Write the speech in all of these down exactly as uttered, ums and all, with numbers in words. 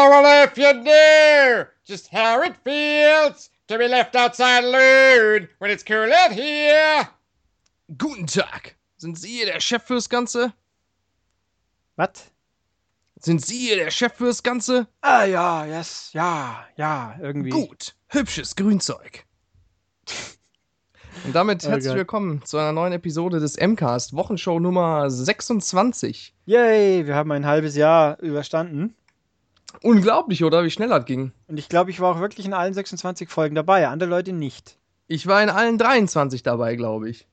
well, if you knew just how it feels to be left outside alone when it's cool out here. Guten Tag. Sind Sie hier der Chef fürs Ganze? Was? Sind Sie hier der Chef fürs Ganze? Ah, ja, yes, ja, ja, irgendwie. Gut. Hübsches Grünzeug. Und damit Oh herzlich Gott. willkommen zu einer neuen Episode des M-Cast, Wochenshow Nummer sechsundzwanzig. Yay, wir haben ein halbes Jahr überstanden. Unglaublich, oder? Wie schnell das ging. Und ich glaube, ich war auch wirklich in allen sechsundzwanzig Folgen dabei, andere Leute nicht. Ich war in allen dreiundzwanzig dabei, glaube ich.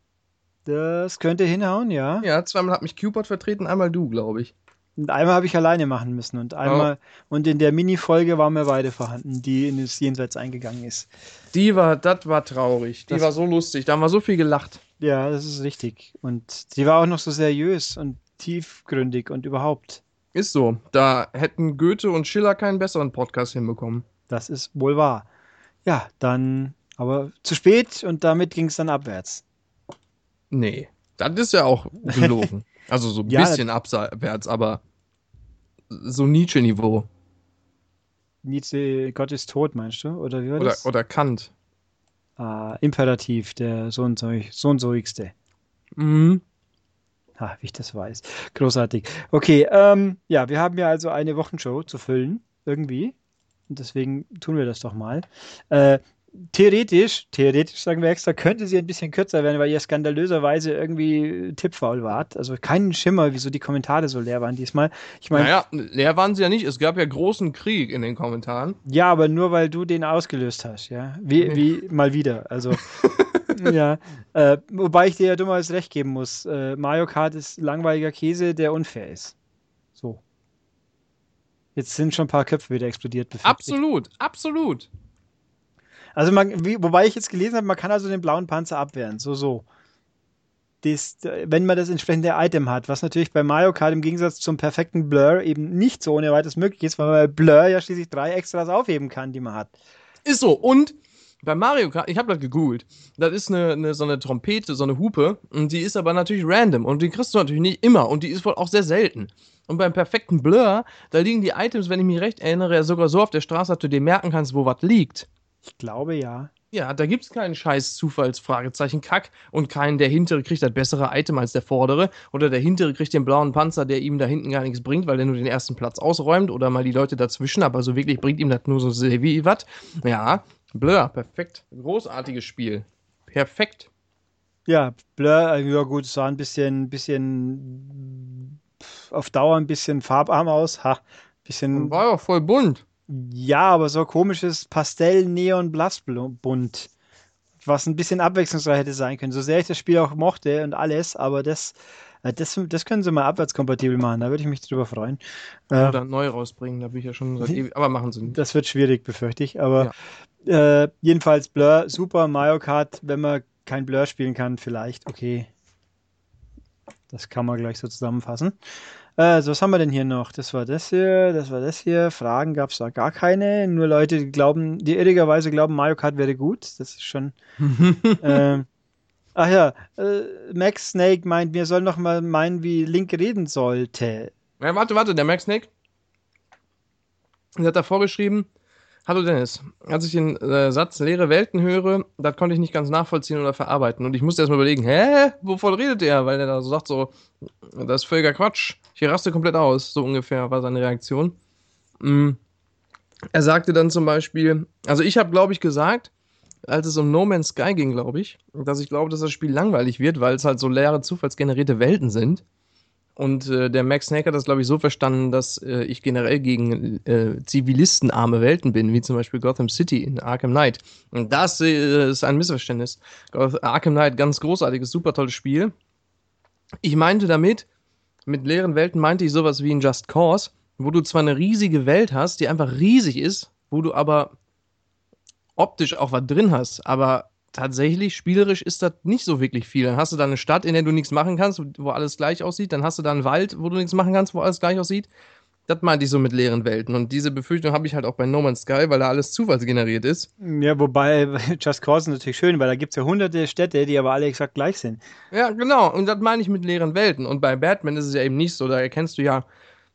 Das könnte hinhauen, ja. Ja, zweimal hat mich Cupid vertreten, einmal du, glaube ich. Und einmal habe ich alleine machen müssen und einmal und in der Mini-Folge waren wir beide vorhanden, die in das Jenseits eingegangen ist. Die war, das war traurig. Die Das- war so lustig. Da haben wir so viel gelacht. Ja, das ist richtig. Und die war auch noch so seriös und tiefgründig und überhaupt. Ist so. Da hätten Goethe und Schiller keinen besseren Podcast hinbekommen. Das ist wohl wahr. Ja, dann aber zu spät und damit ging es dann abwärts. Nee. Das ist ja auch gelogen. Also so ein Ja, bisschen abwärts, aber so Nietzsche-Niveau. Nietzsche, Gott ist tot, meinst du? Oder wie war Oder, das? oder Kant. Ah, Imperativ, der so und so, so und soigste. Mhm. Ha, wie ich das weiß. Großartig. Okay, ähm, ja, wir haben ja also eine Wochenshow zu füllen, irgendwie. Und deswegen tun wir das doch mal. Äh, theoretisch, theoretisch sagen wir extra, könnte sie ein bisschen kürzer werden, weil ihr skandalöserweise irgendwie tippfaul wart. Also keinen Schimmer, wieso die Kommentare so leer waren diesmal. Ich meine, Naja, leer waren sie ja nicht. Es gab ja großen Krieg in den Kommentaren. ja, aber nur weil du den ausgelöst hast, ja. Wie, wie mal wieder. Also, ja. Äh, wobei ich dir ja dummerweise recht geben muss. Äh, Mario Kart ist langweiliger Käse, der unfair ist. So. Jetzt sind schon ein paar Köpfe wieder explodiert, befürchte ich. Absolut, absolut. Also, man, wie, wobei ich jetzt gelesen habe, man kann also den blauen Panzer abwehren. So, so. Das, wenn man das entsprechende Item hat, was natürlich bei Mario Kart im Gegensatz zum perfekten Blur eben nicht so ohne weiteres möglich ist, weil man bei Blur ja schließlich drei Extras aufheben kann, die man hat. Ist so. Und bei Mario Kart, ich habe das gegoogelt, das ist eine, eine, so eine Trompete, so eine Hupe, und die ist aber natürlich random und die kriegst du natürlich nicht immer und die ist wohl auch sehr selten. Und beim perfekten Blur, da liegen die Items, wenn ich mich recht erinnere, ja sogar so auf der Straße, dass du dir merken kannst, wo was liegt. Ich glaube ja. Ja, da gibt's keinen scheiß Zufallsfragezeichen Kack und keinen, der hintere kriegt das bessere Item als der vordere oder der hintere kriegt den blauen Panzer, der ihm da hinten gar nichts bringt, weil der nur den ersten Platz ausräumt oder mal die Leute dazwischen, aber so wirklich bringt ihm das nur so sehr wie was. Ja, Blur, perfekt. Großartiges Spiel. Perfekt. Ja, Blur, äh, ja gut, es sah ein bisschen, bisschen pf, auf Dauer ein bisschen farbarm aus. Ha, bisschen, War ja voll bunt. ja, aber so komisches Pastell, Neon, Blassbunt, was ein bisschen abwechslungsreich hätte sein können. So sehr ich das Spiel auch mochte und alles, aber das, äh, das, das können sie mal abwärtskompatibel machen, da würde ich mich drüber freuen. Äh, Oder neu rausbringen, da bin ich ja schon seit ewig, aber machen sie nicht. Das wird schwierig, befürchte ich. Aber äh, jedenfalls Blur, super. Mario Kart, wenn man kein Blur spielen kann, vielleicht. Okay. Das kann man gleich so zusammenfassen. Äh, so, was haben wir denn hier noch? Das war das hier, das war das hier. Fragen gab es da gar keine. Nur Leute, die glauben, die irrigerweise glauben, Mario Kart wäre gut. Das ist schon. ähm, ach ja, äh, Max Snake meint, wir sollen noch mal meinen, wie Link reden sollte. Ja, warte, warte, der Max Snake der hat da vorgeschrieben, hallo Dennis, als ich den äh, Satz leere Welten höre, das konnte ich nicht ganz nachvollziehen oder verarbeiten. Und ich musste erstmal überlegen, hä, wovon redet der? Weil der da so sagt, so, das ist völliger Quatsch. Ich raste komplett aus, so ungefähr war seine Reaktion. Mm. Er sagte dann zum Beispiel, also ich habe, glaube ich, gesagt, als es um No Man's Sky ging, glaube ich, dass ich glaube, dass das Spiel langweilig wird, weil es halt so leere, zufallsgenerierte Welten sind. Und äh, der Max Snake hat das, glaube ich, so verstanden, dass äh, ich generell gegen äh, zivilistenarme Welten bin, wie zum Beispiel Gotham City in Arkham Knight. Und das äh, ist ein Missverständnis. Goth- Arkham Knight, ganz großartiges, super tolles Spiel. Ich meinte damit, mit leeren Welten meinte ich sowas wie in Just Cause, wo du zwar eine riesige Welt hast, die einfach riesig ist, wo du aber optisch auch was drin hast, aber tatsächlich, spielerisch ist das nicht so wirklich viel. Dann hast du da eine Stadt, in der du nichts machen kannst, wo alles gleich aussieht. Dann hast du da einen Wald, wo du nichts machen kannst, wo alles gleich aussieht. Das meinte ich so mit leeren Welten. Und diese Befürchtung habe ich halt auch bei No Man's Sky, weil da alles zufallsgeneriert ist. Ja, wobei Just Cause ist natürlich schön, weil da gibt es ja hunderte Städte, die aber alle exakt gleich sind. Ja, genau. Und das meine ich mit leeren Welten. Und bei Batman ist es ja eben nicht so. Da erkennst du ja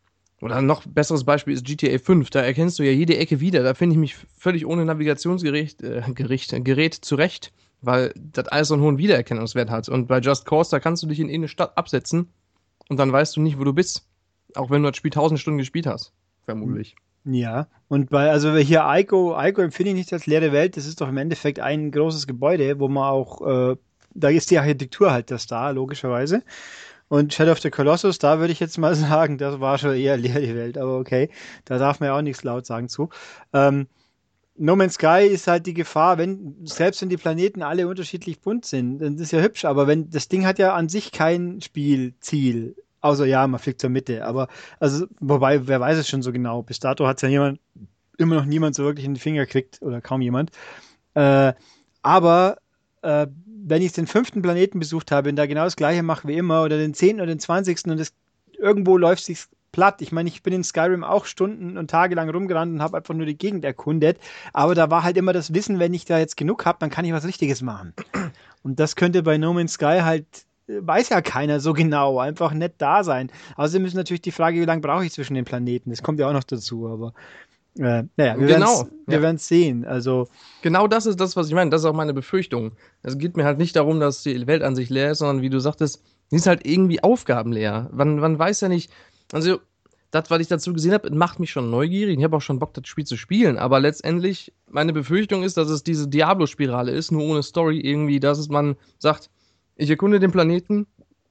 Oder ein noch besseres Beispiel ist G T A fünf. Da erkennst du ja jede Ecke wieder. Da finde ich mich völlig ohne Navigationsgerät äh, Gericht, Gerät zurecht, weil das alles so einen hohen Wiedererkennungswert hat. Und bei Just Cause, da kannst du dich in eine Stadt absetzen und dann weißt du nicht, wo du bist. Auch wenn du das Spiel tausend Stunden gespielt hast. Vermutlich. Ja, und bei, also hier Ico, Ico empfinde ich nicht als leere Welt. Das ist doch im Endeffekt ein großes Gebäude, wo man auch, äh, da ist die Architektur halt das da, logischerweise. Und Shadow of the Colossus, da würde ich jetzt mal sagen, das war schon eher leere Welt, aber okay, da darf man ja auch nichts laut sagen zu. Ähm, No Man's Sky ist halt die Gefahr, wenn, selbst wenn die Planeten alle unterschiedlich bunt sind, dann ist ja hübsch, aber wenn, das Ding hat ja an sich kein Spielziel. Außer ja, man fliegt zur Mitte, aber, also, wobei, wer weiß es schon so genau. Bis dato hat es ja jemand, immer noch niemand so wirklich in den Finger kriegt, oder kaum jemand. Äh, aber, äh, wenn ich den fünften Planeten besucht habe und da genau das gleiche mache wie immer, oder den zehnten oder den zwanzigsten und das, irgendwo läuft sich's platt. Ich meine, ich bin in Skyrim auch Stunden und Tage lang rumgerannt und habe einfach nur die Gegend erkundet, aber da war halt immer das Wissen, wenn ich da jetzt genug habe, dann kann ich was Richtiges machen. Und das könnte bei No Man's Sky halt, weiß ja keiner so genau, einfach nicht da sein. Außerdem ist natürlich die Frage, wie lange brauche ich zwischen den Planeten? Das kommt ja auch noch dazu, aber äh, naja, wir Genau, werden es ja. sehen. Also Genau das ist das, was ich meine. Das ist auch meine Befürchtung. Es geht mir halt nicht darum, dass die Welt an sich leer ist, sondern wie du sagtest, die ist halt irgendwie aufgabenleer. Man, man weiß ja nicht, also das, was ich dazu gesehen habe, macht mich schon neugierig. Ich habe auch schon Bock, das Spiel zu spielen, aber letztendlich, meine Befürchtung ist, dass es diese Diablo-Spirale ist, nur ohne Story irgendwie, dass es man sagt, ich erkunde den Planeten,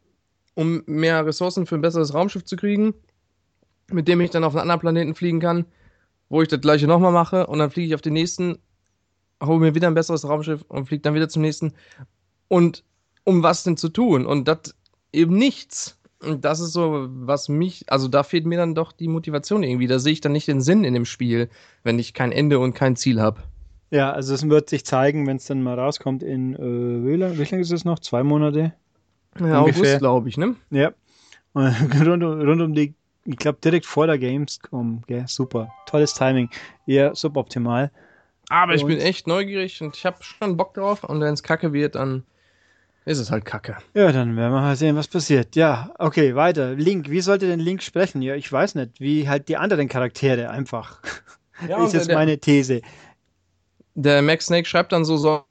um mehr Ressourcen für ein besseres Raumschiff zu kriegen, mit dem ich dann auf einen anderen Planeten fliegen kann, wo ich das gleiche nochmal mache und dann fliege ich auf den nächsten, hole mir wieder ein besseres Raumschiff und fliege dann wieder zum nächsten. Und um was denn zu tun? Und das eben nichts. Und das ist so, was mich, also da fehlt mir dann doch die Motivation irgendwie. Da sehe ich dann nicht den Sinn in dem Spiel, wenn ich kein Ende und kein Ziel habe. ja, also es wird sich zeigen, wenn es dann mal rauskommt in, äh, wie lange wie lang ist es noch? Zwei Monate? Ja, Ungefähr. August, glaube ich, ne? Ja. Und rund, um- rund um die, ich glaube direkt vor der Gamescom, gell? Super. Tolles Timing. Eher suboptimal. Aber ich Und- bin echt neugierig und ich habe schon Bock drauf. Und wenn es kacke wird, dann ist es halt kacke. Ja, dann werden wir mal sehen, was passiert. Ja, okay, weiter. Link, wie sollte denn Link sprechen? Ja, ich weiß nicht. Wie halt die anderen Charaktere einfach. Ja, ist und jetzt der- meine These. Der Max Snake schreibt dann so, so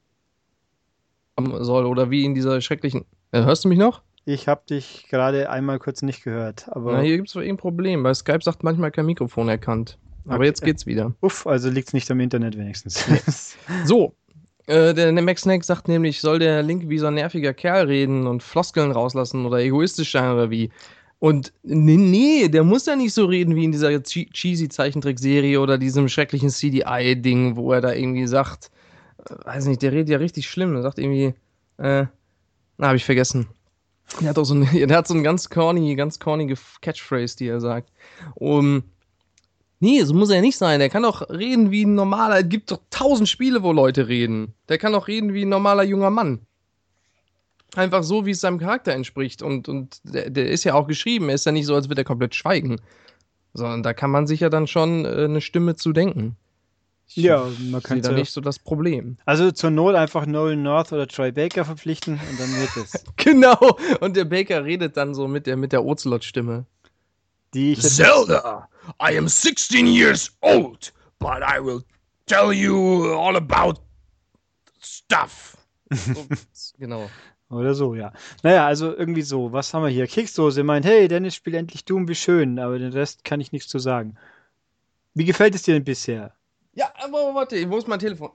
soll oder wie in dieser schrecklichen. Äh, hörst du mich noch? Ich habe dich gerade einmal kurz nicht gehört, aber Na, hier gibt es wohl irgendein Problem. Bei Skype sagt manchmal kein Mikrofon erkannt. Aber Okay. jetzt geht's wieder. uff, also liegt es nicht am Internet wenigstens. So, äh, der, der Max Snake sagt nämlich, soll der Link wie so ein nerviger Kerl reden und Floskeln rauslassen oder egoistisch sein oder wie? Und nee, nee, der muss ja nicht so reden wie in dieser che- cheesy Zeichentrickserie oder diesem schrecklichen C D I-Ding, wo er da irgendwie sagt, äh, weiß nicht, der redet ja richtig schlimm. Er sagt irgendwie, äh, na, hab ich vergessen. Der hat auch so eine, der hat so einen ganz corny, ganz cornige Catchphrase, die er sagt. Um, nee, so muss er ja nicht sein. Der kann doch reden wie ein normaler, es gibt doch tausend Spiele, wo Leute reden. Der kann doch reden wie ein normaler junger Mann. Einfach so, wie es seinem Charakter entspricht. Und, und der, der ist ja auch geschrieben. Er ist ja nicht so, als würde er komplett schweigen. Sondern da kann man sich ja dann schon äh, eine Stimme zu denken. Ich Ja, man sehe könnte- da nicht so das Problem. Also zur Not einfach Nolan North oder Troy Baker verpflichten und dann wird es. Genau. Und der Baker redet dann so mit der, mit der Ocelot-Stimme. Die ich jetzt Zelda, I am sixteen years old, but I will tell you all about stuff. So, genau. Oder so, ja. Naja, also irgendwie so. Was haben wir hier? Keksdose meint, hey, Dennis, spiel endlich Doom, wie schön. Aber den Rest kann ich nichts zu sagen. Wie gefällt es dir denn bisher? Ja, aber warte, wo ist mein Telefon?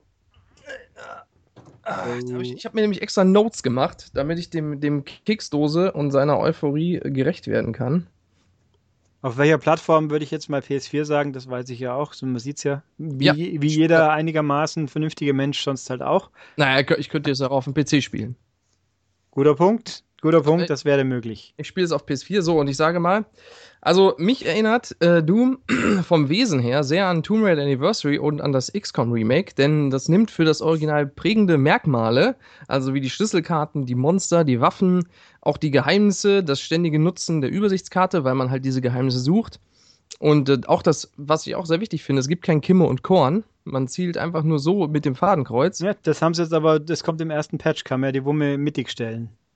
Ah, jetzt hab ich ich habe mir nämlich extra Notes gemacht, damit ich dem, dem Keksdose und seiner Euphorie gerecht werden kann. Auf welcher Plattform würde ich jetzt mal P S vier sagen? Das weiß ich ja auch. So, man sieht es ja. Wie, Ja. wie jeder einigermaßen vernünftige Mensch sonst halt auch. Naja, ich könnte jetzt auch auf dem P C spielen. Guter Punkt. Guter Äh, Punkt, das wäre möglich. Ich spiele es auf P S vier so und ich sage mal, also mich erinnert äh, Doom vom Wesen her sehr an Tomb Raider Anniversary und an das X COM Remake, denn das nimmt für das Original prägende Merkmale, also wie die Schlüsselkarten, die Monster, die Waffen, auch die Geheimnisse, das ständige Nutzen der Übersichtskarte, weil man halt diese Geheimnisse sucht. Und äh, auch das, was ich auch sehr wichtig finde, es gibt kein Kimme und Korn. Man zielt einfach nur so mit dem Fadenkreuz. Ja, das haben sie jetzt aber, das kommt im ersten Patch, kann man ja die Wumme mittig stellen.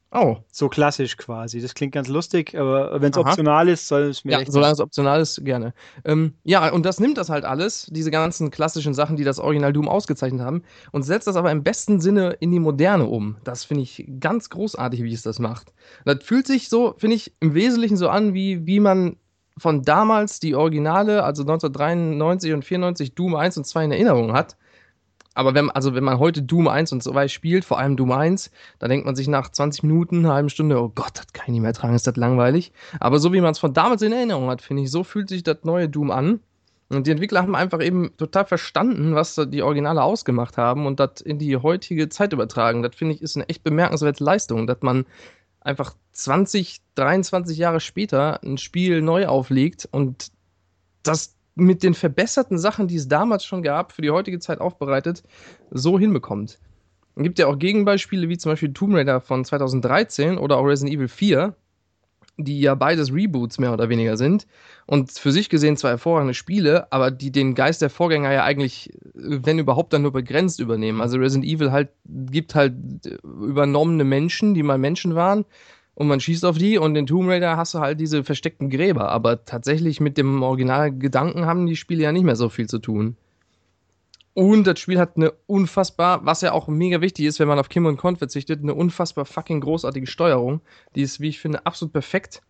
Oh. So klassisch quasi. Das klingt ganz lustig, aber wenn es Aha. optional ist, soll es mir Ja, recht solange sein. es optional ist, gerne. Ähm, ja, und das nimmt das halt alles, diese ganzen klassischen Sachen, die das Original Doom ausgezeichnet haben, und setzt das aber im besten Sinne in die Moderne um. Das finde ich ganz großartig, wie es das macht. Das fühlt sich so, finde ich, im Wesentlichen so an, wie, wie man von damals die Originale, also neunzehnhundertdreiundneunzig und vierundneunzig Doom eins und zwei in Erinnerung hat. Aber wenn, also wenn man heute Doom eins und zwei spielt, vor allem Doom eins, dann denkt man sich nach zwanzig Minuten, einer halben Stunde, oh Gott, das kann ich nicht mehr tragen, ist das langweilig. Aber so wie man es von damals in Erinnerung hat, finde ich, so fühlt sich das neue Doom an. Und die Entwickler haben einfach eben total verstanden, was die Originale ausgemacht haben und das in die heutige Zeit übertragen. Das finde ich ist eine echt bemerkenswerte Leistung, dass man einfach zwanzig, dreiundzwanzig Jahre später ein Spiel neu auflegt und das mit den verbesserten Sachen, die es damals schon gab, für die heutige Zeit aufbereitet, so hinbekommt. Es gibt ja auch Gegenbeispiele, wie zum Beispiel Tomb Raider von zweitausenddreizehn oder auch Resident Evil vier, die ja beides Reboots mehr oder weniger sind und für sich gesehen zwei hervorragende Spiele, aber die den Geist der Vorgänger ja eigentlich, wenn überhaupt, dann nur begrenzt übernehmen. Also Resident Evil halt gibt halt übernommene Menschen, die mal Menschen waren, und man schießt auf die, und in Tomb Raider hast du halt diese versteckten Gräber, aber tatsächlich mit dem Originalgedanken haben die Spiele ja nicht mehr so viel zu tun. Und das Spiel hat eine unfassbar, was ja auch mega wichtig ist, wenn man auf Kim und Con verzichtet, eine unfassbar fucking großartige Steuerung. Die ist, wie ich finde, absolut perfekt.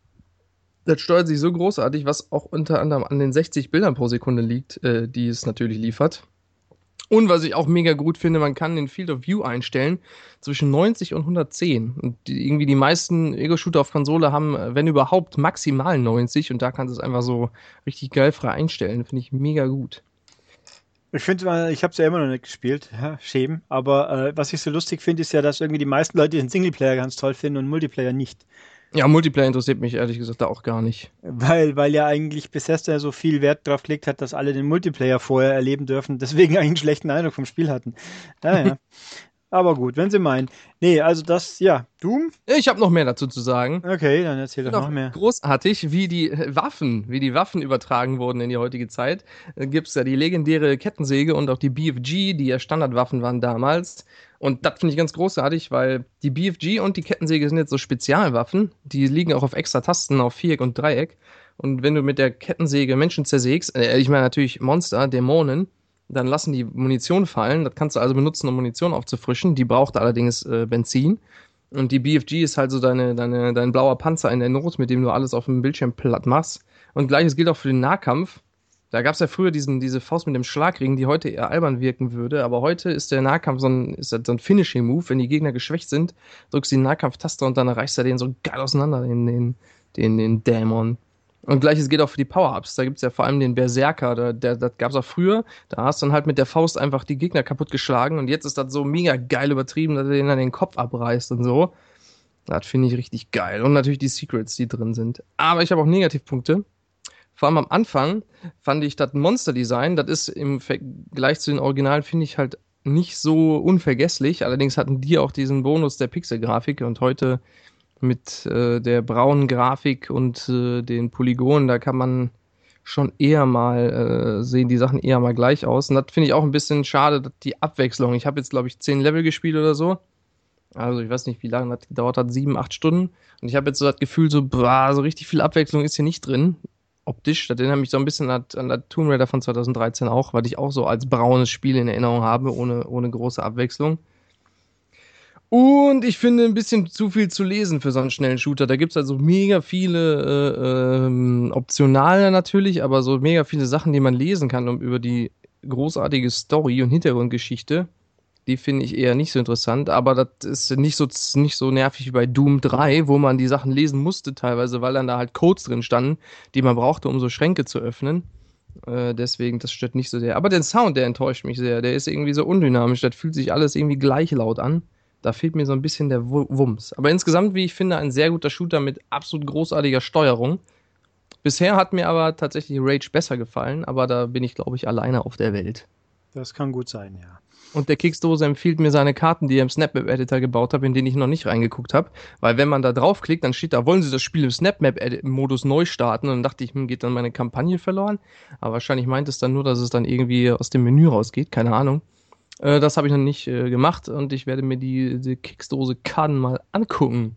Das steuert sich so großartig, was auch unter anderem an den sechzig Bildern pro Sekunde liegt, äh, die es natürlich liefert. Und was ich auch mega gut finde, man kann den Field of View einstellen zwischen neunzig und hundertzehn. Und die, irgendwie die meisten Ego-Shooter auf Konsole haben, wenn überhaupt, maximal neunzig. Und da kannst du es einfach so richtig geil frei einstellen. Finde ich mega gut. Ich finde, ich habe es ja immer noch nicht gespielt, ja, schämen. Aber äh, was ich so lustig finde, ist ja, dass irgendwie die meisten Leute den Singleplayer ganz toll finden und Multiplayer nicht. Ja, Multiplayer interessiert mich ehrlich gesagt da auch gar nicht. Weil, weil ja eigentlich Bethesda so viel Wert drauf gelegt hat, dass alle den Multiplayer vorher erleben dürfen, deswegen eigentlich einen schlechten Eindruck vom Spiel hatten. Naja. Aber gut, wenn sie meinen. Nee, also das, ja, Doom? Ich habe noch mehr dazu zu sagen. Okay, dann erzähl doch Noch noch mehr. großartig, wie die Waffen, wie die Waffen übertragen wurden in die heutige Zeit. Da gibt es ja die legendäre Kettensäge und auch die B F G, die ja Standardwaffen waren damals. Und das finde ich ganz großartig, weil die B F G und die Kettensäge sind jetzt so Spezialwaffen. Die liegen auch auf extra Tasten, auf Viereck und Dreieck. Und wenn du mit der Kettensäge Menschen zersägst, äh, ich meine natürlich Monster, Dämonen, dann lassen die Munition fallen. Das kannst du also benutzen, um Munition aufzufrischen. Die braucht allerdings äh, Benzin. Und die B F G ist halt so deine, deine, dein blauer Panzer in der Not, mit dem du alles auf dem Bildschirm platt machst. Und gleiches gilt auch für den Nahkampf. Da gab es ja früher diesen, diese Faust mit dem Schlagring, die heute eher albern wirken würde. Aber heute ist der Nahkampf so ein, ist so ein Finishing-Move. Wenn die Gegner geschwächt sind, drückst du die Nahkampftaste und dann erreichst du den so geil auseinander, den, den, den, den Dämon. Und gleiches geht auch für die Power-Ups. Da gibt es ja vor allem den Berserker, der, der, das gab es auch früher. Da hast du dann halt mit der Faust einfach die Gegner kaputt geschlagen. Und jetzt ist das so mega geil übertrieben, dass er den dann den Kopf abreißt und so. Das finde ich richtig geil. Und natürlich die Secrets, die drin sind. Aber ich habe auch Negativpunkte. Vor allem am Anfang fand ich das Monster-Design, das ist im Vergleich zu den Originalen, finde ich halt nicht so unvergesslich. Allerdings hatten die auch diesen Bonus der Pixel-Grafik. Und heute mit äh, der braunen Grafik und äh, den Polygonen, da kann man schon eher mal äh, sehen die Sachen eher mal gleich aus. Und das finde ich auch ein bisschen schade, dass die Abwechslung. Ich habe jetzt, glaube ich, zehn Level gespielt oder so. Also ich weiß nicht, wie lange das gedauert hat, sieben, acht Stunden. Und ich habe jetzt so das Gefühl, so, boah, so richtig viel Abwechslung ist hier nicht drin. Optisch, das erinnert mich so ein bisschen an, an das Tomb Raider von zweitausenddreizehn auch, weil ich auch so als braunes Spiel in Erinnerung habe, ohne, ohne große Abwechslung. Und ich finde ein bisschen zu viel zu lesen für so einen schnellen Shooter. Da gibt es also mega viele äh, ähm, Optionale natürlich, aber so mega viele Sachen, die man lesen kann, um über die großartige Story und Hintergrundgeschichte. Die finde ich eher nicht so interessant, aber das ist nicht so, nicht so nervig wie bei Doom drei, wo man die Sachen lesen musste teilweise, weil dann da halt Codes drin standen, die man brauchte, um so Schränke zu öffnen. Äh, deswegen, das stört nicht so sehr. Aber der Sound, der enttäuscht mich sehr. Der ist irgendwie so undynamisch. Das fühlt sich alles irgendwie gleich laut an. Da fehlt mir so ein bisschen der Wumms. Aber insgesamt, wie ich finde, ein sehr guter Shooter mit absolut großartiger Steuerung. Bisher hat mir aber tatsächlich Rage besser gefallen, aber da bin ich, glaube ich, alleine auf der Welt. Das kann gut sein, ja. Und der Keksdose empfiehlt mir seine Karten, die er im SnapMap-Editor gebaut hat, in den ich noch nicht reingeguckt habe. Weil wenn man da draufklickt, dann steht da, wollen Sie das Spiel im SnapMap-Modus neu starten? Und dann dachte ich, hm, geht dann meine Kampagne verloren? Aber wahrscheinlich meint es dann nur, dass es dann irgendwie aus dem Menü rausgeht, keine Ahnung. Äh, das habe ich noch nicht äh, gemacht und ich werde mir die, die Keksdose Kann mal angucken.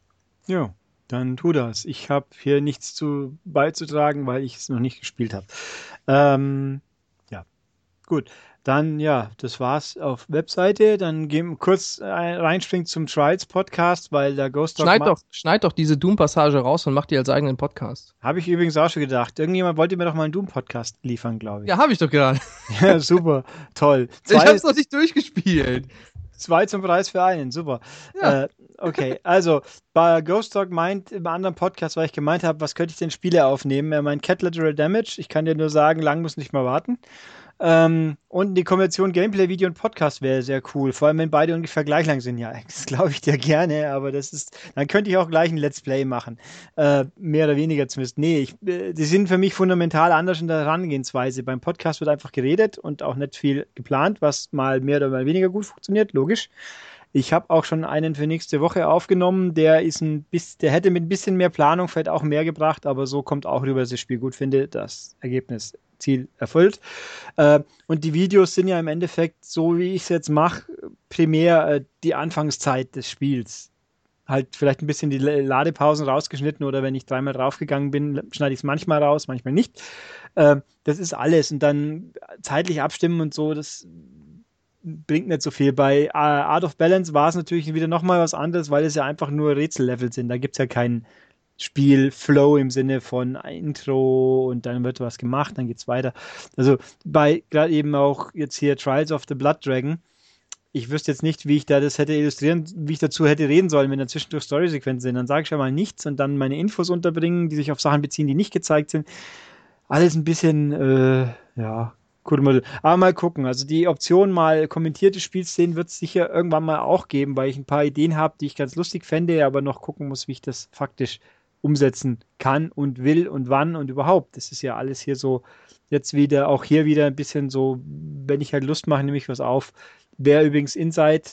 Ja, dann tu das. Ich habe hier nichts zu beizutragen, weil ich es noch nicht gespielt habe. Ähm, ja, gut. Dann, ja, das war's auf Webseite. Dann gehen wir kurz äh, reinspringen zum Trials Podcast, weil der Ghost Dog Schneid doch, schneid doch diese Doom-Passage raus und mach die als eigenen Podcast. habe ich übrigens auch schon gedacht. Irgendjemand wollte mir doch mal einen Doom-Podcast liefern, glaube ich. Ja, habe ich doch gerade. Ja, super, toll. Ich Zwei, hab's noch nicht durchgespielt. zwei zum Preis für einen, super. Ja. Äh, okay, also bei Ghost Dog meint im anderen Podcast, weil ich gemeint habe, was könnte ich denn Spiele aufnehmen? Er meint Cat Lateral Damage. Ich kann dir nur sagen, lang muss nicht mal warten. Ähm, und die Kombination Gameplay, Video und Podcast wäre sehr cool. Vor allem, wenn beide ungefähr gleich lang sind. Ja, das glaube ich dir gerne, aber das ist, dann könnte ich auch gleich ein Let's Play machen. Äh, mehr oder weniger zumindest. Nee, ich, äh, die sind für mich fundamental anders in der Herangehensweise. Beim Podcast wird einfach geredet und auch nicht viel geplant, was mal mehr oder mal weniger gut funktioniert, logisch. Ich habe auch schon einen für nächste Woche aufgenommen, der ist ein bisschen, der hätte mit ein bisschen mehr Planung vielleicht auch mehr gebracht, aber so kommt auch rüber, dass ich das Spiel gut finde, das Ergebnis, Ziel erfüllt. Äh, und die Videos sind ja im Endeffekt, so wie ich es jetzt mache, primär äh, die Anfangszeit des Spiels. Halt vielleicht ein bisschen die Ladepausen rausgeschnitten oder wenn ich dreimal draufgegangen bin, schneide ich es manchmal raus, manchmal nicht. Äh, das ist alles und dann zeitlich abstimmen und so, das bringt nicht so viel. Bei uh, Art of Balance war es natürlich wieder nochmal was anderes, weil es ja einfach nur Rätsellevel sind. Da gibt es ja keinen Spielflow im Sinne von Intro und dann wird was gemacht, dann geht's weiter. Also bei gerade eben auch jetzt hier Trials of the Blood Dragon, ich wüsste jetzt nicht, wie ich da das hätte illustrieren, wie ich dazu hätte reden sollen, wenn da zwischendurch Story-Sequenzen sind. Dann sage ich ja mal nichts und dann meine Infos unterbringen, die sich auf Sachen beziehen, die nicht gezeigt sind. Alles ein bisschen, äh, ja, Kuddelmuddel. Aber mal gucken. Also die Option, mal kommentierte Spielszenen wird es sicher irgendwann mal auch geben, weil ich ein paar Ideen habe, die ich ganz lustig fände, aber noch gucken muss, wie ich das faktisch umsetzen kann und will und wann und überhaupt. Das ist ja alles hier so jetzt wieder, auch hier wieder ein bisschen so, wenn ich halt Lust mache, nehme ich was auf. Wer übrigens Inside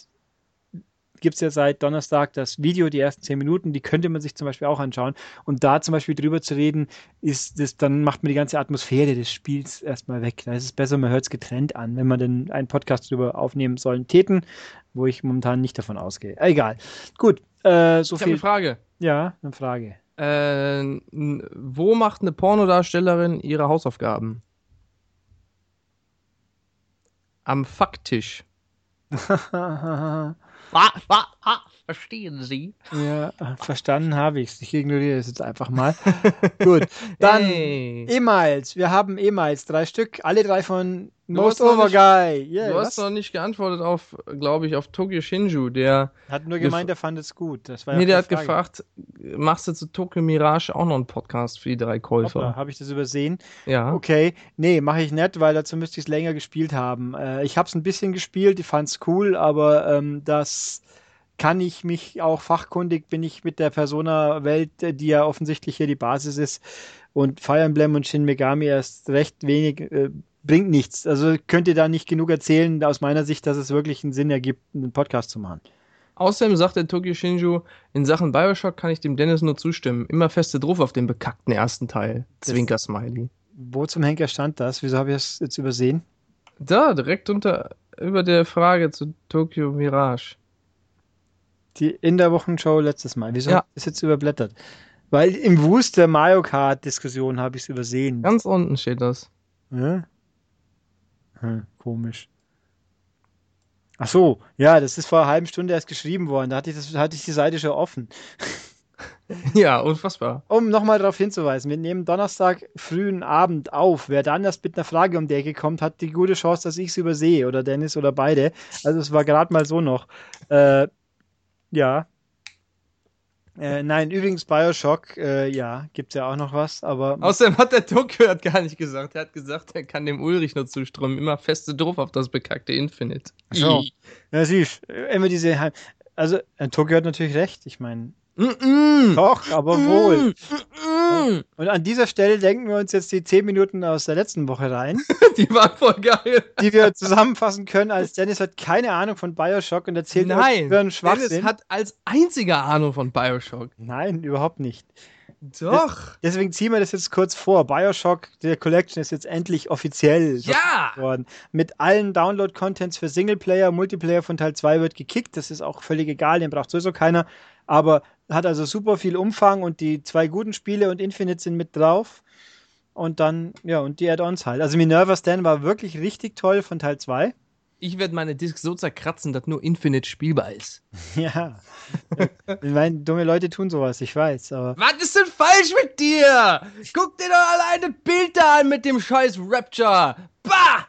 gibt es ja seit Donnerstag das Video, die ersten zehn Minuten, die könnte man sich zum Beispiel auch anschauen. Und da zum Beispiel drüber zu reden, ist das, dann macht man die ganze Atmosphäre des Spiels erstmal weg. Da ist es besser, man hört es getrennt an, wenn man denn einen Podcast drüber aufnehmen sollen täten, wo ich momentan nicht davon ausgehe. Egal. Gut, äh, so Ich habe viel. eine Frage. Ja, eine Frage. Äh, n- wo macht eine Pornodarstellerin ihre Hausaufgaben? Am Fucktisch. Ah, ah, ah, verstehen Sie? Ja, verstanden habe ich es. Ich ignoriere es jetzt einfach mal. Gut, dann Hey. E-Mails. Wir haben E-Mails, drei Stück, alle drei von Du Most hast noch Over nicht- Guy. Yeah, Du was? hast noch nicht geantwortet auf, glaube ich, auf Tokyo Shinju, der, Hat nur Gef- gemeint, er fand es gut. Das war ja nee, der auch hat die Frage. gefragt, machst du zu Tokyo Mirage auch noch einen Podcast für die drei Käufer? Habe ich das übersehen? Ja. Okay, nee, mache ich nicht, weil dazu müsste ich es länger gespielt haben. Äh, ich habe es ein bisschen gespielt, ich fand es cool, aber ähm, das kann ich mich auch fachkundig, bin ich mit der Persona-Welt, äh, die ja offensichtlich hier die Basis ist, und Fire Emblem und Shin Megami erst recht wenig, äh, bringt nichts. Also könnt ihr da nicht genug erzählen, aus meiner Sicht, dass es wirklich einen Sinn ergibt, einen Podcast zu machen. Außerdem sagt der Tokyo Shinju, in Sachen Bioshock kann ich dem Dennis nur zustimmen. Immer feste drauf auf den bekackten ersten Teil. Zwinker-Smiley. Wo zum Henker stand das? Wieso habe ich das jetzt übersehen? Da, direkt unter, über der Frage zu Tokyo Mirage. Die in der Wochenshow letztes Mal. Wieso Ja. habe ich das jetzt überblättert? Weil im Wust der Mario Kart-Diskussion habe ich es übersehen. Ganz unten steht das. Ja? Hm, komisch. Ach so, ja, das ist vor einer halben Stunde erst geschrieben worden. Da hatte ich, das, hatte ich die Seite schon offen. Ja, unfassbar. Um nochmal darauf hinzuweisen, wir nehmen Donnerstag frühen Abend auf. Wer dann erst mit einer Frage um die Ecke kommt, hat die gute Chance, dass ich es übersehe oder Dennis oder beide. Also es war gerade mal so noch. Äh, ja. Äh, nein, übrigens Bioshock, äh, ja, gibt es ja auch noch was, aber Außerdem hat der Tokyo hat gar nicht gesagt. Er hat gesagt, er kann dem Ulrich nur zuströmen. Immer feste drauf auf das bekackte Infinite. so. Ja, siehst immer diese, Heim- also äh, Tokio hat natürlich recht, ich meine, Mm-mm. doch, aber wohl. Mm-mm. Und an dieser Stelle denken wir uns jetzt die zehn Minuten aus der letzten Woche rein, Die waren voll geil. die wir zusammenfassen können, als Dennis hat keine Ahnung von Bioshock und erzählt Nein, über einen Dennis Schwachsinn. hat als einziger Ahnung von Bioshock. Nein, überhaupt nicht. Doch. Deswegen ziehen wir das jetzt kurz vor. Bioshock, der Collection ist jetzt endlich offiziell Ja. worden. Mit allen Download-Contents für Singleplayer, Multiplayer von Teil zwei wird gekickt. Das ist auch völlig egal, den braucht sowieso keiner. Aber hat also super viel Umfang und die zwei guten Spiele und Infinite sind mit drauf. Und dann, ja, und die Add-ons halt. Also Minerva's Den war wirklich richtig toll von Teil zwei. Ich werde meine Disc so zerkratzen, dass nur Infinite spielbar ist. Ja. Ich meine, dumme Leute tun sowas, ich weiß, aber. Was ist denn falsch mit dir? Guck dir doch alleine Bild da an mit dem scheiß Rapture. Bah!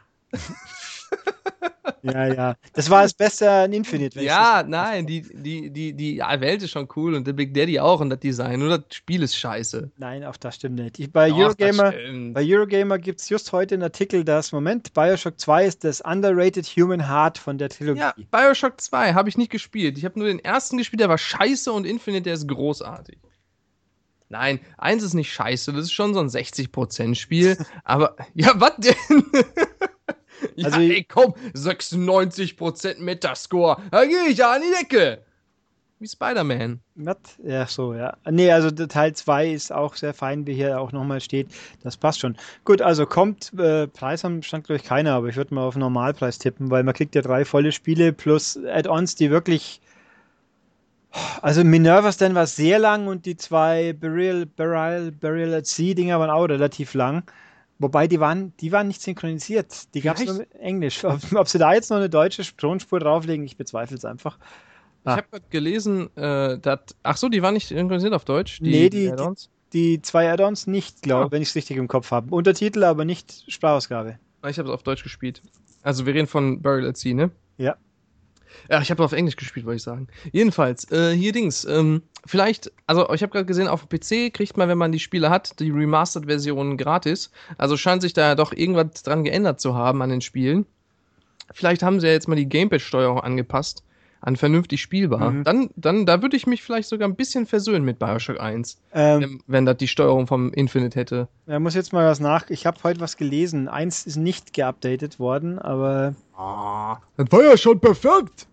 Ja, ja. Das war das Beste an Infinite. wenn ich Ja, das- nein, die, die, die, die Welt ist schon cool und der Big Daddy auch und das Design. Nur das Spiel ist scheiße. Nein, auch das stimmt nicht. Ich, bei, Doch, Eurogamer, das stimmt. bei Eurogamer gibt es just heute einen Artikel, dass, Moment, Bioshock zwei ist das Underrated Human Heart von der Trilogie. Ja, Bioshock zwei habe ich nicht gespielt. Ich habe nur den ersten gespielt, der war scheiße und Infinite, der ist großartig. Nein, eins ist nicht scheiße, das ist schon so ein sechzig Prozent Spiel, aber, ja, was denn? Ja, Also- ey, komm, sechsundneunzig Prozent Metascore, da gehe ich ja an die Decke. Wie Spider-Man. Was? Ja, so, ja. Nee, also der Teil zwei ist auch sehr fein, wie hier auch nochmal steht. Das passt schon. Gut, also kommt, äh, Preis haben stand, glaube ich, keiner, aber ich würde mal auf Normalpreis tippen, weil man kriegt ja drei volle Spiele plus Add-ons, die wirklich. Also Minerva's Den war sehr lang und die zwei Burial, Burial, Burial at Sea Dinger waren auch relativ lang. Wobei die waren, die waren nicht synchronisiert. Die gab es Vielleicht- nur mit Englisch. Ob, ob sie da jetzt noch eine deutsche Tonspur drauflegen, ich bezweifle es einfach. Ich Ah. habe gerade gelesen, äh, dass. Ach so, die waren nicht synchronisiert auf Deutsch? Nee, die- Add-ons? Die zwei Add-ons nicht, glaube Ah. wenn ich es richtig im Kopf habe. Untertitel, aber nicht Sprachausgabe. Ich habe es auf Deutsch gespielt. Also wir reden von Burial at Sea, ne? Ja. Ja, ich habe auf Englisch gespielt, wollte ich sagen. Jedenfalls, äh, hier Dings. Ähm, vielleicht, also ich habe gerade gesehen, auf dem P C kriegt man, wenn man die Spiele hat, die Remastered-Version gratis. Also scheint sich da ja doch irgendwas dran geändert zu haben an den Spielen. Vielleicht haben sie ja jetzt mal die Gamepad-Steuerung angepasst an vernünftig spielbar. Mhm. Dann, dann, da würde ich mich vielleicht sogar ein bisschen versöhnen mit Bioshock eins, Ähm, wenn, wenn das die Steuerung vom Infinite hätte. da muss jetzt mal was nach. Ich habe heute was gelesen. Eins ist nicht geupdatet worden, aber Ah, das war ja schon perfekt.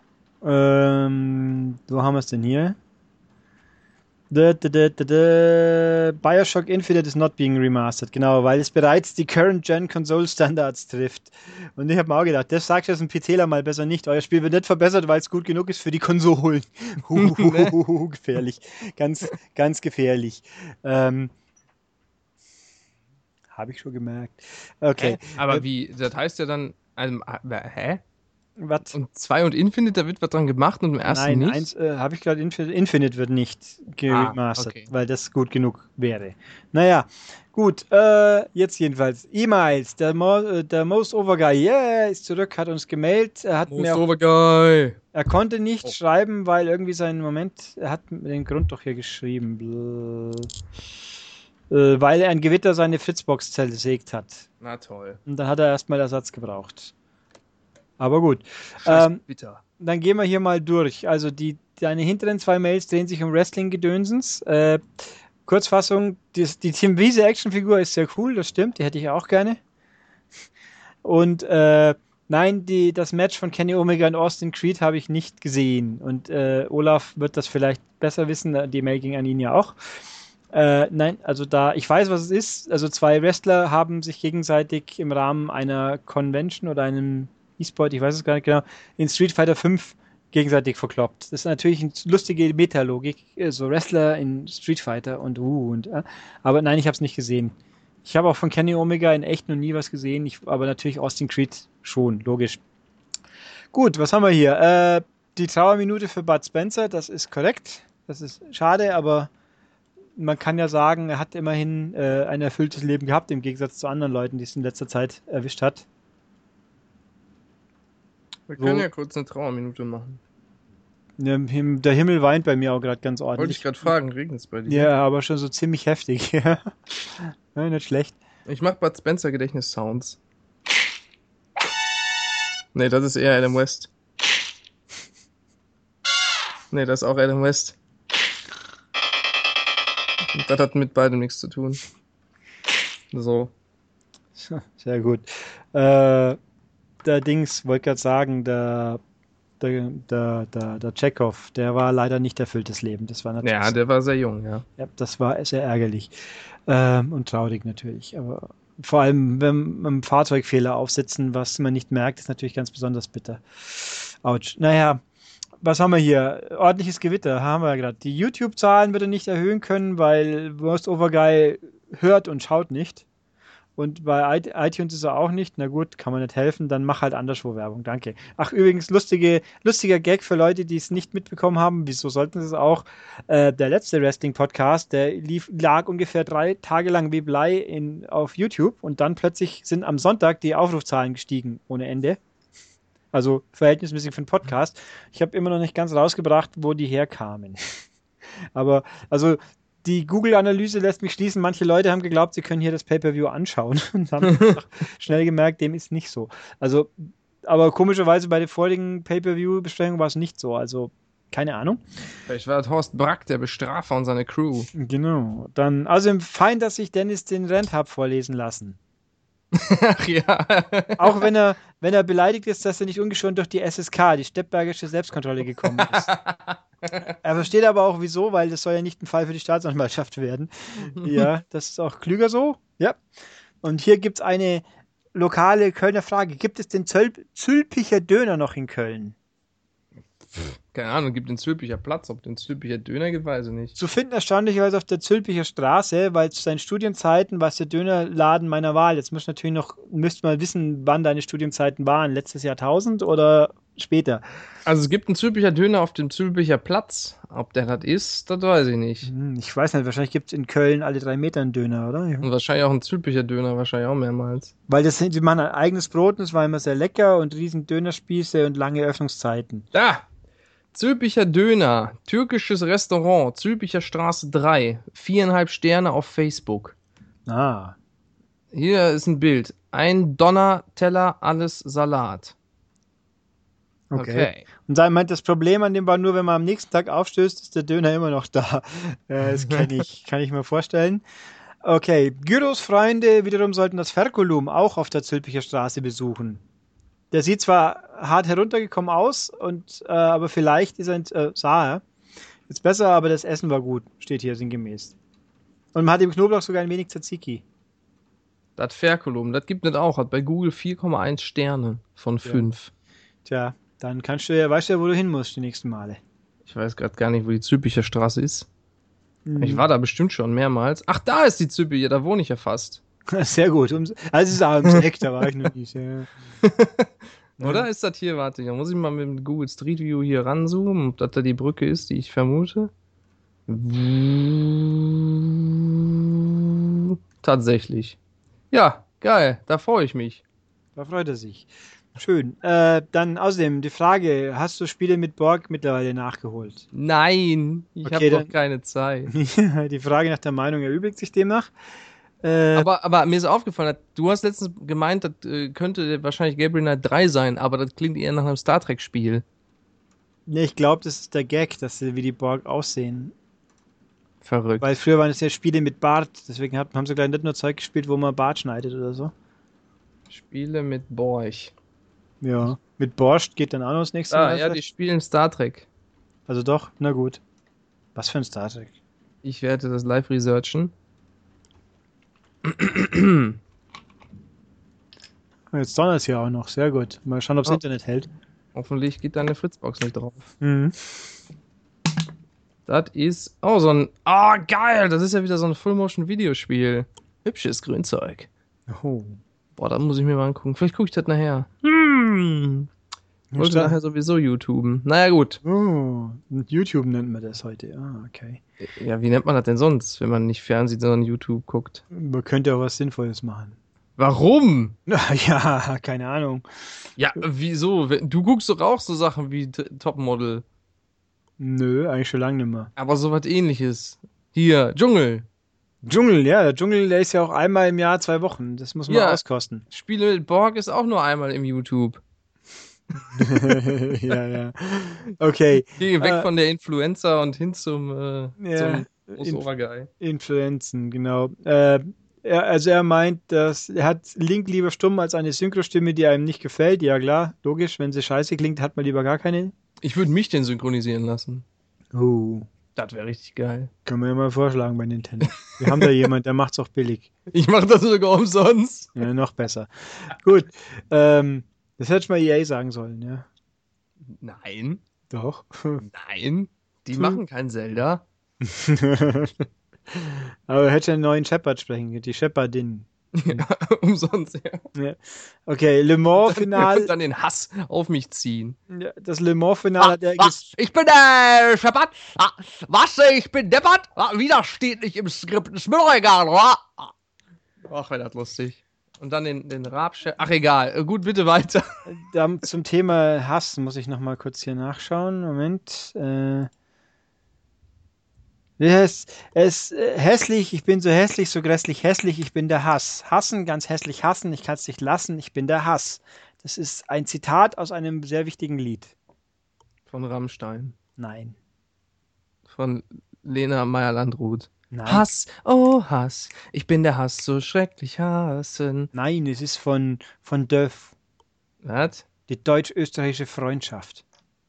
ähm, wo haben wir es denn hier? Da, da, da, da, da. Bioshock Infinite is not being remastered, genau, weil es bereits die Current-Gen-Console-Standards trifft. Und ich habe mir auch gedacht, das sagt jetzt ein PCler mal besser nicht. Euer Spiel wird nicht verbessert, weil es gut genug ist für die Konsolen. Huhuhuhu, gefährlich. Ganz, ganz gefährlich. Ähm, habe ich schon gemerkt. Okay. Hä? Aber Äh, wie, das heißt ja dann, also, äh, hä? Was? Und zwei und Infinite, da wird was dran gemacht und im ersten Nein, nicht? eins äh, habe ich gerade, Infinite, Infinite wird nicht geremastert, Ah, okay. weil das gut genug wäre. Naja, gut, äh, jetzt jedenfalls. E-Miles, der, Mo äh, der Most Over Guy, yeah, ist zurück, hat uns gemeldet. Er hat Most mir auch, over guy. er konnte nicht Oh. schreiben, weil irgendwie sein Moment, er hat mir den Grund doch hier geschrieben. Bläh. Äh, weil er ein Gewitter seine Fritzbox zersägt hat. Na toll. Und dann hat er erstmal Ersatz gebraucht. Aber gut. Scheiß Ähm, bitter. Dann gehen wir hier mal durch. Also die, deine hinteren zwei Mails drehen sich um Wrestling-Gedönsens. Äh, Kurzfassung, die, die Tim Wiese Actionfigur ist sehr cool, das stimmt, die hätte ich auch gerne. Und äh, nein, die, das Match von Kenny Omega und Austin Creed habe ich nicht gesehen. Und äh, Olaf wird das vielleicht besser wissen, die Mail ging an ihn ja auch. Äh, nein, also da, ich weiß, was es ist. Also zwei Wrestler haben sich gegenseitig im Rahmen einer Convention oder einem E-Sport, ich weiß es gar nicht genau, in Street Fighter fünf gegenseitig verkloppt. Das ist natürlich eine lustige Meta-Logik, äh, so Wrestler in Street Fighter und uh und äh. Aber nein, ich habe es nicht gesehen. Ich habe auch von Kenny Omega in echt noch nie was gesehen, ich, aber natürlich Austin Creed schon, logisch. Gut, was haben wir hier? Äh, die Trauerminute für Bud Spencer, das ist korrekt. Das ist schade, aber man kann ja sagen, er hat immerhin äh, ein erfülltes Leben gehabt, im Gegensatz zu anderen Leuten, die es in letzter Zeit erwischt hat. Wir So. können ja kurz eine Trauerminute machen. Der Him- der Himmel weint bei mir auch gerade ganz Wollte ich ordentlich. gerade fragen, regnet es bei dir? Ja, aber schon so ziemlich heftig. Ja, nicht schlecht. Ich mach Bud Spencer Gedächtnis-Sounds. Nee, das ist eher Adam West. Nee, das ist auch Adam West. Und das hat mit beidem nichts zu tun. So. Sehr gut. Äh, der Dings, wollte gerade sagen, der, der, der, der, der Chekhov, der war leider nicht erfülltes Leben. Das war natürlich, Ja, der war sehr jung, ja. ja, das war sehr ärgerlich ähm, und traurig natürlich. Aber vor allem, wenn man Fahrzeugfehler aufsetzen, was man nicht merkt, ist natürlich ganz besonders bitter. Autsch. Naja, was haben wir hier? Ordentliches Gewitter, haben wir ja gerade. Die YouTube-Zahlen wird er nicht erhöhen können, weil Worst Overguy hört und schaut nicht. Und bei iTunes ist er auch nicht. Na gut, kann man nicht helfen, dann mach halt anderswo Werbung. Danke. Ach, übrigens, lustige, lustiger Gag für Leute, die es nicht mitbekommen haben. Wieso sollten sie es auch? Äh, der letzte Wrestling-Podcast, der lief, lag ungefähr drei Tage lang wie Blei in, auf YouTube und dann plötzlich sind am Sonntag die Aufrufzahlen gestiegen ohne Ende. Also verhältnismäßig für einen Podcast. Ich habe immer noch nicht ganz rausgebracht, wo die herkamen. Aber, also, die Google-Analyse lässt mich schließen, manche Leute haben geglaubt, sie können hier das Pay-Per-View anschauen und haben schnell gemerkt, dem ist nicht so. Also, aber komischerweise bei der vorigen Pay-Per-View-Besprechung war es nicht so. Also, keine Ahnung. Vielleicht war das Horst Brack, der Bestrafer und seine Crew. Genau. Dann, also fein, dass ich Dennis den Rant habe vorlesen lassen. Ach ja. Auch wenn er, wenn er beleidigt ist, dass er nicht ungeschont durch die S S K, die Steppbergische Selbstkontrolle, gekommen ist. Er versteht aber auch wieso, weil das soll ja nicht ein Fall für die Staatsanwaltschaft werden. Ja, das ist auch klüger so. Ja. Und hier gibt es eine lokale Kölner Frage. Gibt es den Zöl Zülpicher Döner noch in Köln? Keine Ahnung, gibt den Zülpicher Platz, ob den Zülpicher Döner gibt, weiß ich nicht. Zu finden erstaunlicherweise auf der Zülpicher Straße, weil zu seinen Studienzeiten war es der Dönerladen meiner Wahl. Jetzt müsst natürlich noch, müsst mal wissen, wann deine Studienzeiten waren. Letztes Jahrtausend oder später? Also es gibt einen Zülpicher Döner auf dem Zülpicher Platz. Ob der das ist, das weiß ich nicht. Hm, Ich weiß nicht, wahrscheinlich gibt es in Köln alle drei Meter einen Döner, oder? Und wahrscheinlich auch ein Zülpicher Döner, wahrscheinlich auch mehrmals. Weil das sind, die machen ein eigenes Brot und es war immer sehr lecker und riesen Dönerspieße und lange Öffnungszeiten. Da! Zülpicher Döner, türkisches Restaurant, Zülpicher Straße drei, viereinhalb Sterne auf Facebook. Ah. Hier ist ein Bild. Ein Donnerteller, alles Salat. Okay. Okay. Und da meint, das Problem an dem war nur, wenn man am nächsten Tag aufstößt, ist der Döner immer noch da. Äh, das kann ich, kann ich mir vorstellen. Okay, Gyros Freunde wiederum sollten das Ferkulum auch auf der Zülpicher Straße besuchen. Der sieht zwar hart heruntergekommen aus, und, äh, aber vielleicht ist er, äh, sah er, jetzt besser, aber das Essen war gut, steht hier sinngemäß. Und man hat im Knoblauch sogar ein wenig Tzatziki. Das Ferkulum, das gibt es auch, hat bei Google vier Komma eins Sterne von fünf. Tja, dann kannst du ja, weißt du ja, wo du hin musst die nächsten Male. Ich weiß gerade gar nicht, wo die Zülpicher Straße ist. Hm. Ich war da bestimmt schon mehrmals. Ach, da ist die Zülpicher, da wohne ich ja fast. Sehr gut. Ums, also es ist auch ums Eck, da war ich noch nicht. Ja. Oder ist das hier, warte, da muss ich mal mit dem Google Street View hier ranzoomen, ob das da die Brücke ist, die ich vermute. Tatsächlich. Ja, geil, da freue ich mich. Da freut er sich. Schön. Äh, dann außerdem die Frage, hast du Spiele mit Borg mittlerweile nachgeholt? Nein, ich Okay, habe dann- doch keine Zeit. Die Frage nach der Meinung erübrigt sich demnach. Äh, Aber, aber mir ist aufgefallen, du hast letztens gemeint, das äh, könnte wahrscheinlich Gabriel Knight drei sein, aber das klingt eher nach einem Star Trek Spiel. nee, ich glaube, das ist der Gag, dass sie wie die Borg aussehen. Verrückt. Weil früher waren es ja Spiele mit Bart, deswegen hat, haben sie gleich nicht nur Zeug gespielt, wo man Bart schneidet oder so. Spiele mit Borch. Ja. Mit Borscht geht dann auch noch das nächste Ah, Mal. ja, die vielleicht? spielen Star Trek. Also doch, na gut. Was für ein Star Trek? Ich werde das live researchen. Jetzt donnert es hier auch noch, sehr gut. Mal schauen, ob es Oh. Internet hält. Hoffentlich geht deine Fritzbox nicht drauf. Mhm. Das ist. Oh, so ein. Ah, geil! Das ist ja wieder so ein Full-Motion-Videospiel. Hübsches Grünzeug. Oh. Boah, da muss ich mir mal angucken. Vielleicht gucke ich das nachher. Hm. Ich wollte nachher sowieso YouTuben. Naja, gut. Oh, mit YouTube nennt man das heute. Ah, okay. Ja, wie nennt man das denn sonst, wenn man nicht Fernsehen, sondern YouTube guckt? Man könnte auch was Sinnvolles machen. Warum? Na ja, keine Ahnung. Ja, wieso? Du guckst doch auch so Sachen wie T- Topmodel. Nö, eigentlich schon lange nicht mehr. Aber so was ähnliches. Hier, Dschungel. Dschungel, ja, der Dschungel, der ist ja auch einmal im Jahr zwei Wochen. Das muss man Ja. auskosten. Spiele mit Borg ist auch nur einmal im YouTube. ja, ja. Okay. Geh weg Äh, von der Influencer und hin zum, äh, Ja, zum Overguy. Influenzen, genau. Äh, er, also er meint, dass er hat Link lieber stumm als eine Synchrostimme, die einem nicht gefällt. Ja klar, logisch, wenn sie scheiße klingt, hat man lieber gar keine. Ich würde mich den synchronisieren lassen. Oh, Das wäre richtig geil. können wir ja mal vorschlagen bei Nintendo. Wir haben da jemand, der macht's auch billig. Ich mache das sogar umsonst. Ja, noch besser. Gut, ähm, das hätte ich mal E A sagen sollen, ja. Nein, Doch. nein. Die Hm. machen kein Zelda. Aber hätte einen neuen Shepard sprechen, die Shepardin. Ja, umsonst, ja. Ja. Okay, Le Mans Und Final. dann den Hass auf mich ziehen. Ja, das Le Mans Final hat er ges- Ich bin der Shepard. Ah, was? Ich bin deppert? Ah, wieder steht nicht im Skript. Ist mir doch egal, oder? Ach, wäre das lustig. Und dann den, den Rabchef. Ach, egal. Äh, Gut, bitte weiter. da, zum Thema Hass muss ich noch mal kurz hier nachschauen. Moment. Äh, wie heißt es? Äh, hässlich, ich bin so hässlich, so grässlich hässlich, ich bin der Hass. Hassen, ganz hässlich hassen, ich kann es nicht lassen, ich bin der Hass. Das ist ein Zitat aus einem sehr wichtigen Lied. Von Rammstein. Nein. Von Lena Meyer-Landrut. Nein. Hass, oh Hass. Ich bin der Hass, so schrecklich hassen. Nein, es ist von, von Döff. Was? Die deutsch-österreichische Freundschaft.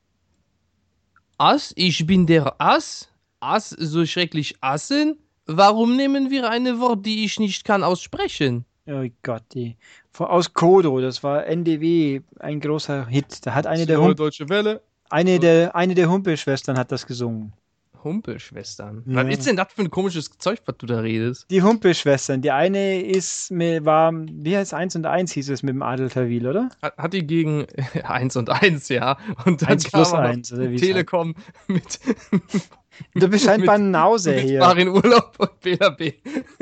Ass, ich bin der Ass. Ass, so schrecklich assen. Warum nehmen wir eine Wort, die ich nicht kann aussprechen? Oh Gott, die. Von- Aus Kodo, das war N D W, ein großer Hit. Da hat eine der, Neue Hum Deutsche Welle. eine der, eine der Humpelschwestern hat das gesungen. Humpelschwestern. Ja. Was ist denn das für ein komisches Zeug, was du da redest? Die Humpelschwestern. Die eine ist, mit, war, wie heißt eins und eins hieß es mit dem Adel Tawil, oder? Hat, hat die gegen eins und eins, ja. Und dann Eins plus kam aber eins, oder wie es Telekom mit, Du bist scheinbar ein Nause mit hier. Farin Urlaub und B L B.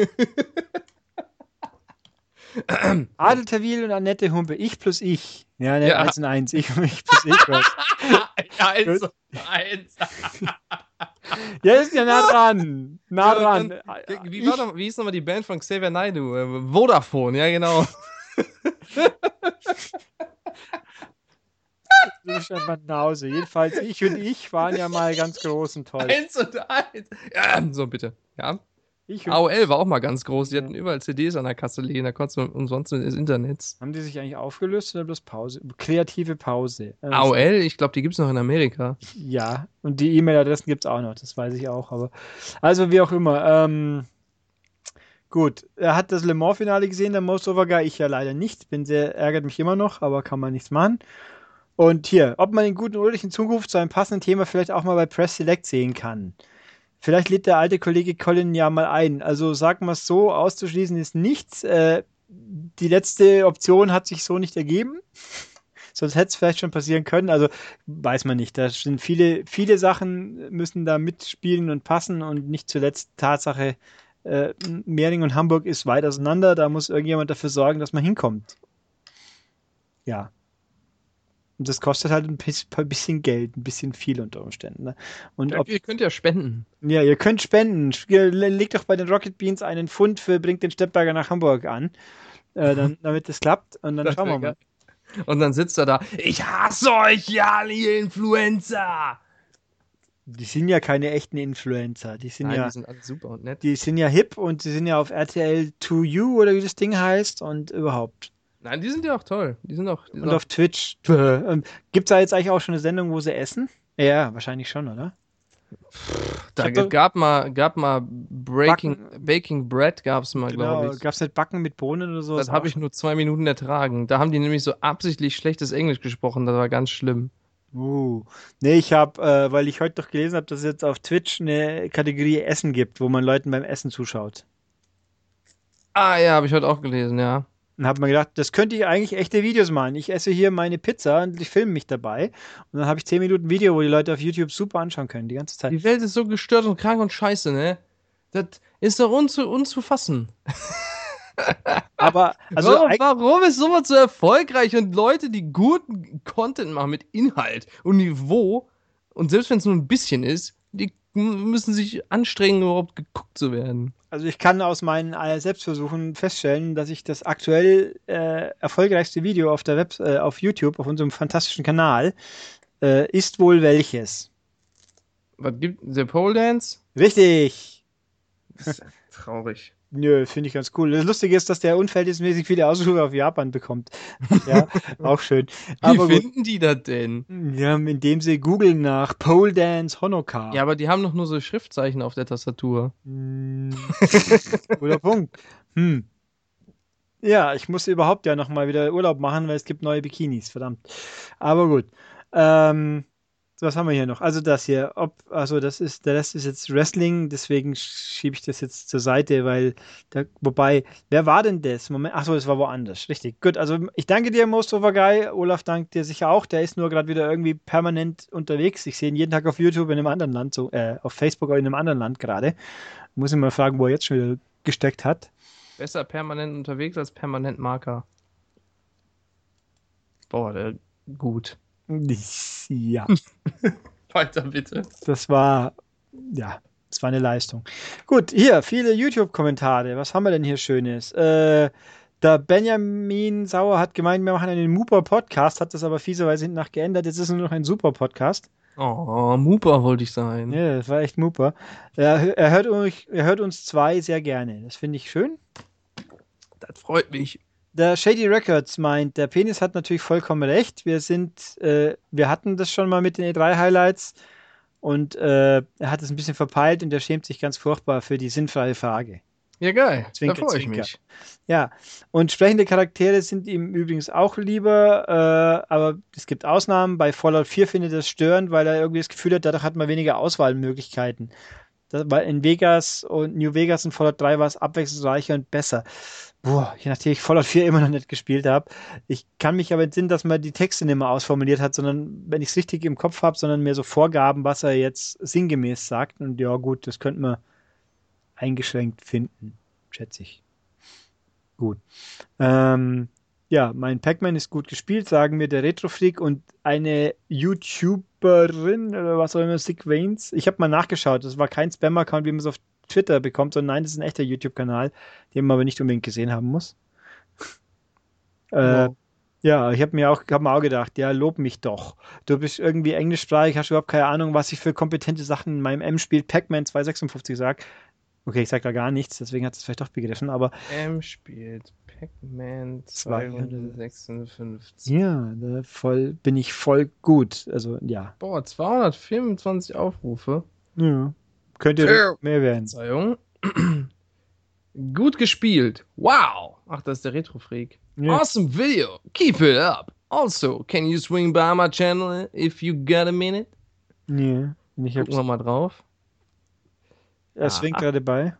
Adel Tawil und Annette Humpe. Ich plus ich. Ja, ne, Ja. eins und eins. Ich und ich plus ich. Was. eins und eins. Ja, ist ja nah dran. Nah Ja, dran. dann- Wie, Ich- war noch, wie hieß nochmal die Band von Xavier Naidoo? Äh, Vodafone, ja genau. Du bist scheinbar ein Nause. Jedenfalls, ich und ich waren ja mal ganz groß und toll. eins und eins. Ja, so bitte. Ja. Ich und A O L war auch mal ganz groß. Die hatten überall C Ds an der Kasse liegen. Da konntest du umsonst ins Internet. Haben die sich eigentlich aufgelöst oder bloß Pause? Kreative Pause. Äh, A O L, ich glaube, die gibt es noch in Amerika. Ja, und die E-Mail-Adressen gibt es auch noch, das weiß ich auch. Aber also wie auch immer. Ähm, gut, er hat das Le Mans-Finale gesehen, der Most Over Guy, ich ja leider nicht. Bin sehr, ärgert mich immer noch, aber kann man nichts machen. Und hier, ob man den guten Ulrich in Zukunft zu einem passenden Thema vielleicht auch mal bei Press Select sehen kann. Vielleicht lädt der alte Kollege Colin ja mal ein. Also sagen wir es so, auszuschließen ist nichts. Äh, die letzte Option hat sich so nicht ergeben. Sonst hätte es vielleicht schon passieren können. Also weiß man nicht. Da sind viele, viele Sachen müssen da mitspielen und passen und nicht zuletzt Tatsache, äh, Mehring und Hamburg ist weit auseinander. Da muss irgendjemand dafür sorgen, dass man hinkommt. Ja. Und das kostet halt ein bis- ein bisschen Geld, ein bisschen viel unter Umständen. Ne? Und Ja, ob, ihr könnt ja spenden. ja, ihr könnt spenden. Ihr le- Legt doch bei den Rocket Beans einen Pfund für Bringt den Steppberger nach Hamburg an. Äh, dann, damit es klappt. Und dann Das schauen wir wär mal. geil. Und dann sitzt er da. Ich hasse euch, ja, ihr Influencer. Die sind ja keine echten Influencer. Die sind Nein, ja, die sind alle super und nett. die sind ja hip und sie sind ja auf R T L zwei U oder wie das Ding heißt und überhaupt. Nein, die sind ja auch toll. Die sind auch. Die sind Und auch auf Twitch. Ähm, Gibt es da jetzt eigentlich auch schon eine Sendung, wo sie essen? Ja, wahrscheinlich schon, oder? da ich hab doch- gab mal, gab mal Breaking, Baking Bread gab es mal, Genau. glaube ich. Gab es nicht Backen mit Bohnen oder so? Das habe ich nur zwei Minuten ertragen. Da haben die nämlich so absichtlich schlechtes Englisch gesprochen. Das war ganz schlimm. Uh. Nee, ich habe, äh, weil ich heute doch gelesen habe, dass es jetzt auf Twitch eine Kategorie Essen gibt, wo man Leuten beim Essen zuschaut. Ah ja, habe ich heute auch gelesen, ja. Und habe mir gedacht, das könnte ich eigentlich echte Videos machen. Ich esse hier meine Pizza und ich filme mich dabei. Und dann habe ich zehn Minuten Video, wo die Leute auf YouTube super anschauen können, die ganze Zeit. Die Welt ist so gestört und krank und scheiße, ne? Das ist doch unzu, unzufassen. Aber, also, warum, eig- warum ist sowas so erfolgreich und Leute, die guten Content machen mit Inhalt und Niveau und selbst wenn es nur ein bisschen ist, die m- müssen sich anstrengen, überhaupt geguckt zu werden. also ich kann aus meinen äh, Selbstversuchen feststellen, dass ich das aktuell äh, erfolgreichste Video auf der Web, äh, auf YouTube, auf unserem fantastischen Kanal, äh, ist wohl welches? Was gibt der Pole Dance? Richtig! Das ist ja traurig. Nö, finde ich ganz cool. Das Lustige ist, dass der unverhältnismäßig viele Ausrufe auf Japan bekommt. Ja, auch schön. Aber Wie gut. finden die das denn? Ja, indem sie googeln nach Pole Dance Honoka. Ja, aber die haben doch nur so Schriftzeichen auf der Tastatur. Hm. Guter Punkt. Hm. Ja, ich muss überhaupt ja nochmal wieder Urlaub machen, weil es gibt neue Bikinis, verdammt. Aber gut. Ähm, was haben wir hier noch? Also das hier, ob, also das ist, der Rest ist jetzt Wrestling, deswegen schiebe ich das jetzt zur Seite, weil, da, wobei, wer war denn das? Moment, achso, das war woanders, richtig. Gut, also ich danke dir, Most Over Guy. Olaf dankt dir sicher auch, der ist nur gerade wieder irgendwie permanent unterwegs. Ich sehe ihn jeden Tag auf YouTube in einem anderen Land, so, äh, auf Facebook in einem anderen Land gerade. Muss ich mal fragen, wo er jetzt schon wieder gesteckt hat. Besser permanent unterwegs als permanent Marker. Boah, der, gut. Ja. Weiter bitte. Das war, ja, das war eine Leistung. Gut, hier, viele YouTube-Kommentare. Was haben wir denn hier Schönes? Äh, der Benjamin Sauer hat gemeint, wir machen einen Mooper-Podcast, hat das aber fieserweise hinten nach geändert. Jetzt ist es nur noch ein Super-Podcast. Oh, Mooper wollte ich sein. Ja, das war echt Mooper. Er, er, hört euch, er hört uns zwei sehr gerne. Das finde ich schön. Das freut mich. Der Shady Records meint, der Penis hat natürlich vollkommen recht. Wir sind, äh, wir hatten das schon mal mit den E drei Highlights und äh, er hat es ein bisschen verpeilt und er schämt sich ganz furchtbar für die sinnfreie Frage. Ja, geil. Zwinker, da freue ich zwinker. mich. Ja, und sprechende Charaktere sind ihm übrigens auch lieber, äh, aber es gibt Ausnahmen. Bei Fallout vier findet er das störend, weil er irgendwie das Gefühl hat, dadurch hat man weniger Auswahlmöglichkeiten. Das, weil in Vegas und New Vegas und Fallout drei war es abwechslungsreicher und besser. Boah, je nachdem ich Fallout vier immer noch nicht gespielt habe. Ich kann mich aber entsinnen, dass man die Texte nicht mehr ausformuliert hat, sondern wenn ich es richtig im Kopf habe, sondern mehr so Vorgaben, was er jetzt sinngemäß sagt. Und ja gut, das könnte man eingeschränkt finden, schätze ich. Gut. Ähm, ja, mein Pac-Man ist gut gespielt, sagen mir der Retro-Freak und eine YouTuberin oder was auch immer, Sick Veins. Ich habe mal nachgeschaut, das war kein Spam-Account, wie man es auf Twitter bekommt, sondern nein, das ist ein echter YouTube-Kanal, den man aber nicht unbedingt gesehen haben muss. äh, Wow. Ja, ich habe mir auch, hab mir auch gedacht, ja, lob mich doch. Du bist irgendwie englischsprachig, hast überhaupt keine Ahnung, was ich für kompetente Sachen in meinem M-Spiel Pac-Man zweihundertsechsundfünfzig sag. Okay, ich sag da gar nichts, deswegen hat es vielleicht doch begriffen, aber M spielt Pac-Man zweihundertsechsundfünfzig. ja, da voll, bin ich voll gut. Also, ja. Boah, zweihundertvierundzwanzig Aufrufe. Ja. Könnte Ja. mehr werden. Verzeihung. Gut gespielt. Wow. Ach, das ist der Retro-Freak. Ja. Awesome video. Keep it up. Also, can you swing by my channel if you got a minute? Nee, ich Gucken wir hab's. mal drauf. Er swingt Ah. gerade bei.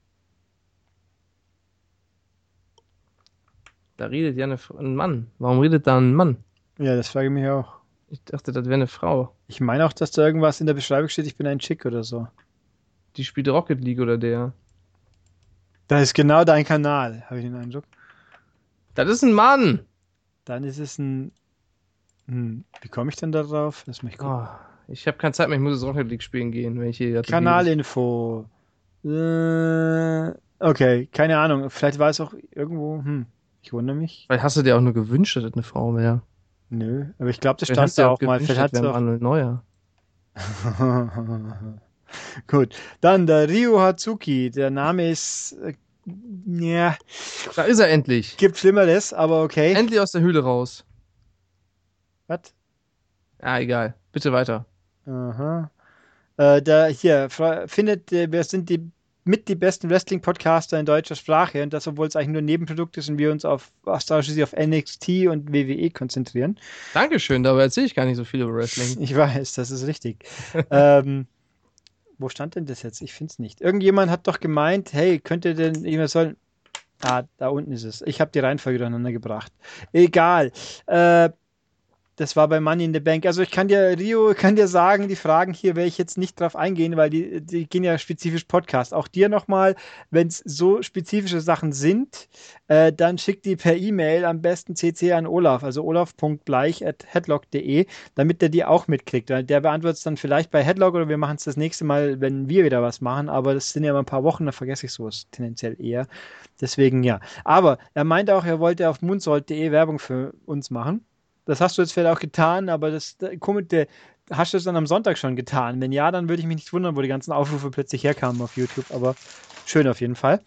Da redet ja eine, F- ein Mann. Warum redet da ein Mann? Ja, das frage ich mich auch. Ich dachte, das wäre eine Frau. Ich meine auch, dass da irgendwas in der Beschreibung steht, ich bin ein Chick oder so. Die spielt Rocket League oder der. Das ist genau dein Kanal, habe ich den Eindruck. Das ist ein Mann. Dann ist es ein. Hm, wie komme ich denn da drauf? Lass mich gucken. Oh, ich habe keine Zeit mehr. Ich muss jetzt Rocket League spielen gehen, wenn ich hier gerade- Kanalinfo. Äh, okay, keine Ahnung. Vielleicht war es auch irgendwo. Hm, ich wundere mich. Vielleicht hast du dir auch nur gewünscht, dass das eine Frau wäre. Nö, aber ich glaube, das Vielleicht hast stand du da dir auch mal. gewünscht, Vielleicht das hat wäre es auch. Manuel Neuer. Gut, dann der Ryu Hatsuki. Der Name ist. Äh, ja, Da ist er endlich. gibt Schlimmeres, aber okay. Endlich aus der Höhle raus. Was? Ah, egal. Bitte weiter. Aha. Äh, da hier fra- findet, äh, wir sind die mit die besten Wrestling-Podcaster in deutscher Sprache und das, obwohl es eigentlich nur Nebenprodukt ist und wir uns auf ausschließlich auf N X T und W W E konzentrieren. Dankeschön, dabei erzähle ich gar nicht so viel über Wrestling. Ich weiß, das ist richtig. ähm, wo stand denn das jetzt? Ich finde es nicht. Irgendjemand hat doch gemeint, hey, könnte denn jemand sollen. Ah, da unten ist es. Ich habe die Reihenfolge durcheinander gebracht. Egal. Äh, das war bei Money in the Bank. Also ich kann dir, Rio, kann dir sagen, die Fragen hier werde ich jetzt nicht drauf eingehen, weil die, die gehen ja spezifisch Podcast. Auch dir nochmal, wenn es so spezifische Sachen sind, äh, dann schick die per E-Mail am besten C C an Olaf, also olaf punkt bleich at headlock punkt de, damit der die auch mitkriegt. Weil der beantwortet es dann vielleicht bei Headlock oder wir machen es das nächste Mal, wenn wir wieder was machen, aber das sind ja mal ein paar Wochen, da vergesse ich sowas tendenziell eher. Deswegen ja. Aber er meinte auch, er wollte auf moonsault punkt de Werbung für uns machen. Das hast du jetzt vielleicht auch getan, aber das, komisch, der, hast du es dann am Sonntag schon getan? Wenn ja, dann würde ich mich nicht wundern, wo die ganzen Aufrufe plötzlich herkamen auf YouTube, aber schön auf jeden Fall.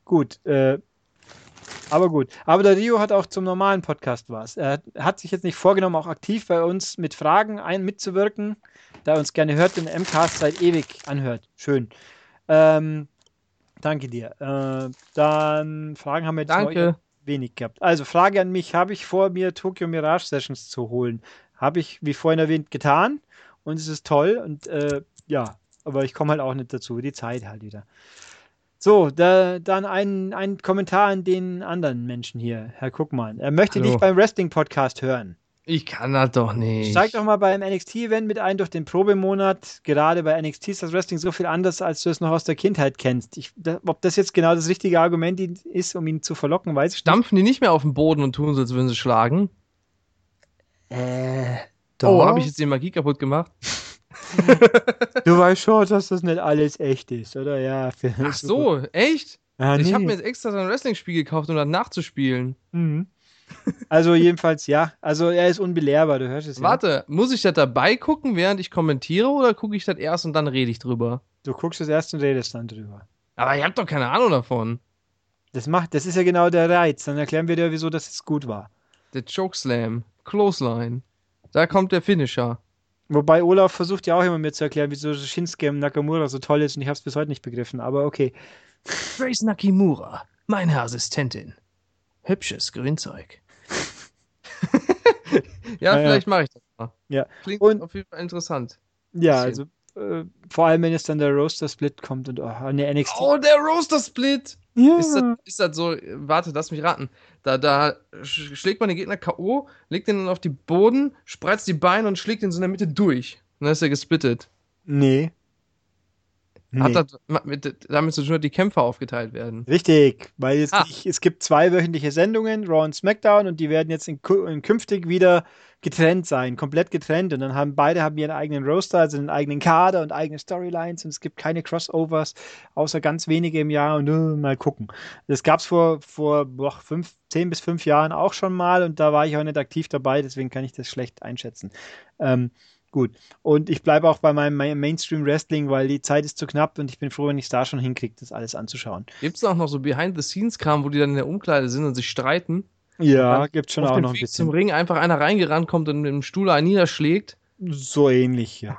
gut. Äh, aber gut. Aber der Rio hat auch zum normalen Podcast was. Er hat sich jetzt nicht vorgenommen, auch aktiv bei uns mit Fragen ein mitzuwirken, da er uns gerne hört und M Cast seit ewig anhört. Schön. Ähm, danke dir. Äh, dann Fragen haben wir jetzt Danke. noch wenig gehabt. Also Frage an mich, habe ich vor, mir Tokyo Mirage Sessions zu holen? Habe ich, wie vorhin erwähnt, getan und es ist toll und äh, ja, aber ich komme halt auch nicht dazu, die Zeit halt wieder. So, da, dann ein, ein Kommentar an den anderen Menschen hier, Herr Guckmann. Er möchte Hallo. dich beim Wrestling-Podcast hören. Ich kann das doch nicht. Steig doch mal beim N X T-Event mit ein durch den Probemonat. Gerade bei N X T ist das Wrestling so viel anders, als du es noch aus der Kindheit kennst. Ich, da, ob das jetzt genau das richtige Argument ist, um ihn zu verlocken, weiß ich Stampfen die nicht mehr auf den Boden und tun so, als würden sie schlagen? nicht. Äh, Oh, habe ich jetzt die Magie kaputt gemacht? Du weißt schon, dass das nicht alles echt ist, oder? Ja. Ach so, echt? Ja, Ich nee. habe mir jetzt extra so ein Wrestling-Spiel gekauft, um das nachzuspielen. Mhm. Also jedenfalls, ja. Also er ist unbelehrbar, du hörst es ja. Warte, muss ich das dabei gucken, während ich kommentiere, oder gucke ich das erst und dann rede ich drüber? Du guckst es erst und redest dann drüber. Aber ihr habt doch keine Ahnung davon. Das macht, das ist ja genau der Reiz. Dann erklären wir dir, wieso das jetzt gut war. Der Chokeslam, Clothesline. Da kommt der Finisher. Wobei Olaf versucht ja auch immer mir zu erklären, wieso Shinsuke Nakamura so toll ist und ich habe es bis heute nicht begriffen. Aber okay. Grace Nakimura, meine Assistentin. Hübsches Grünzeug. ja, Ja, ja. vielleicht mache ich das mal. Ja. Klingt Und- auf jeden Fall interessant. Ja, also äh, vor allem, wenn jetzt dann der Roaster-Split kommt und oh, ne, N X T. Oh, der Roaster-Split! ja. Ist das, ist das so, warte, lass mich raten. Da, da sch- schlägt man den Gegner K O, legt den dann auf die Boden, spreizt die Beine und schlägt ihn so in der Mitte durch. Und dann ist er gesplittet. Nee. Nee. Hat das ma- mit, damit zu tun, dass die Kämpfer aufgeteilt werden. Richtig, weil jetzt Ah. nicht, es gibt zwei wöchentliche Sendungen, Raw und SmackDown, und die werden jetzt in, ku- in künftig wieder getrennt sein, komplett getrennt. Und dann haben beide haben ihren eigenen Roster, also einen eigenen Kader und eigene Storylines, und es gibt keine Crossovers, außer ganz wenige im Jahr. Und uh, mal gucken. Das gab es vor, vor boah, fünf, zehn bis fünf Jahren auch schon mal, und da war ich auch nicht aktiv dabei, deswegen kann ich das schlecht einschätzen. Ähm, Gut. Und ich bleibe auch bei meinem Ma- Mainstream-Wrestling, weil die Zeit ist zu knapp und ich bin froh, wenn ich es da schon hinkriege, das alles anzuschauen. Gibt es auch noch so Behind-the-Scenes-Kram, wo die dann in der Umkleide sind und sich streiten? Ja, dann gibt schon Auf auch dem noch ein Weg zum bisschen. Ring einfach einer reingerannt kommt und mit dem Stuhl einen niederschlägt. So ähnlich, ja.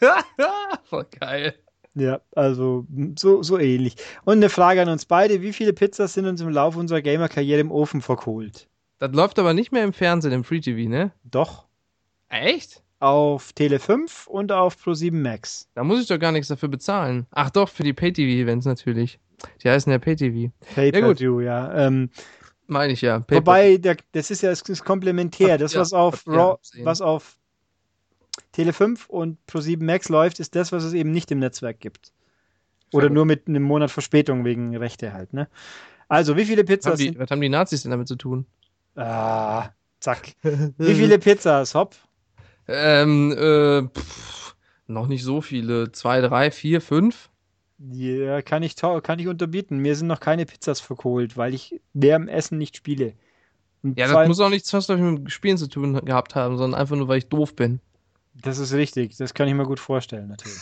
Voll geil. Ja, also so, so ähnlich. Und eine Frage an uns beide: Wie viele Pizzas sind uns im Laufe unserer Gamer-Karriere im Ofen verkohlt? Das läuft aber nicht mehr im Fernsehen, im Free T V, ne? Doch. Echt? Auf Tele fünf und auf Pro sieben Max. Da muss ich doch gar nichts dafür bezahlen. Ach doch, für die Pay-T V-Events natürlich. Die heißen ja Pay-T V. Pay-Per-View, ja. Ähm, Meine ich ja. Pay-Per- wobei, der, das ist ja das ist komplementär. Das, Ja, was auf hab ich ja Raw, gesehen. was auf Tele fünf und Pro sieben Max läuft, ist das, was es eben nicht im Netzwerk gibt. Oder gut. nur mit einem Monat Verspätung wegen Rechte halt, ne? Also, wie viele was, Pizzas haben die, sind. was haben die Nazis denn damit zu tun? Ah, zack. Wie viele Pizzas, hopp? Ähm, äh, pff, noch nicht so viele. Zwei, drei, vier, fünf? Ja, kann ich, tau- kann ich unterbieten. Mir sind noch keine Pizzas verkohlt, weil ich während dem Essen nicht spiele. Und Ja, vor allem- das muss auch nichts zwangsläufig mit dem Spielen zu tun gehabt haben, sondern einfach nur, weil ich doof bin. Das ist richtig, das kann ich mir gut vorstellen, natürlich.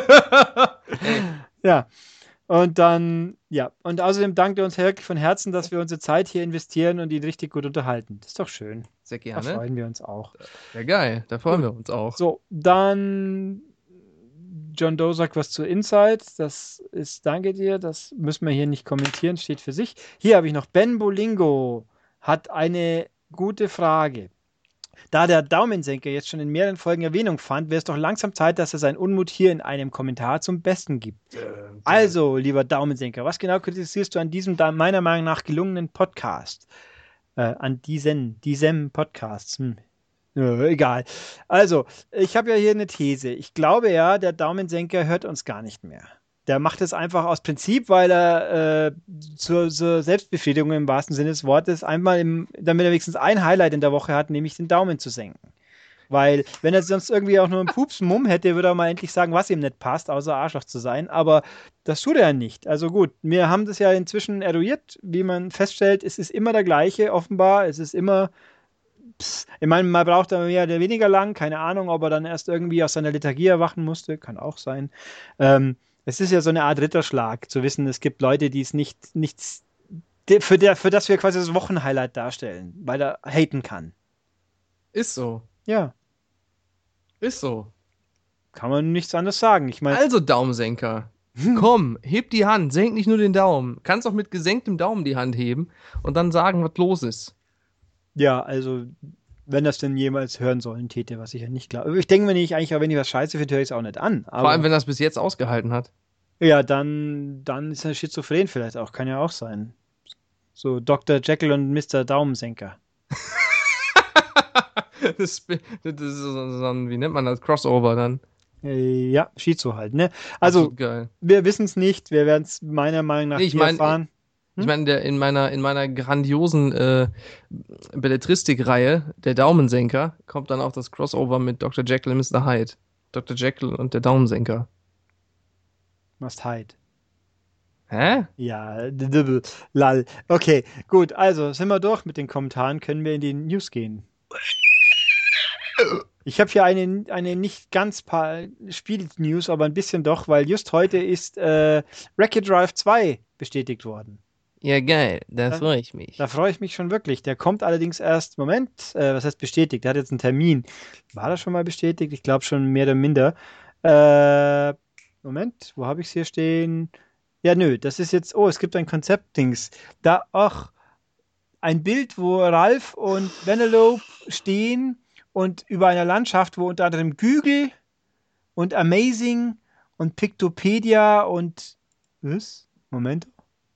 Ja, und dann, ja, und außerdem dankt er uns wirklich von Herzen, dass wir unsere Zeit hier investieren und ihn richtig gut unterhalten. Das ist doch schön. Sehr Da gerne. freuen wir uns auch. Ja, geil. Da freuen wir uns auch. So, dann John Doe sagt was zu Inside. Das ist, danke dir, das müssen wir hier nicht kommentieren, steht für sich. Hier habe ich noch Ben Bolingo, hat eine gute Frage. Da der Daumensenker jetzt schon in mehreren Folgen Erwähnung fand, wäre es doch langsam Zeit, dass er seinen Unmut hier in einem Kommentar zum Besten gibt. Also, lieber Daumensenker, was genau kritisierst du an diesem da- meiner Meinung nach gelungenen Podcast? Äh, an diesen, diesem Podcast. Hm. Ja, egal. Also, ich habe ja hier eine These. Ich glaube ja, der Daumensenker hört uns gar nicht mehr. Der macht es einfach aus Prinzip, weil er äh, zur, zur Selbstbefriedigung im wahrsten Sinne des Wortes einmal, im, damit er wenigstens ein Highlight in der Woche hat, nämlich den Daumen zu senken. Weil, wenn er sonst irgendwie auch nur einen Pups-Mumm hätte, würde er mal endlich sagen, was ihm nicht passt, außer Arschloch zu sein. Aber das tut er nicht. Also gut, wir haben das ja inzwischen eruiert, wie man feststellt, es ist immer der gleiche, offenbar. Es ist immer, pss, ich meine, mal braucht er mehr oder weniger lang, keine Ahnung, ob er dann erst irgendwie aus seiner Lethargie erwachen musste, kann auch sein. Ähm, Es ist ja so eine Art Ritterschlag, zu wissen, es gibt Leute, die es nicht, nichts, die- für, der, für das wir quasi das Wochenhighlight darstellen, weil er haten kann. Ist so. Ja, Ist so. kann man nichts anderes sagen. Ich meine, Also, Daumensenker. Komm, heb die Hand, senk nicht nur den Daumen. Kannst auch mit gesenktem Daumen die Hand heben und dann sagen, was los ist. ja, also, wenn das denn jemals hören sollen täte, was ich ja nicht glaube. Ich denke mir nicht, eigentlich, wenn ich was scheiße finde, höre ich es auch nicht an. Aber Vor allem, wenn er es bis jetzt ausgehalten hat. ja, dann, dann ist er schizophren vielleicht auch, kann ja auch sein. So Doktor Jekyll und Mister Daumensenker. das, das ist so, so ein, wie nennt man das? Crossover dann. Äh, ja, Schizo halt, ne? Also, Absolut geil. wir wissen es nicht, wir werden es meiner Meinung nach Nee, ich hier mein, erfahren. Ich meine, der, in meiner, in meiner grandiosen äh, Belletristik-Reihe, der Daumensenker, kommt dann auch das Crossover mit Doktor Jekyll und Mister Hyde. Doktor Jekyll und der Daumensenker. Must hide. Hä? Ja, d- d- lal. Okay, gut, also sind wir durch mit den Kommentaren, können wir in die News gehen. Ich habe hier eine, eine nicht ganz paar Spiel-News, aber ein bisschen doch, weil just heute ist äh, Wreck-It Drive zwei bestätigt worden. Ja, geil. Da Ja. freue ich mich. Da freue ich mich schon wirklich. Der kommt allerdings erst, Moment, äh, was heißt bestätigt? Der hat jetzt einen Termin. War das schon mal bestätigt? Ich glaube schon mehr oder minder. Äh, Moment, wo habe ich es hier stehen? Ja, nö, das ist jetzt, oh, es gibt ein Konzept-Dings. Da, ach, ein Bild, wo Ralf und Vanellope stehen und über einer Landschaft, wo unter anderem Google und Amazing und Pictopedia und, was? Moment.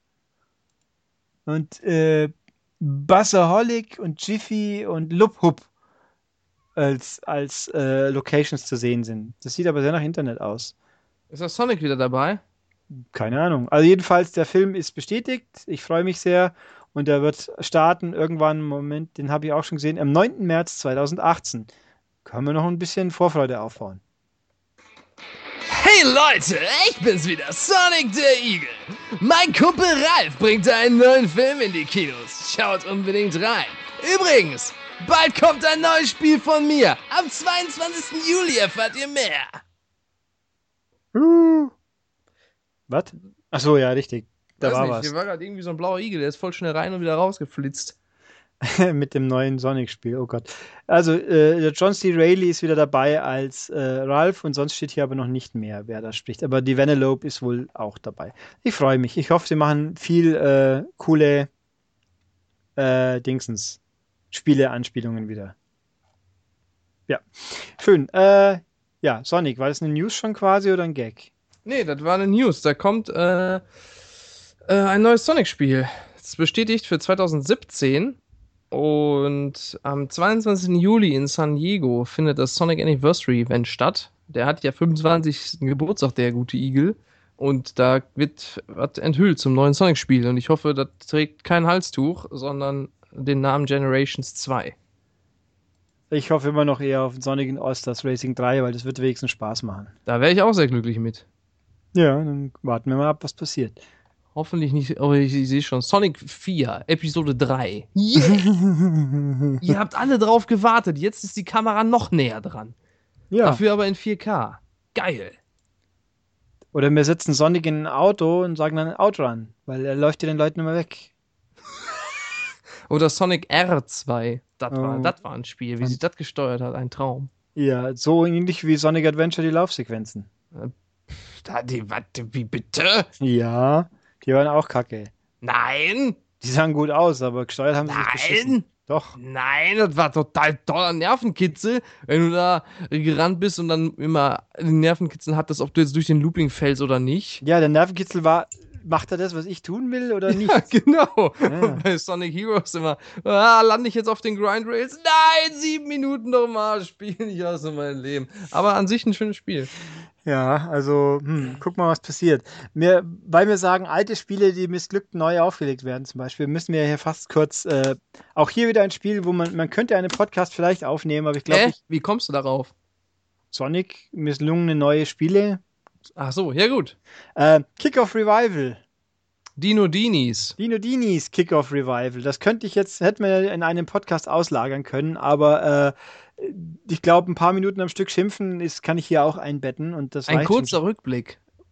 Und äh, Buzzaholic und Jiffy und Lubhub als, als äh, Locations zu sehen sind. Das sieht aber sehr nach Internet aus. Ist das Sonic wieder dabei? Keine Ahnung. Also jedenfalls, der Film ist bestätigt. Ich freue mich sehr. Und der wird starten irgendwann, Moment, den habe ich auch schon gesehen, am neunten März zweitausendachtzehn. Können wir noch ein bisschen Vorfreude aufbauen. Hey Leute, ich bin's wieder, Sonic der Igel. Mein Kumpel Ralf bringt einen neuen Film in die Kinos. Schaut unbedingt rein. Übrigens, bald kommt ein neues Spiel von mir. Am zweiundzwanzigsten Juli erfahrt ihr mehr. Uh. Was? Ach so, ja, richtig. Da Weiß war nicht, was. hier war gerade irgendwie so ein blauer Igel, der ist voll schnell rein und wieder rausgeflitzt. Mit dem neuen Sonic-Spiel, oh Gott. Also, äh, der John C. Reilly ist wieder dabei als äh, Ralph und sonst steht hier aber noch nicht mehr, wer da spricht. Aber die Vanellope ist wohl auch dabei. Ich freue mich. Ich hoffe, sie machen viel äh, coole äh, Dingsens, Spiele-Anspielungen wieder. Ja, schön. Äh, ja, Sonic, war das eine News schon quasi oder ein Gag? Nee, das war eine News. Da kommt äh, äh, ein neues Sonic-Spiel. Das ist bestätigt für zweitausendsiebzehn. Und am zweiundzwanzigsten Juli in San Diego findet das Sonic Anniversary Event statt. Der hat ja fünfundzwanzigsten Geburtstag, der gute Igel. Und da wird was enthüllt zum neuen Sonic-Spiel. Und ich hoffe, das trägt kein Halstuch, sondern den Namen Generations zwei. Ich hoffe immer noch eher auf Sonic in All-Stars Racing drei, weil das wird wenigstens Spaß machen. Da wäre ich auch sehr glücklich mit. Ja, dann warten wir mal ab, was passiert. Hoffentlich nicht, aber ich, ich sehe schon. Sonic vier, Episode drei. Yeah! Ihr habt alle drauf gewartet. Jetzt ist die Kamera noch näher dran. Ja. Dafür aber in vier K. Geil. Oder wir setzen Sonic in ein Auto und sagen dann Outrun, weil er läuft ja den Leuten immer weg. Oder Sonic R zwei. Das war, Oh. das war ein Spiel. Wie sich das gesteuert hat, ein Traum. Ja, so ähnlich wie Sonic Adventure die Laufsequenzen. Da, die, warte, wie bitte? Ja, die waren auch kacke. Nein! Die sahen gut aus, aber gesteuert haben sie sich beschissen. Nein! Doch. Nein, das war total toller Nervenkitzel, wenn du da gerannt bist und dann immer den Nervenkitzel hattest, ob du jetzt durch den Looping fällst oder nicht. Ja, der Nervenkitzel war, macht er das, was ich tun will oder nicht? Ja, genau. Ja. Bei Sonic Heroes immer, ah, lande ich jetzt auf den Grindrails? Nein, sieben Minuten nochmal, spielen ich aus meinem Leben. Aber an sich ein schönes Spiel. Ja, also, hm, guck mal, was passiert. Mir, weil wir sagen, alte Spiele, die missglückt neu aufgelegt werden, zum Beispiel, müssen wir hier fast kurz, äh, auch hier wieder ein Spiel, wo man, man könnte einen Podcast vielleicht aufnehmen, aber ich glaube, Hä? nicht. Wie kommst du darauf? Sonic, misslungene neue Spiele. Ach so, ja gut. Äh, Kickoff Revival. Dino Dinis. Dino Dinis Kickoff Revival. Das könnte ich jetzt, hätten wir in einem Podcast auslagern können, aber äh, ich glaube, ein paar Minuten am Stück schimpfen ist, kann ich hier auch einbetten und das Ein reicht kurzer schon. Rückblick.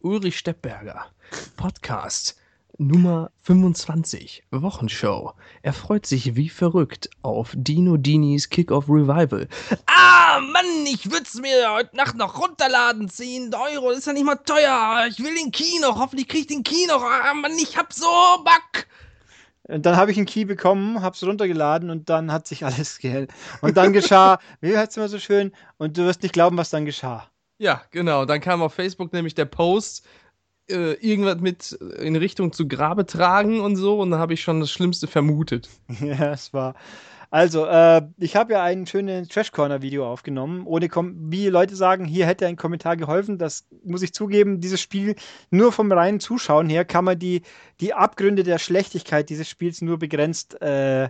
Ulrich Steppberger. Podcast Nummer fünfundzwanzig, Wochenshow. Er freut sich wie verrückt auf Dino Dinis Kick-Off Revival. Ah, Mann, ich würde es mir heute Nacht noch runterladen. zehn Euro, das ist ja nicht mal teuer. Ich will den Key noch, hoffentlich krieg ich den Key noch. Ah, Mann, ich hab so Bock. Und dann habe ich einen Key bekommen, hab's runtergeladen und dann hat sich alles gehell. Und dann geschah, wie heißt es immer so schön, und du wirst nicht glauben, was dann geschah. Ja, genau. Dann kam auf Facebook nämlich der Post, äh, irgendwas mit in Richtung zu Grabe tragen und so. Und da habe ich schon das Schlimmste vermutet. Ja, es war. Also, äh, ich habe ja ein schönes Trash-Corner-Video aufgenommen, ohne Kom wie Leute sagen, hier hätte ein Kommentar geholfen. Das muss ich zugeben, dieses Spiel, nur vom reinen Zuschauen her, kann man die, die Abgründe der Schlechtigkeit dieses Spiels nur begrenzt äh,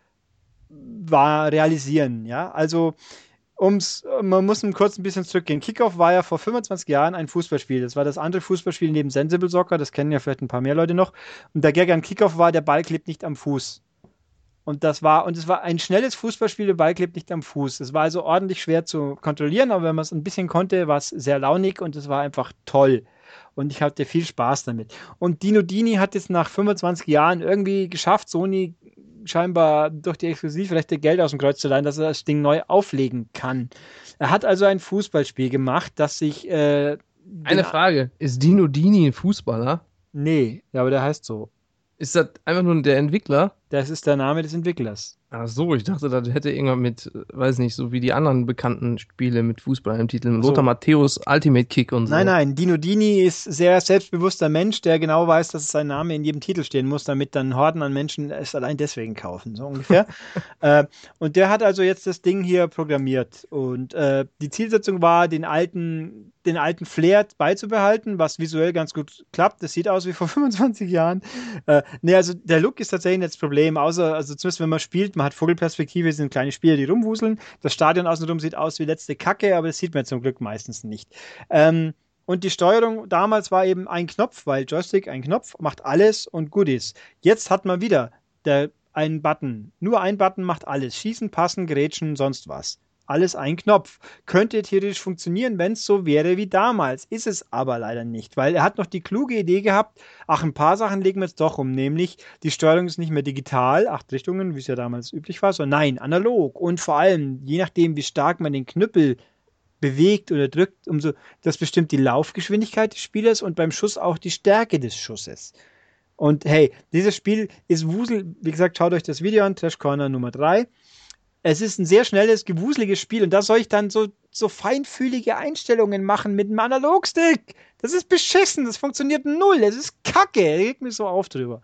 war, realisieren. Ja, also. Um's, man muss kurz ein bisschen zurückgehen. Kickoff war ja vor fünfundzwanzig Jahren ein Fußballspiel. Das war das andere Fußballspiel neben Sensible Soccer. Das kennen ja vielleicht ein paar mehr Leute noch. Und der Gag an Kickoff war, der Ball klebt nicht am Fuß. Und das war, und es war ein schnelles Fußballspiel, der Ball klebt nicht am Fuß. Es war also ordentlich schwer zu kontrollieren, aber wenn man es ein bisschen konnte, war es sehr launig und es war einfach toll. Und ich hatte viel Spaß damit. Und Dino Dini hat jetzt nach fünfundzwanzig Jahren irgendwie geschafft, Sony scheinbar durch die Exklusivrechte Geld aus dem Kreuz zu leihen, dass er das Ding neu auflegen kann. Er hat also ein Fußballspiel gemacht, das sich äh, Eine Frage, ist Dino Dini ein Fußballer? Nee, ja, aber der heißt so. Ist das einfach nur der Entwickler? Das ist der Name des Entwicklers. Ach so, ich dachte, das hätte irgendwas mit, weiß nicht, so wie die anderen bekannten Spiele mit Fußball im Titel. So. Lothar Matthäus Ultimate Kick und so. Nein, nein, Dino Dini ist ein sehr selbstbewusster Mensch, der genau weiß, dass sein Name in jedem Titel stehen muss, damit dann Horden an Menschen es allein deswegen kaufen, so ungefähr. äh, und der hat also jetzt das Ding hier programmiert. Und äh, die Zielsetzung war, den alten, den alten Flair beizubehalten, was visuell ganz gut klappt. Das sieht aus wie vor fünfundzwanzig Jahren. Äh, nee, also der Look ist tatsächlich nicht das Problem, außer, also zumindest wenn man spielt, man hat Vogelperspektive, sind kleine Spieler, die rumwuseln. Das Stadion außenrum sieht aus wie letzte Kacke, aber das sieht man zum Glück meistens nicht. Ähm, und die Steuerung damals war eben ein Knopf, weil Joystick, ein Knopf, macht alles und gut ist. Jetzt hat man wieder der, einen Button. Nur ein Button macht alles. Schießen, passen, grätschen, sonst was. Alles ein Knopf. Könnte theoretisch funktionieren, wenn es so wäre wie damals. Ist es aber leider nicht, weil er hat noch die kluge Idee gehabt, ach, ein paar Sachen legen wir jetzt doch um, nämlich die Steuerung ist nicht mehr digital, acht Richtungen, wie es ja damals üblich war, sondern nein, analog. Und vor allem, je nachdem, wie stark man den Knüppel bewegt oder drückt, umso, das bestimmt die Laufgeschwindigkeit des Spielers und beim Schuss auch die Stärke des Schusses. Und hey, dieses Spiel ist Wusel, wie gesagt, schaut euch das Video an, Trash Corner Nummer drei. Es ist ein sehr schnelles, gewuseliges Spiel und da soll ich dann so, so feinfühlige Einstellungen machen mit einem Analogstick. Das ist beschissen, das funktioniert null, es ist kacke, regt mich so auf drüber.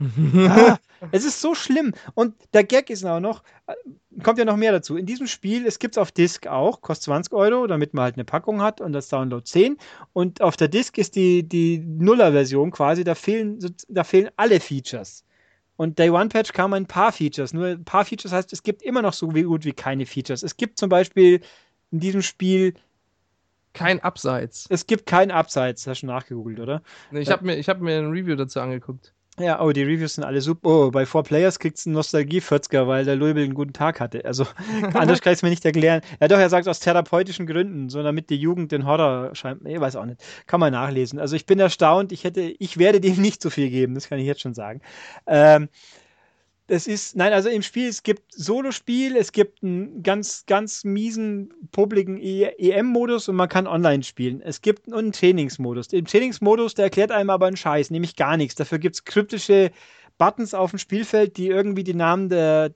ah, es ist so schlimm. Und der Gag ist auch noch, kommt ja noch mehr dazu. In diesem Spiel, es gibt es auf Disc auch, kostet zwanzig Euro, damit man halt eine Packung hat und das Download zehn. Und auf der Disc ist die, die Nuller-Version quasi, da fehlen, da fehlen alle Features. Und Day One Patch kam ein paar Features. Nur ein paar Features heißt, es gibt immer noch so gut wie keine Features. Es gibt zum Beispiel in diesem Spiel kein Abseits. Es gibt kein Abseits. Hast du schon nachgegoogelt, oder? Ich habe mir, ich hab mir ein Review dazu angeguckt. Ja, oh, die Reviews sind alle super. Oh, bei Four Players kriegt es einen Nostalgie-Vierzger, weil der Louisville einen guten Tag hatte. Also, anders kann ich es mir nicht erklären. Ja, doch, er sagt aus therapeutischen Gründen, so damit die Jugend den Horror schreibt. Ich weiß auch nicht. Kann man nachlesen. Also, ich bin erstaunt. Ich hätte, ich werde dem nicht so viel geben. Das kann ich jetzt schon sagen. Ähm, Das ist, nein, also im Spiel, es gibt Solospiel, es gibt einen ganz, ganz miesen, publiken E M-Modus und man kann online spielen. Es gibt einen Trainingsmodus. Im Trainingsmodus, der erklärt einem aber einen Scheiß, nämlich gar nichts. Dafür gibt es kryptische Buttons auf dem Spielfeld, die irgendwie die Namen der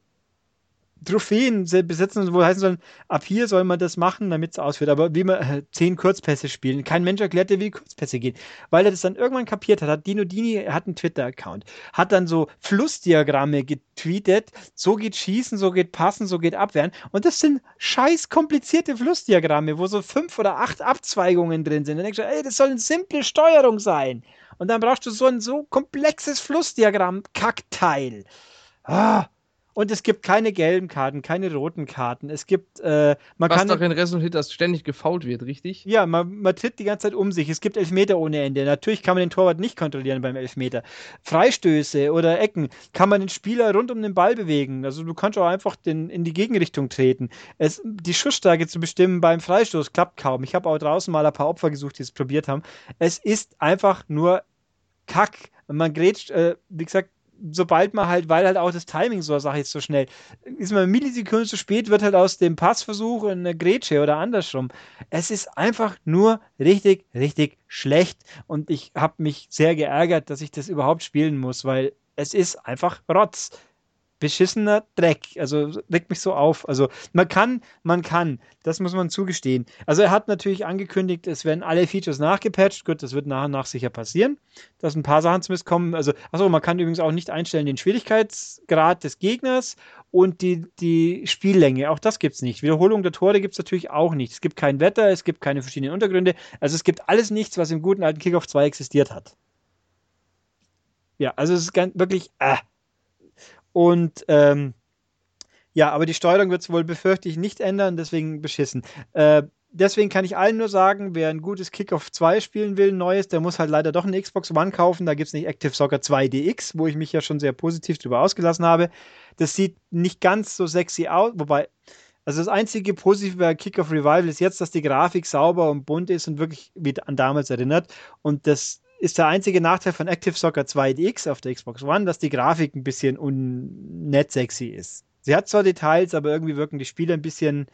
Trophäen besetzen und wo heißen sollen, ab hier soll man das machen, damit es ausführt. Aber wie man äh, zehn Kurzpässe spielen. Kein Mensch erklärt dir, wie Kurzpässe gehen. Weil er das dann irgendwann kapiert hat, hat Dino Dini, hat einen Twitter-Account, hat dann so Flussdiagramme getweetet, so geht Schießen, so geht Passen, so geht Abwehren. Und das sind scheiß komplizierte Flussdiagramme, wo so fünf oder acht Abzweigungen drin sind. Dann denkst du, ey, das soll eine simple Steuerung sein. Und dann brauchst du so ein so komplexes Flussdiagramm-Kackteil. Ah, Und es gibt keine gelben Karten, keine roten Karten. Es gibt, äh, man Was kann... doch in Resident Evil ständig gefoult wird, richtig? Ja, man, man tritt die ganze Zeit um sich. Es gibt Elfmeter ohne Ende. Natürlich kann man den Torwart nicht kontrollieren beim Elfmeter. Freistöße oder Ecken kann man den Spieler rund um den Ball bewegen. Also du kannst auch einfach den, in die Gegenrichtung treten. Es, die Schussstärke zu bestimmen beim Freistoß klappt kaum. Ich habe auch draußen mal ein paar Opfer gesucht, die es probiert haben. Es ist einfach nur Kack. Man grätscht, äh, wie gesagt, sobald man halt, weil halt auch das Timing so eine Sache ist so schnell, ist man eine Millisekunde zu spät, wird halt aus dem Passversuch eine Grätsche oder andersrum. Es ist einfach nur richtig, richtig schlecht und ich habe mich sehr geärgert, dass ich das überhaupt spielen muss, weil es ist einfach Rotz. Beschissener Dreck. Also regt mich so auf. Also man kann, man kann. Das muss man zugestehen. Also er hat natürlich angekündigt, es werden alle Features nachgepatcht. Gut, das wird nach und nach sicher passieren. Dass ein paar Sachen zumindest kommen. Also, achso, man kann übrigens auch nicht einstellen den Schwierigkeitsgrad des Gegners und die, die Spiellänge. Auch das gibt es nicht. Wiederholung der Tore gibt es natürlich auch nicht. Es gibt kein Wetter, es gibt keine verschiedenen Untergründe. Also es gibt alles nichts, was im guten alten Kickoff zwei existiert hat. Ja, also es ist ganz, wirklich äh, Und ähm, ja, aber die Steuerung wird es wohl, befürchte ich, nicht ändern, deswegen beschissen. Äh, deswegen kann ich allen nur sagen, wer ein gutes Kickoff zwei spielen will, ein neues, der muss halt leider doch eine Xbox One kaufen. Da gibt es nicht Active Soccer zwei D X, wo ich mich ja schon sehr positiv drüber ausgelassen habe. Das sieht nicht ganz so sexy aus, wobei, also das einzige Positive bei Kickoff Revival ist jetzt, dass die Grafik sauber und bunt ist und wirklich wie an damals erinnert. Und das ist der einzige Nachteil von Active Soccer zwei D X auf der Xbox One, dass die Grafik ein bisschen unnett sexy ist. Sie hat zwar Details, aber irgendwie wirken die Spiele ein bisschen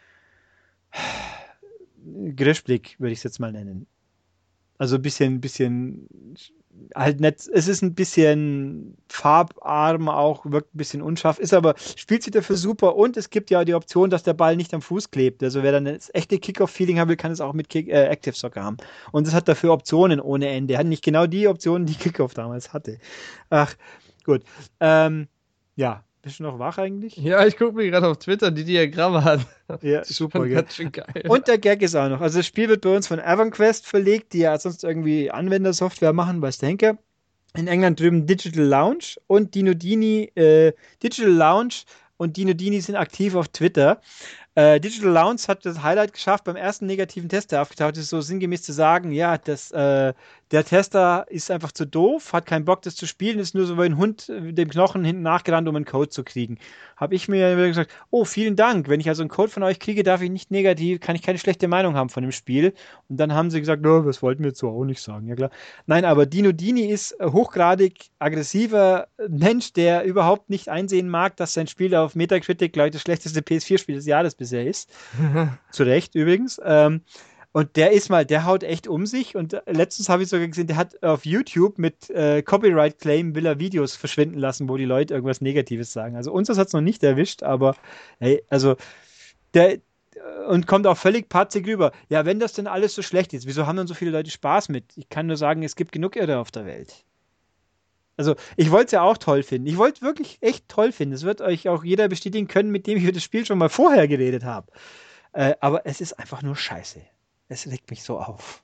Grischblick, würde ich es jetzt mal nennen. Also ein bisschen, bisschen halt nett. Es ist ein bisschen farbarm auch, wirkt ein bisschen unscharf, ist aber, spielt sich dafür super und es gibt ja die Option, dass der Ball nicht am Fuß klebt. Also wer dann das echte Kickoff-Feeling haben will, kann es auch mit Kick, äh, Active Soccer haben. Und es hat dafür Optionen ohne Ende. Hat nicht genau die Optionen, die Kickoff damals hatte. Ach, gut. Ähm, ja. Bist du noch wach eigentlich? Ja, ich gucke mir gerade auf Twitter die Diagramme an. Ja, super. Schon ganz schön geil. Und der Gag ist auch noch. Also das Spiel wird bei uns von AvanQuest verlegt, die ja sonst irgendwie Anwendersoftware machen, weiß der Henker. In England drüben Digital Lounge und Dino Dini, äh, Digital Lounge und Dino Dini sind aktiv auf Twitter. Äh, Digital Lounge hat das Highlight geschafft beim ersten negativen Test, der aufgetaucht ist, so sinngemäß zu sagen, ja, das, äh, der Tester ist einfach zu doof, hat keinen Bock, das zu spielen, ist nur so wie ein Hund dem Knochen hinten nachgerannt, um einen Code zu kriegen. Habe ich mir gesagt, oh, vielen Dank, wenn ich also einen Code von euch kriege, darf ich nicht negativ, kann ich keine schlechte Meinung haben von dem Spiel. Und dann haben sie gesagt, no, das wollten wir jetzt so auch nicht sagen, ja klar. Nein, aber Dino Dini ist hochgradig aggressiver Mensch, der überhaupt nicht einsehen mag, dass sein Spiel auf Metacritic gleich das schlechteste P S vier Spiel des Jahres bisher ist. Zu Recht übrigens. Ähm, und der ist mal, der haut echt um sich und letztens habe ich sogar gesehen, der hat auf YouTube mit äh, Copyright-Claim will er Videos verschwinden lassen, wo die Leute irgendwas Negatives sagen. Also uns das hat es noch nicht erwischt, aber hey, also der und kommt auch völlig patzig rüber. Ja, wenn das denn alles so schlecht ist, wieso haben dann so viele Leute Spaß mit? Ich kann nur sagen, es gibt genug Irre auf der Welt. Also, ich wollte es ja auch toll finden. Ich wollte es wirklich echt toll finden. Das wird euch auch jeder bestätigen können, mit dem ich über das Spiel schon mal vorher geredet habe. Äh, aber es ist einfach nur scheiße. Es regt mich so auf.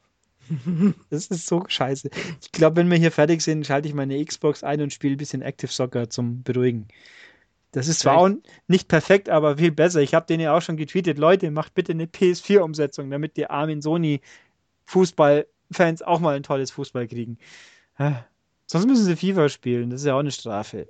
Das ist so scheiße. Ich glaube, wenn wir hier fertig sind, schalte ich meine Xbox ein und spiele ein bisschen Active Soccer zum Beruhigen. Das ist zwar auch nicht perfekt, aber viel besser. Ich habe denen ja auch schon getweetet, Leute, macht bitte eine P S vier Umsetzung, damit die armen Sony-Fußballfans auch mal ein tolles Fußball kriegen. Sonst müssen sie FIFA spielen, das ist ja auch eine Strafe.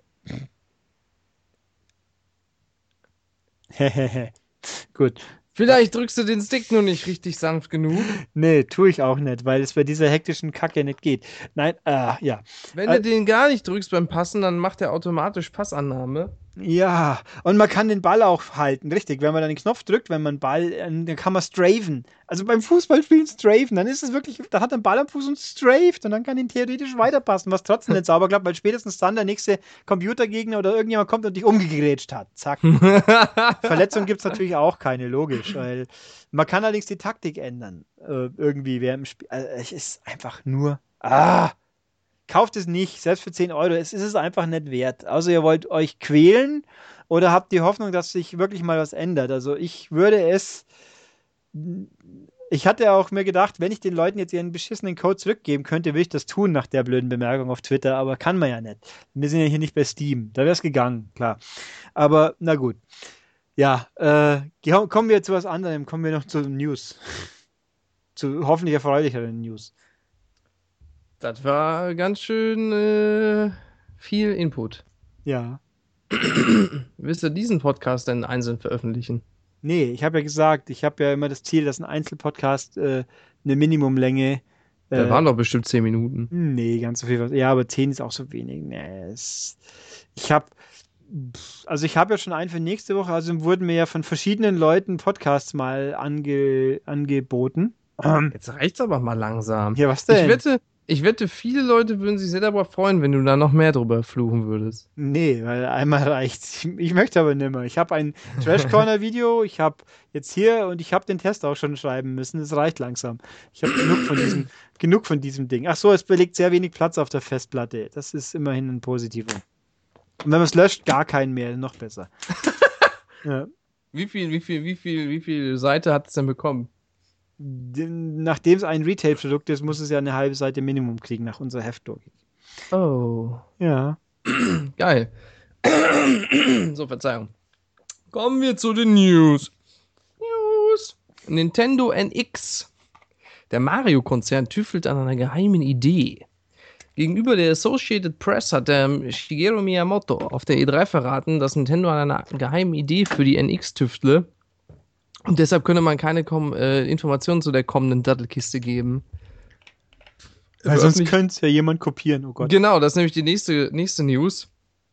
Hehehe. Gut. Vielleicht drückst du den Stick nur nicht richtig sanft genug. Nee, tue ich auch nicht, weil es bei dieser hektischen Kacke nicht geht. Nein, äh, ja. Wenn äh, du den gar nicht drückst beim Passen, dann macht er automatisch Passannahme. Ja, und man kann den Ball auch halten, richtig. Wenn man dann den Knopf drückt, wenn man Ball, dann kann man strafen. Also beim Fußballspielen strafen, dann ist es wirklich, da hat er einen Ball am Fuß und straft und dann kann ihn theoretisch weiterpassen, was trotzdem nicht sauber klappt, weil spätestens dann der nächste Computergegner oder irgendjemand kommt und dich umgegrätscht hat. Zack. Verletzung gibt es natürlich auch keine, logisch, weil man kann allerdings die Taktik ändern. Äh, irgendwie während dem Spiel. Also, es ist einfach nur, ah, kauft es nicht, selbst für zehn Euro. Es ist es einfach nicht wert. Also ihr wollt euch quälen oder habt die Hoffnung, dass sich wirklich mal was ändert. Also ich würde es Ich hatte auch mir gedacht, wenn ich den Leuten jetzt ihren beschissenen Code zurückgeben könnte, würde ich das tun nach der blöden Bemerkung auf Twitter, aber kann man ja nicht. Wir sind ja hier nicht bei Steam. Da wäre es gegangen, klar. Aber na gut. Ja, äh, ge- kommen wir zu was anderem. Kommen wir noch zu News. Zu hoffentlich erfreulicheren News. Das war ganz schön äh, viel Input. Ja. Willst du diesen Podcast denn einzeln veröffentlichen? Nee, ich habe ja gesagt, ich habe ja immer das Ziel, dass ein Einzelpodcast äh, eine Minimumlänge. Äh, Da waren doch bestimmt zehn Minuten. Nee, ganz so viel. was- Ja, aber zehn ist auch so wenig. Nee, es, ich habe, also ich habe ja schon einen für nächste Woche, also wurden mir ja von verschiedenen Leuten Podcasts mal ange, angeboten. Ähm, Jetzt reicht's aber mal langsam. ja, was Ich denn? wette, ich wette, viele Leute würden sich sehr darüber freuen, wenn du da noch mehr drüber fluchen würdest. Nee, weil einmal reicht's. Ich, ich möchte aber nimmer. Ich habe ein Trash Corner Video, ich habe jetzt hier und ich habe den Test auch schon schreiben müssen. Es reicht langsam. Ich habe genug von diesem, genug von diesem Ding. Ach so, es belegt sehr wenig Platz auf der Festplatte. Das ist immerhin ein positiver. Und wenn man es löscht, gar keinen mehr, noch besser. Ja. Wie viel, wie viel, wie viel, wie viel Seite hat es denn bekommen? Den- Nachdem es ein Retail-Produkt ist, muss es ja eine halbe Seite Minimum kriegen nach unserer Heftlogik. Oh, Ja. geil. So, Verzeihung. Kommen wir zu den News. News. Nintendo N X. Der Mario-Konzern tüftelt an einer geheimen Idee. Gegenüber der Associated Press hat der Shigeru Miyamoto auf der E drei verraten, dass Nintendo an einer geheimen Idee für die N X tüftle. Und deshalb könne man keine kom- äh, Informationen zu der kommenden Dattelkiste geben. Weil sonst Veröffentlich- könnte es ja jemand kopieren, oh Gott. Genau, das ist nämlich die nächste, nächste News.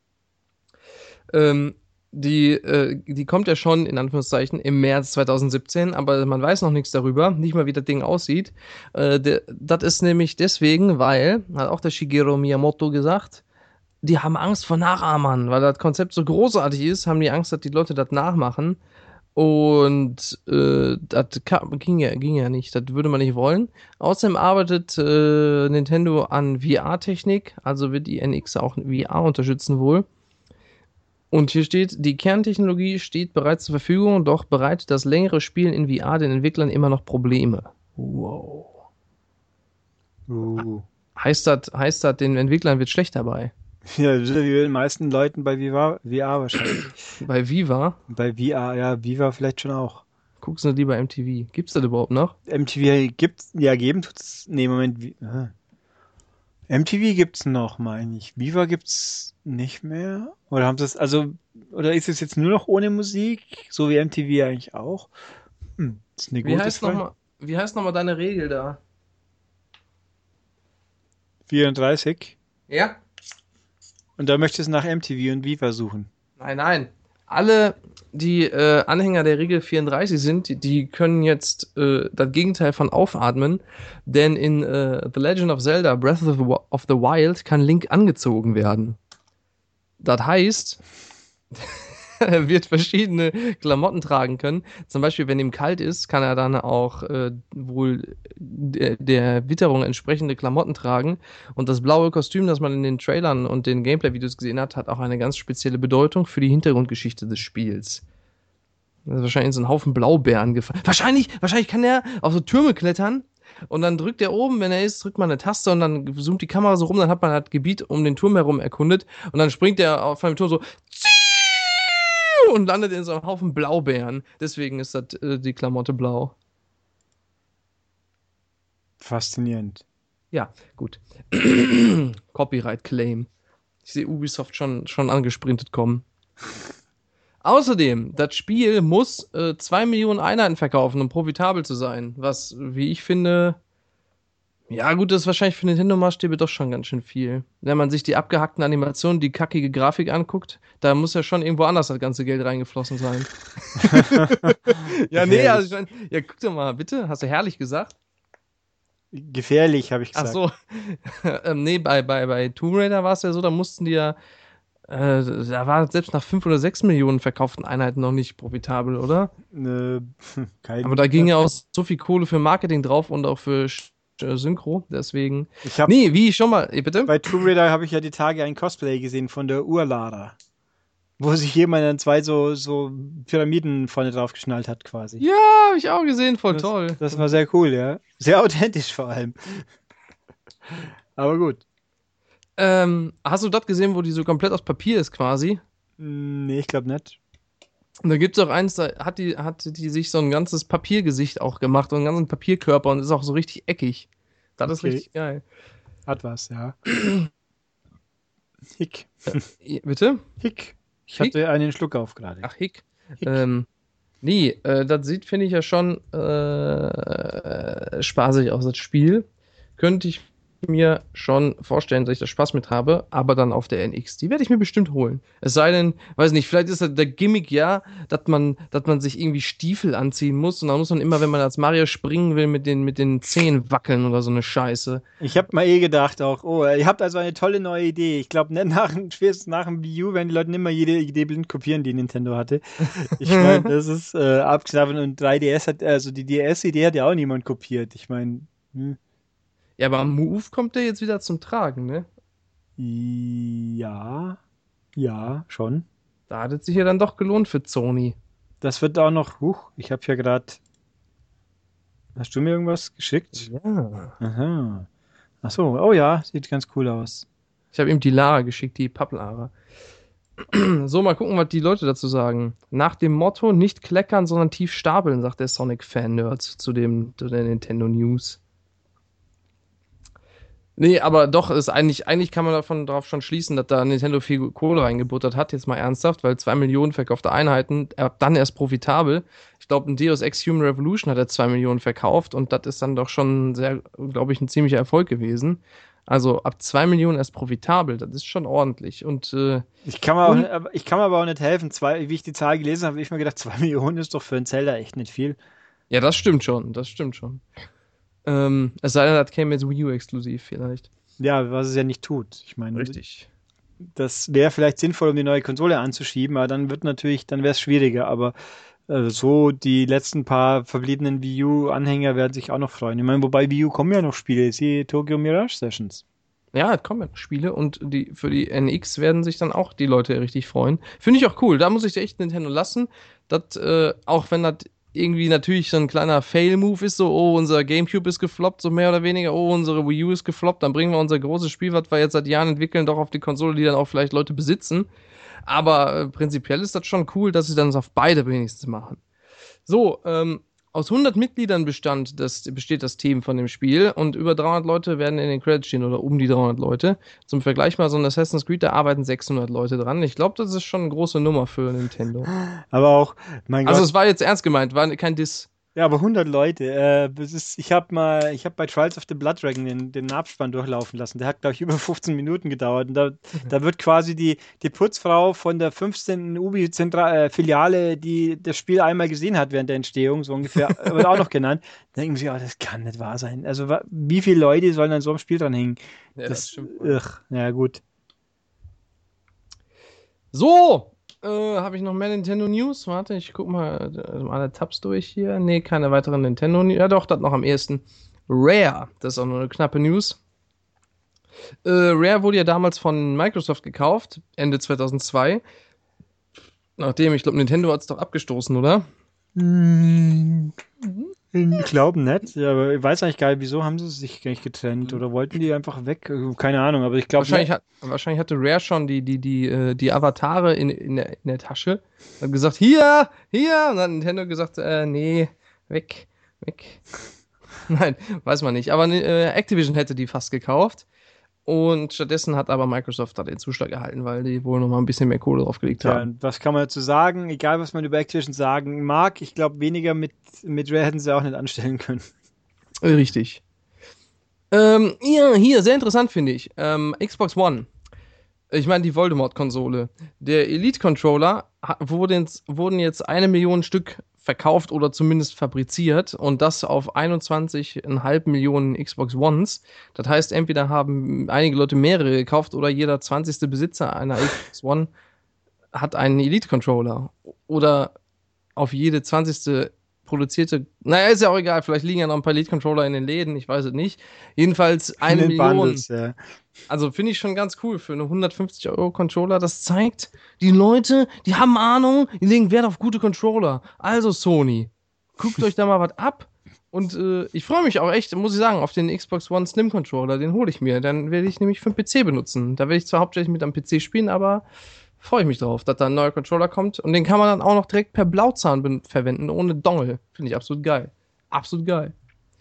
Ähm, die, äh, die kommt ja schon, in Anführungszeichen, im März zwanzig siebzehn, aber man weiß noch nichts darüber, nicht mal wie das Ding aussieht. Äh, der, das ist nämlich deswegen, weil, hat auch der Shigeru Miyamoto gesagt, die haben Angst vor Nachahmern, weil das Konzept so großartig ist, haben die Angst, dass die Leute das nachmachen. Und äh, das ka- ging ja, ging ja nicht, das würde man nicht wollen. Außerdem arbeitet äh, Nintendo an V R-Technik, also wird die N X auch V R unterstützen wohl. Und hier steht, die Kerntechnologie steht bereits zur Verfügung, doch bereitet das längere Spielen in V R den Entwicklern immer noch Probleme. Wow. Uh. Heißt das, heißt das, den Entwicklern wird schlecht dabei? Ja, wie bei den meisten Leuten bei Viva, V R wahrscheinlich. Bei Viva, Bei V R, ja, Viva vielleicht schon auch. guckst du lieber M T V. Gibt's das überhaupt noch? M T V gibt's, ja, geben tut's, nee, Moment, wie, ah. M T V gibt's noch, meine ich. Viva gibt's nicht mehr? Oder haben sie es, also, oder ist es jetzt nur noch ohne Musik? So wie M T V eigentlich auch? Hm, das ist eine Wie gute heißt Frage. nochmal, wie heißt noch mal deine Regel da? vierunddreißig. Ja? Und da möchtest du nach M T V und Viva suchen. Nein, nein. Alle, die äh, Anhänger der Regel vierunddreißig sind, die, die können jetzt äh, das Gegenteil von aufatmen, denn in äh, The Legend of Zelda Breath of the, Wi- of the Wild kann Link angezogen werden. Das heißt, er wird verschiedene Klamotten tragen können. Zum Beispiel, wenn ihm kalt ist, kann er dann auch äh, wohl der, der Witterung entsprechende Klamotten tragen. Und das blaue Kostüm, das man in den Trailern und den Gameplay-Videos gesehen hat, hat auch eine ganz spezielle Bedeutung für die Hintergrundgeschichte des Spiels. Das ist wahrscheinlich in so einen Haufen Blaubeeren gefallen. Wahrscheinlich, wahrscheinlich kann er auf so Türme klettern. Und dann drückt er oben, wenn er ist, drückt man eine Taste und dann zoomt die Kamera so rum, dann hat man das Gebiet um den Turm herum erkundet und dann springt er auf einem Turm so und landet in so einem Haufen Blaubeeren. Deswegen ist das äh, die Klamotte blau. Faszinierend. Ja, gut. Copyright Claim. Ich sehe Ubisoft schon, schon angesprintet kommen. Außerdem, das Spiel muss äh, zwei Millionen Einheiten verkaufen, um profitabel zu sein. Was, wie ich finde, ja gut, das ist wahrscheinlich für Nintendo-Maßstäbe doch schon ganz schön viel. Wenn man sich die abgehackten Animationen, die kackige Grafik anguckt, da muss ja schon irgendwo anders das ganze Geld reingeflossen sein. Ja, nee, also ich mein, ja, guck doch mal, bitte, hast du herrlich gesagt? Gefährlich, habe ich Ach gesagt. so. ähm, nee, bei, bei, bei Tomb Raider war es ja so, da mussten die ja, äh, da war selbst nach fünf oder sechs Millionen verkauften Einheiten noch nicht profitabel, oder? Äh, kein, Aber da ging ja auch so viel Kohle für Marketing drauf und auch für äh, Synchro, deswegen. Ich hab, Nee, wie schon mal, eh, bitte? Bei Tomb Raider habe ich ja die Tage ein Cosplay gesehen von der Urlara. wo sich jemand dann zwei so, so Pyramiden vorne drauf geschnallt hat, quasi. Ja, habe ich auch gesehen, voll das, toll. Das war sehr cool, ja. Sehr authentisch vor allem. Aber gut. Ähm, hast du das gesehen, wo die so komplett aus Papier ist quasi? Nee, ich glaube nicht. Und da gibt es auch eins, da hat die, hat die sich so ein ganzes Papiergesicht auch gemacht und einen ganzen Papierkörper und ist auch so richtig eckig. Das ist Okay. richtig geil. Hat was, ja. Hick. Äh, bitte? Hick. Ich Hick? hatte einen Schluck auf gerade. Ach, Hick. Hick. Ähm, nee, äh, das sieht, finde ich ja schon äh, spaßig aus, das Spiel. Könnte ich mir schon vorstellen, dass ich da Spaß mit habe, aber dann auf der N X. Die werde ich mir bestimmt holen. Es sei denn, weiß nicht, vielleicht ist das der Gimmick ja, dass man, dass man sich irgendwie Stiefel anziehen muss und dann muss man immer, wenn man als Mario springen will, mit den, mit den Zehen wackeln oder so eine Scheiße. Ich habe mal eh gedacht auch, oh, ihr habt also eine tolle neue Idee. Ich glaube, nicht nach, spätestens nach dem Wii U werden die Leute nicht mehr jede Idee blind kopieren, die Nintendo hatte. Ich meine, das ist äh, abgeschlafen und drei D S hat, also die D S-Idee hat ja auch niemand kopiert. Ich meine, hm. Ja, aber am Move kommt der jetzt wieder zum Tragen, ne? Ja, ja, schon. Da hat es sich ja dann doch gelohnt für Sony. Das wird auch noch, huch, ich habe hier gerade, hast du mir irgendwas geschickt? Ja. Aha. Ach so, oh ja, sieht ganz cool aus. Ich habe ihm die Lara geschickt, die Papplara. So, mal gucken, was die Leute dazu sagen. Nach dem Motto, nicht kleckern, sondern tief stapeln, sagt der Sonic-Fan-Nerd zu, dem, zu der Nintendo News. Nee, aber doch, ist eigentlich, eigentlich kann man davon darauf schon schließen, dass da Nintendo viel Kohle reingebuttert hat, jetzt mal ernsthaft, weil zwei Millionen verkaufte Einheiten, er dann erst profitabel. Ich glaube, ein Deus Ex Human Revolution hat er zwei Millionen verkauft und das ist dann doch schon sehr, glaube ich, ein ziemlicher Erfolg gewesen. Also ab zwei Millionen erst profitabel, das ist schon ordentlich. Und äh, Ich kann mir, auch, nicht- aber- ich kann mir aber auch nicht helfen. Zwei, wie ich die Zahl gelesen habe, habe ich mir gedacht, zwei Millionen ist doch für ein Zelda echt nicht viel. ja, das stimmt schon, das stimmt schon. Ähm, es sei denn, das käme jetzt Wii U exklusiv vielleicht. Ja, was es ja nicht tut. Ich meine, Richtig. das wäre vielleicht sinnvoll, um die neue Konsole anzuschieben, aber dann wird natürlich, dann wäre es schwieriger. Aber äh, so die letzten paar verbliebenen Wii U-Anhänger werden sich auch noch freuen. Ich meine, wobei Wii U kommen ja noch Spiele, siehe Tokyo Mirage Sessions. Ja, es kommen ja noch Spiele und die, für die N X werden sich dann auch die Leute richtig freuen. Finde ich auch cool. Da muss ich echt Nintendo lassen. Das, äh, auch wenn das irgendwie natürlich so ein kleiner Fail-Move ist, so, oh, unser GameCube ist gefloppt, so mehr oder weniger, oh, unsere Wii U ist gefloppt, dann bringen wir unser großes Spiel, was wir jetzt seit Jahren entwickeln, doch auf die Konsole, die dann auch vielleicht Leute besitzen. Aber äh, prinzipiell ist das schon cool, dass sie dann das auf beide wenigstens machen. So, ähm, aus hundert Mitgliedern bestand das, besteht das Team von dem Spiel und über dreihundert Leute werden in den Credits stehen oder um die dreihundert Leute. Zum Vergleich mal so ein Assassin's Creed, da arbeiten sechshundert Leute dran. Ich glaube, das ist schon eine große Nummer für Nintendo. Aber auch, mein Also Gott. es war jetzt ernst gemeint, war kein Diss. Ja, aber hundert Leute. Äh, das ist, ich habe mal, ich habe bei Trials of the Blood Dragon den, den Abspann durchlaufen lassen. Der hat, glaube ich, über fünfzehn Minuten gedauert. Und da, da wird quasi die, die Putzfrau von der fünfzehnten Ubi-Filiale, die das Spiel einmal gesehen hat während der Entstehung, so ungefähr, wird auch noch genannt. Da denken sie, oh, das kann nicht wahr sein. Also wa- wie viele Leute sollen an so einem Spiel dran hängen? Ja, das, stimmt. ugh, ja gut. So, äh, habe ich noch mehr Nintendo News? Warte, ich guck mal äh, alle Tabs durch hier. Nee, keine weiteren Nintendo News. Ja doch, das noch am ehesten. Rare, das ist auch nur eine knappe News. Äh, Rare wurde ja damals von Microsoft gekauft, Ende zweitausendzwei. Nachdem, ich glaube, Nintendo hat es doch abgestoßen, oder? Hm, ich glaube nicht, ja, aber ich weiß eigentlich gar nicht, wieso haben sie sich gar nicht getrennt oder wollten die einfach weg? Äh, Keine Ahnung, aber ich glaube Wahrscheinlich, hat, wahrscheinlich hatte Rare schon die, die, die, äh, die Avatare in, in, der, in der Tasche. Hat gesagt, hier, hier. Und dann hat Nintendo gesagt, äh, nee, weg, weg. Nein, weiß man nicht. Aber äh, Activision hätte die fast gekauft. Und stattdessen hat aber Microsoft da den Zuschlag erhalten, weil die wohl noch mal ein bisschen mehr Kohle draufgelegt Ja, haben. und was kann man dazu sagen? Egal, was man über Activision sagen mag, ich glaube, weniger mit, mit Rare hätten sie auch nicht anstellen können. Richtig. Ähm, ja, hier, sehr interessant finde ich. Ähm, Xbox One. Ich meine, die Voldemort-Konsole. Der Elite-Controller ha- wurde ins, wurden jetzt eine Million Stück verkauft oder zumindest fabriziert und das auf einundzwanzig Komma fünf Millionen Xbox Ones. Das heißt, entweder haben einige Leute mehrere gekauft oder jeder zwanzigste Besitzer einer Xbox One hat einen Elite-Controller. Oder auf jede zwanzigste produzierte, naja, ist ja auch egal, vielleicht liegen ja noch ein paar Elite-Controller in den Läden, ich weiß es nicht. Jedenfalls eine In den Million. Bundles, ja. Also finde ich schon ganz cool für eine hundertfünfzig Euro Controller. Das zeigt, die Leute, die haben Ahnung, die legen Wert auf gute Controller. Also Sony, guckt euch da mal was ab. Und äh, ich freue mich auch echt, muss ich sagen, auf den Xbox One Slim Controller. Den hole ich mir. Dann werde ich nämlich für den P C benutzen. Da werde ich zwar hauptsächlich mit am P C spielen, aber freue ich mich drauf, dass da ein neuer Controller kommt. Und den kann man dann auch noch direkt per Blauzahn be- verwenden, ohne Dongle. Finde ich absolut geil. Absolut geil.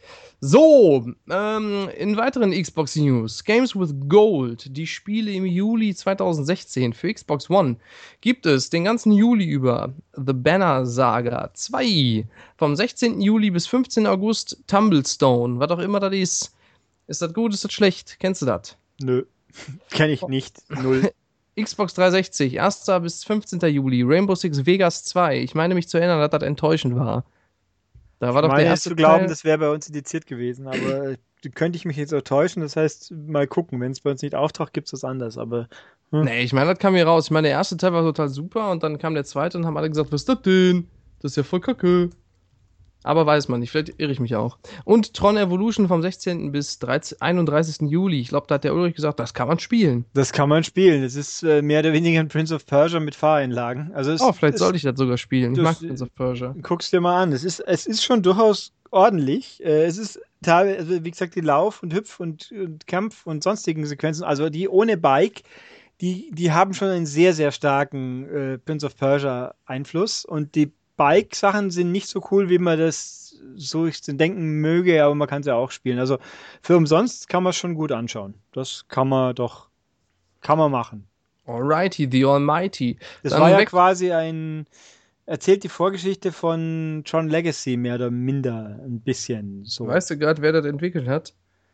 So, ähm, in weiteren Xbox News. Games with Gold, die Spiele im Juli zweitausendsechzehn für Xbox One, gibt es den ganzen Juli über The Banner Saga zwei. Vom sechzehnten Juli bis fünfzehnten August Tumblestone, was auch immer das ist. Ist das gut, ist das schlecht? Kennst du das? Nö, kenne ich nicht. Null. Xbox dreihundertsechzig, ersten bis fünfzehnten Juli. Rainbow Six Vegas zwei. Ich meine mich zu erinnern, dass das enttäuschend war. Da war doch der erste zu glauben, Teil. das wäre bei uns indiziert gewesen, aber könnte ich mich jetzt auch täuschen. Das heißt, mal gucken. Wenn es bei uns nicht auftaucht, gibt es was anderes. Aber hm. Nee, ich meine, das kam hier raus. Ich meine, der erste Teil war total super und dann kam der zweite und haben alle gesagt, was ist das denn? Das ist ja voll kacke. Aber weiß man nicht, vielleicht irre ich mich auch. Und Tron Evolution vom sechzehnten bis einunddreißigsten Juli. Ich glaube, da hat der Ulrich gesagt, das kann man spielen. Das kann man spielen. Das ist äh, mehr oder weniger ein Prince of Persia mit Fahreinlagen. Also es, Oh, vielleicht es, sollte ich das sogar spielen. Ich das- mag Prince of Persia. Guck's dir mal an. Es ist, es ist schon durchaus ordentlich. Äh, es ist teilweise, also wie gesagt, die Lauf- und Hüpf- und, und Kampf- und sonstigen Sequenzen, also die ohne Bike, die, die haben schon einen sehr, sehr starken äh, Prince of Persia Einfluss. Und die Bike-Sachen sind nicht so cool, wie man das so ich denken möge, aber man kann sie auch spielen. Also für umsonst kann man es schon gut anschauen. Das kann man doch, kann man machen. Alrighty, The Almighty. Das Dann war ja weg- quasi ein, erzählt die Vorgeschichte von Tron Legacy mehr oder minder ein bisschen so. Weißt du gerade, wer das entwickelt hat?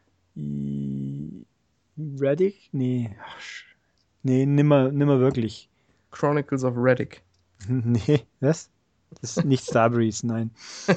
I- Reddick? Nee. Ach, sch- nee, nimmer, nimmer wirklich. Chronicles of Reddick. Nee, was? Das ist nicht Starbreeze, nein.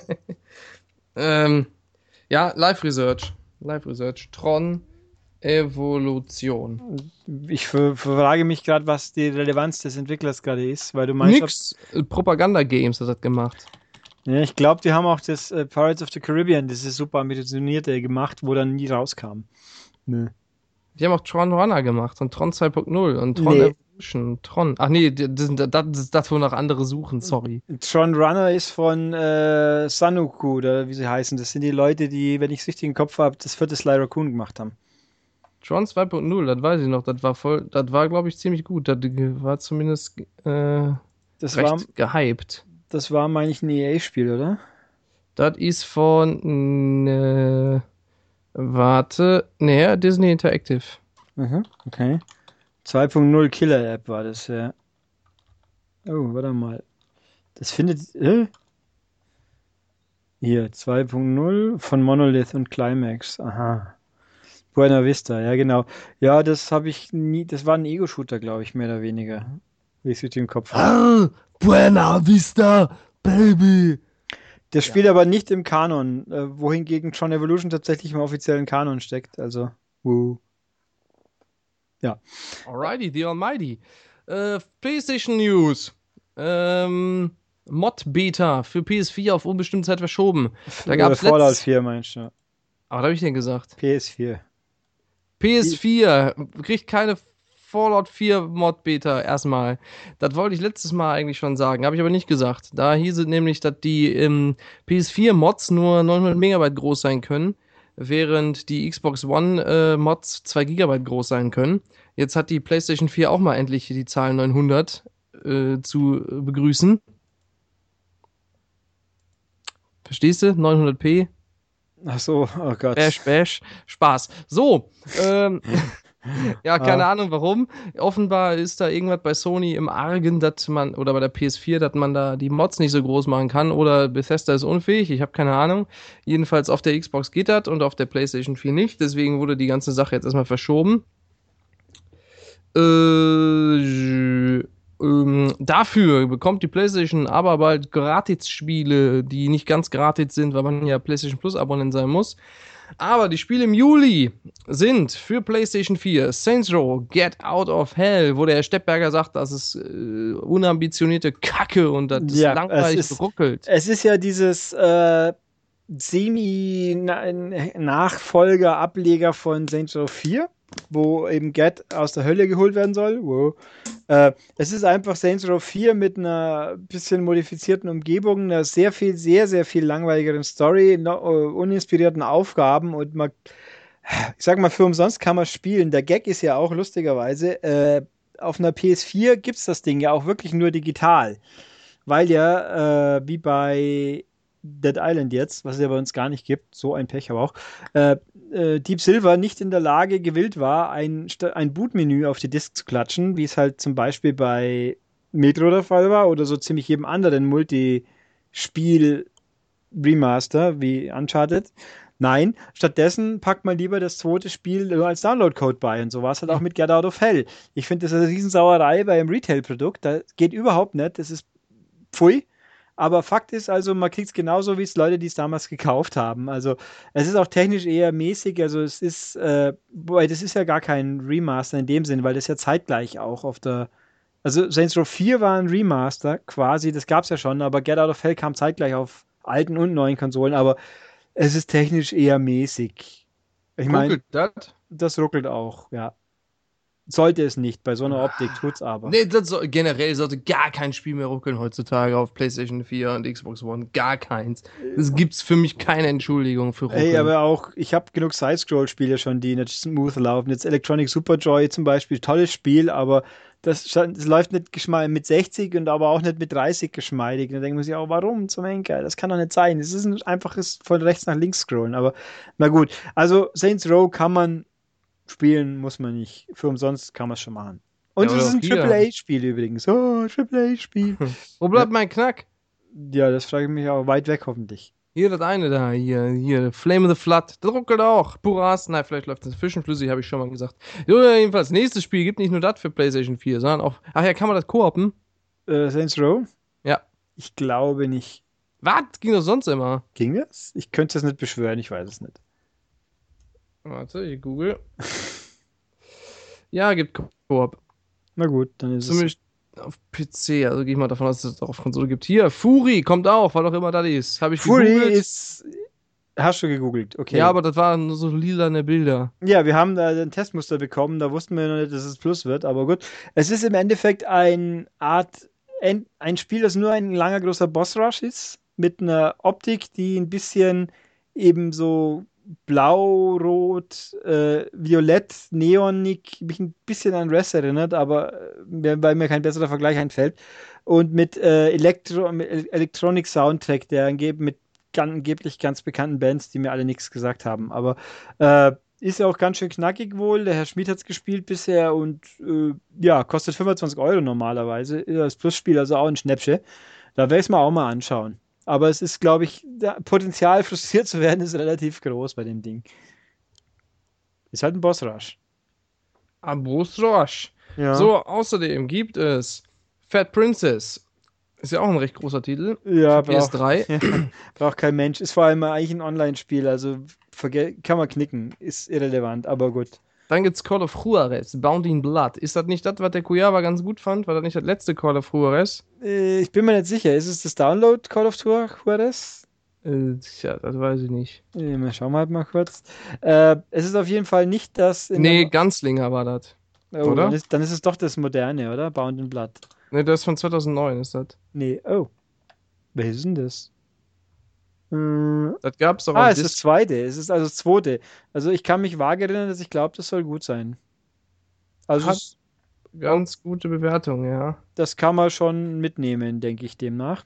Ähm, ja, Live Research. Live Research. Tron Evolution. Ich ver- frage mich gerade, was die Relevanz des Entwicklers gerade ist, weil du meinst, Nix. Äh, Propaganda-Games hat das gemacht. ja, ich glaube, die haben auch das äh, Pirates of the Caribbean, dieses super ambitionierte gemacht, wo dann nie rauskam. Nö. Die haben auch Tron Runner gemacht und Tron zwei Punkt null und Tron Nee. Evolution. Tron. Ach nee, das, sind- das, das ist das, wonach andere suchen, sorry. Tron Runner ist von äh, Sanoku, oder wie sie heißen. Das sind die Leute, die, wenn ich es richtig im Kopf habe, das vierte Sly Raccoon gemacht haben. Tron zwei Punkt null, das weiß ich noch, das war voll, das war, glaube ich, ziemlich gut. Das war zumindest äh, Das recht war, gehypt. das war, meine ich, ein E A-Spiel, oder? Das ist von, äh, warte, nee, Disney Interactive. Mhm, okay. zwei Punkt null Killer-App war das, ja. Oh, warte mal. Das findet. Äh? Hier, zwei Punkt null von Monolith und Climax. Aha. Buena Vista, ja, genau. Ja, das habe ich nie. Das war ein Ego-Shooter, glaube ich, mehr oder weniger. Wie ich es richtig im Kopf habe. Ah, Buena Vista, Baby. Das spielt aber nicht im Kanon, äh, wohingegen Tron Evolution tatsächlich im offiziellen Kanon steckt. Also, wuh. Alrighty, The Almighty. Äh, PlayStation News. Ähm, Mod-Beta für P S vier auf unbestimmte Zeit verschoben. Da gab's Äh, Fallout letzt- vier, meinst du? Aber was habe ich denn gesagt? P S vier. P S vier kriegt keine Fallout vier Mod-Beta erstmal. Das wollte ich letztes Mal eigentlich schon sagen, habe ich aber nicht gesagt. Da hieß es nämlich, dass die ähm, P S vier Mods nur neunhundert Megabyte groß sein können, während die Xbox One äh, Mods zwei Gigabyte groß sein können. Jetzt hat die PlayStation vier auch mal endlich die Zahl neunhundert äh, zu äh, begrüßen. Verstehst du? neunhundert p. Ach so, oh Gott. Bash, bash, Spaß. So, ähm, ja, keine Ah. Ahnung warum. Offenbar ist da irgendwas bei Sony im Argen, dass man, oder bei der P S vier, dass man da die Mods nicht so groß machen kann, oder Bethesda ist unfähig, ich habe keine Ahnung. Jedenfalls auf der Xbox geht das und auf der PlayStation vier nicht, deswegen wurde die ganze Sache jetzt erstmal verschoben. Äh, ähm, dafür bekommt die PlayStation aber bald Gratis-Spiele, die nicht ganz gratis sind, weil man ja PlayStation Plus Abonnent sein muss. Aber die Spiele im Juli sind für PlayStation vier Saints Row, Get Out of Hell, wo der Herr Steppberger sagt, das ist äh, unambitionierte Kacke und das Ja, ist langweilig es ist- ruckelt. Es ist ja dieses äh, Semi-Nachfolger, Ableger von Saints Row vier, wo eben Get aus der Hölle geholt werden soll. Wow. Äh, es ist einfach Saints Row vier mit einer bisschen modifizierten Umgebung, einer sehr viel, sehr, sehr viel langweiligeren Story, no, äh, uninspirierten Aufgaben und man, ich sag mal, für umsonst kann man spielen. Der Gag ist ja auch lustigerweise, äh, auf einer P S vier gibt es das Ding ja auch wirklich nur digital. Weil ja, äh, wie bei Dead Island jetzt, was es ja bei uns gar nicht gibt, so ein Pech aber auch, äh, äh, Deep Silver nicht in der Lage gewillt war, ein, Sta- ein Bootmenü auf die Disk zu klatschen, wie es halt zum Beispiel bei Metro der Fall war oder so ziemlich jedem anderen Multispiel-Remaster wie Uncharted. Nein, stattdessen packt man lieber das zweite Spiel nur als Download-Code bei. Und so war es halt auch mit Get Out of Hell. Ich finde, das ist eine Riesensauerei bei einem Retail-Produkt. Das geht überhaupt nicht. Das ist pfui. Aber Fakt ist also, man kriegt es genauso wie es Leute, die es damals gekauft haben. Also es ist auch technisch eher mäßig. Also es ist, äh, wobei das ist ja gar kein Remaster in dem Sinn, weil das ja zeitgleich auch auf der, also Saints Row vier war ein Remaster quasi, das gab es ja schon, aber Get Out of Hell kam zeitgleich auf alten und neuen Konsolen, aber es ist technisch eher mäßig. Ich meine, Ruckelt das? das ruckelt auch, ja. Sollte es nicht, bei so einer Optik tut's aber. Nee, das soll, generell sollte gar kein Spiel mehr ruckeln heutzutage auf PlayStation vier und Xbox One. Gar keins. Es gibt's für mich keine Entschuldigung für Ruckeln. Ey, aber auch, ich habe genug Side-Scroll-Spiele schon, die nicht smooth laufen. Jetzt Electronic Superjoy zum Beispiel, tolles Spiel, aber das, scha- das läuft nicht geschmeidig mit sechzig und aber auch nicht mit dreißig geschmeidig. Und da denkt man sich auch, warum zum Henker? Das kann doch nicht sein. Es ist ein einfaches von rechts nach links scrollen, aber na gut. Also Saints Row kann man spielen, muss man nicht. Für umsonst kann man es schon machen. Und Ja, es oder ist ein auch hier. Triple A-Spiel übrigens. Oh, Triple A-Spiel. Wo bleibt mein Knack? Ja, das frage ich mich auch weit weg hoffentlich. Hier, das eine da, hier, hier, Flame of the Flood. Das ruckelt auch. Puras, nein, vielleicht läuft das zwischenflüssig, habe ich schon mal gesagt. Ja, jedenfalls, nächstes Spiel gibt nicht nur das für PlayStation vier, sondern auch, ach ja, kann man das koopen? Äh, Saints Row? Ja. Ich glaube nicht. Was? Ging doch sonst immer. Ging das? Ich könnte es nicht beschwören, ich weiß es nicht. Warte, ich google. Ja, gibt Koop. Na gut, dann ist Zumindest auf P C, also gehe ich mal davon aus, dass es auch auf Konsole gibt. Hier, Fury kommt auch, was auch immer das ist. Habe ich es. Fury gegoogelt. ist. Hast du gegoogelt, okay. Ja, aber das waren nur so lilane Bilder. Ja, wir haben da ein Testmuster bekommen, da wussten wir noch nicht, dass es Plus wird, aber gut. Es ist im Endeffekt ein Art, ein, ein Spiel, das nur ein langer, großer Boss-Rush ist, mit einer Optik, die ein bisschen eben so blau, rot, äh, violett, neonig, mich ein bisschen an Res erinnert, aber äh, weil mir kein besserer Vergleich einfällt. Und mit äh, Elektro, mit El- Electronic Soundtrack, der angeb mit gan- angeblich ganz bekannten Bands, die mir alle nichts gesagt haben. Aber äh, ist ja auch ganz schön knackig wohl. Der Herr Schmid hat es gespielt bisher und äh, ja, kostet fünfundzwanzig Euro normalerweise. Ist das Plusspiel, also auch ein Schnäppchen. Da werde ich es mir auch mal anschauen. Aber es ist, glaube ich, der Potenzial frustriert zu werden, ist relativ groß bei dem Ding. Ist halt ein Boss-Rush. Ambrose Roche. Ja. So, außerdem gibt es Fat Princess. Ist ja auch ein recht großer Titel. ja, P S braucht, drei. braucht kein Mensch. Ist vor allem eigentlich ein Online-Spiel, also verge- kann man knicken. Ist irrelevant, aber gut. Dann gibt's Call of Juarez, Bound in Blood. Ist das nicht das, was der Kuyava ganz gut fand? War das nicht das letzte Call of Juarez? Äh, ich bin mir nicht sicher. Ist es das Download Call of Juarez? Äh, tja, das weiß ich nicht. Äh, mal schauen wir halt mal kurz. Äh, es ist auf jeden Fall nicht das. In Nee, der, Ganzlinger war das. oh, oder? Dann ist, dann ist es doch das moderne, oder? Bound in Blood. Nee, das ist von zweitausendneun, ist das. Nee, oh. Welches ist denn das? Äh, Das gab's doch ah, auf es ist das Disc. zweite. Es ist also das zweite. Also ich kann mich vage erinnern, dass ich glaube, das soll gut sein. Also Hat- es- Ganz gute Bewertung, ja. das kann man schon mitnehmen, denke ich demnach.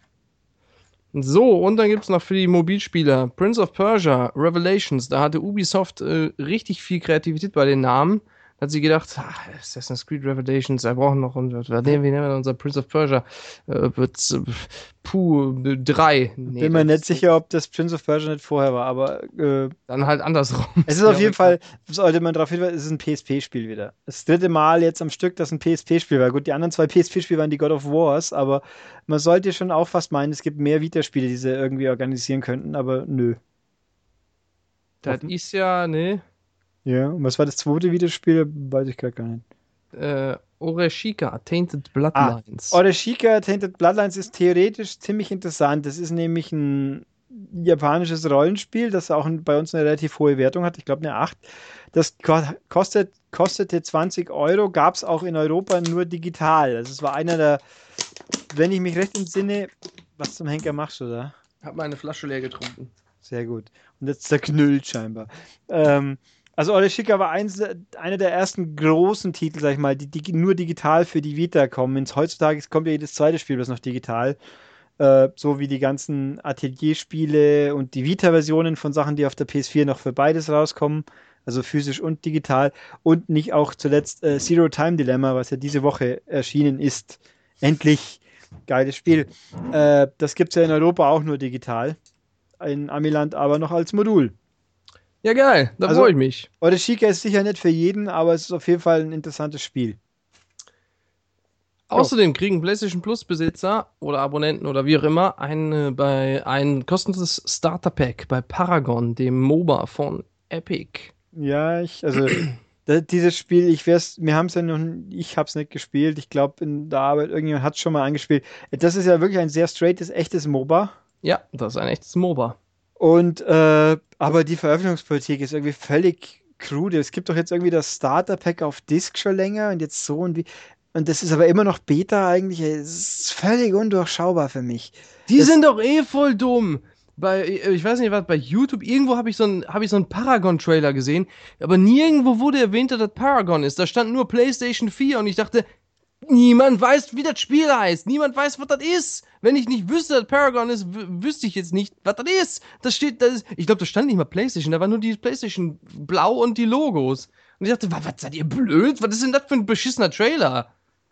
So, und dann gibt's noch für die Mobilspieler Prince of Persia, Revelations. Da hatte Ubisoft äh, richtig viel Kreativität bei den Namen. Da hat sie gedacht, ah, Assassin's Creed Revelations, wir brauchen noch, und was nehmen wir, nehmen wir unser Prince of Persia? Äh, wird's, äh, puh, drei. Nee, Bin mir das nicht ist sicher, ob das Prince of Persia nicht vorher war, aber äh, Dann halt andersrum. es ist auf jeden Fall, sollte man darauf hinweisen, es ist ein P S P-Spiel wieder. Das dritte Mal jetzt am Stück, dass ein P S P-Spiel war. Gut, die anderen zwei P S P-Spiele waren die God of Wars, aber man sollte schon auch fast meinen, es gibt mehr Vita-Spiele, die sie irgendwie organisieren könnten, aber nö. Das ist ja, ne, Ja, und was war das zweite Videospiel? Weiß ich gar nicht. äh, Oreshika, Tainted Ah, Bloodlines. Oreshika Tainted Bloodlines ist theoretisch ziemlich interessant. Das ist nämlich ein japanisches Rollenspiel, das auch ein, bei uns eine relativ hohe Wertung hat. Ich glaube eine acht. Das ko- kostet, kostete zwanzig Euro, gab es auch in Europa nur digital. Also es war einer der, wenn ich mich recht entsinne, was zum Henker machst du da? Hab meine Flasche leer getrunken. Sehr gut. Und jetzt zerknüllt scheinbar. Ähm, also Oreshika war eins, einer der ersten großen Titel, sag ich mal, die, die nur digital für die Vita kommen. Ins- Heutzutage kommt ja jedes zweite Spiel bloß noch digital. Äh, so wie die ganzen Atelierspiele und die Vita-Versionen von Sachen, die auf der P S vier noch für beides rauskommen. Also physisch und digital. Und nicht auch zuletzt äh, Zero Time Dilemma, was ja diese Woche erschienen ist. Endlich. Geiles Spiel. Äh, das gibt es ja in Europa auch nur digital. In Amiland aber noch als Modul. Ja, geil, da Also- freue ich mich. Oreshika ist sicher nicht für jeden, aber es ist auf jeden Fall ein interessantes Spiel. Außerdem kriegen PlayStation Plus Besitzer oder Abonnenten oder wie auch immer ein, äh, bei, ein kostenloses Starter Pack bei Paragon, dem MOBA von Epic. Ja, ich, also da, dieses Spiel, ich wär's, wir haben es ja noch, ich habe es nicht gespielt. Ich glaube, in der Arbeit, irgendjemand hat es schon mal angespielt. Das ist ja wirklich ein sehr straightes, echtes MOBA. Ja, das ist ein echtes MOBA. Und, äh, aber die Veröffentlichungspolitik ist irgendwie völlig krude. Es gibt doch jetzt irgendwie das Starter Pack auf Disc schon länger und jetzt so und wie. Und das ist aber immer noch Beta eigentlich. Es ist völlig undurchschaubar für mich. Die Das- sind doch eh voll dumm. Bei, äh, ich weiß nicht, was, bei YouTube, irgendwo habe ich so einen hab ich so einen Paragon-Trailer gesehen, aber nirgendwo wurde erwähnt, dass das Paragon ist. Da stand nur PlayStation vier und ich dachte, niemand weiß, wie das Spiel heißt. Niemand weiß, was das ist. Wenn ich nicht wüsste, dass Paragon ist, w- wüsste ich jetzt nicht, was das ist. Das steht, das ist, ich glaube, da stand nicht mal PlayStation, da war nur die PlayStation blau und die Logos. Und ich dachte, was, was seid ihr blöd? Was ist denn das für ein beschissener Trailer?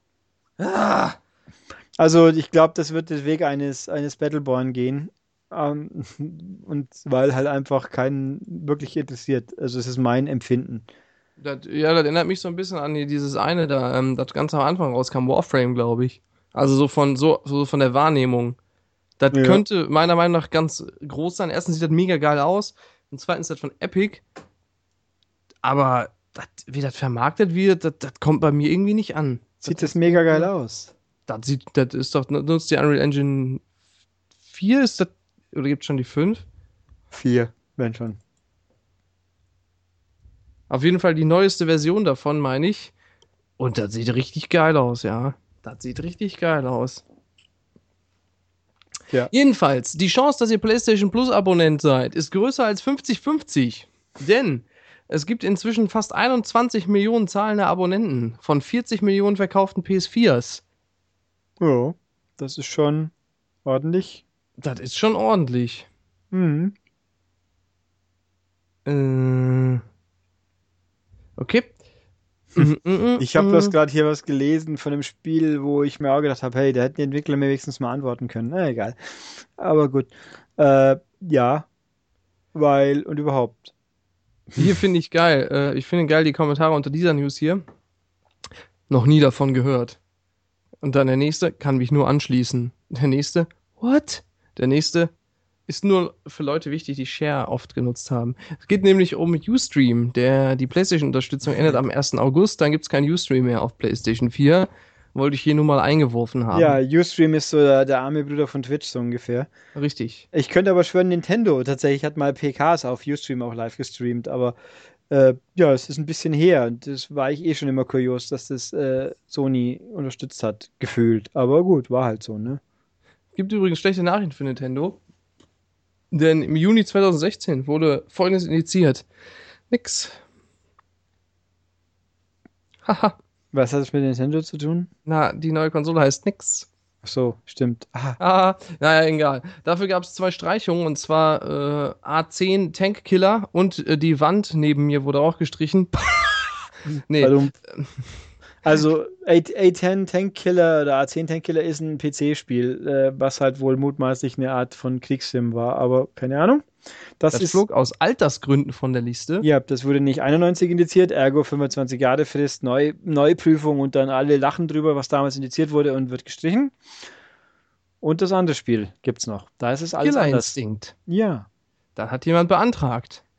Ah. Also ich glaube, das wird der Weg eines, eines Battleborn gehen. Ähm, und weil halt einfach keinen wirklich interessiert. Also es ist mein Empfinden. Das, ja, das erinnert mich so ein bisschen an die- dieses eine da, ähm, das ganz am Anfang rauskam, Warframe, glaube ich. Also so von so, so von der Wahrnehmung. Das Ja. könnte meiner Meinung nach ganz groß sein. Erstens sieht das mega geil aus und zweitens das von Epic. Aber das, wie das vermarktet wird, das, das kommt bei mir irgendwie nicht an. Sieht das mega geil aus. Das sieht, das ist doch, nutzt die Unreal Engine vier, ist das, oder gibt es schon die fünf? Vier, wenn schon. Auf jeden Fall die neueste Version davon, meine ich. Und das sieht richtig geil aus, ja. Das sieht richtig geil aus. Ja. Jedenfalls, die Chance, dass ihr PlayStation Plus Abonnent seid, ist größer als fünfzig fünfzig. Denn es gibt inzwischen fast einundzwanzig Millionen zahlende Abonnenten von vierzig Millionen verkauften P S viers. Ja, das ist schon ordentlich. Das ist schon ordentlich. Mhm. Äh. Okay. Mhm, mhm, Ich habe mhm. bloß gerade hier was gelesen von einem Spiel, wo ich mir auch gedacht habe, hey, da hätten die Entwickler mir wenigstens mal antworten können. Na egal. Aber gut. Äh, ja. Weil, und überhaupt. Hier finde ich geil. Äh, ich finde geil die Kommentare unter dieser News hier. Noch nie davon gehört. Und dann der nächste, kann mich nur anschließen. Der nächste, what? Der nächste ist nur für Leute wichtig, die Share oft genutzt haben. Es geht nämlich um Ustream. Der, die PlayStation-Unterstützung endet am ersten August. Dann gibt es kein Ustream mehr auf PlayStation vier. Wollte ich hier nur mal eingeworfen haben. Ja, Ustream ist so der, der arme Bruder von Twitch, so ungefähr. Richtig. Ich könnte aber schwören, Nintendo tatsächlich hat mal P Ks auf Ustream auch live gestreamt, aber äh, ja, es ist ein bisschen her und das war ich eh schon immer kurios, dass das äh, Sony unterstützt hat, gefühlt. Aber gut, war halt so, ne? Gibt übrigens schlechte Nachrichten für Nintendo. Denn im Juni zweitausendsechzehn wurde Folgendes indiziert. Nix. Haha. Was hat es mit Nintendo zu tun? Na, die neue Konsole heißt nix. Ach so, stimmt. Ah, Ah, naja, egal. Dafür gab es zwei Streichungen, und zwar äh, A zehn Tankkiller und äh, die Wand neben mir wurde auch gestrichen. nee, also, also A zehn Tank Killer oder A zehn Tank Killer ist ein P C-Spiel, äh, was halt wohl mutmaßlich eine Art von Kriegssim war, aber keine Ahnung. Das, das ist, flog aus Altersgründen von der Liste. ja, das wurde nicht einundneunzig indiziert, ergo fünfundzwanzig Jahre Frist, Neu, Neuprüfung und dann alle lachen drüber, was damals indiziert wurde und wird gestrichen. Und das andere Spiel gibt's noch. Da ist es alles Killer anders. Instinct. Ja. Da hat jemand beantragt.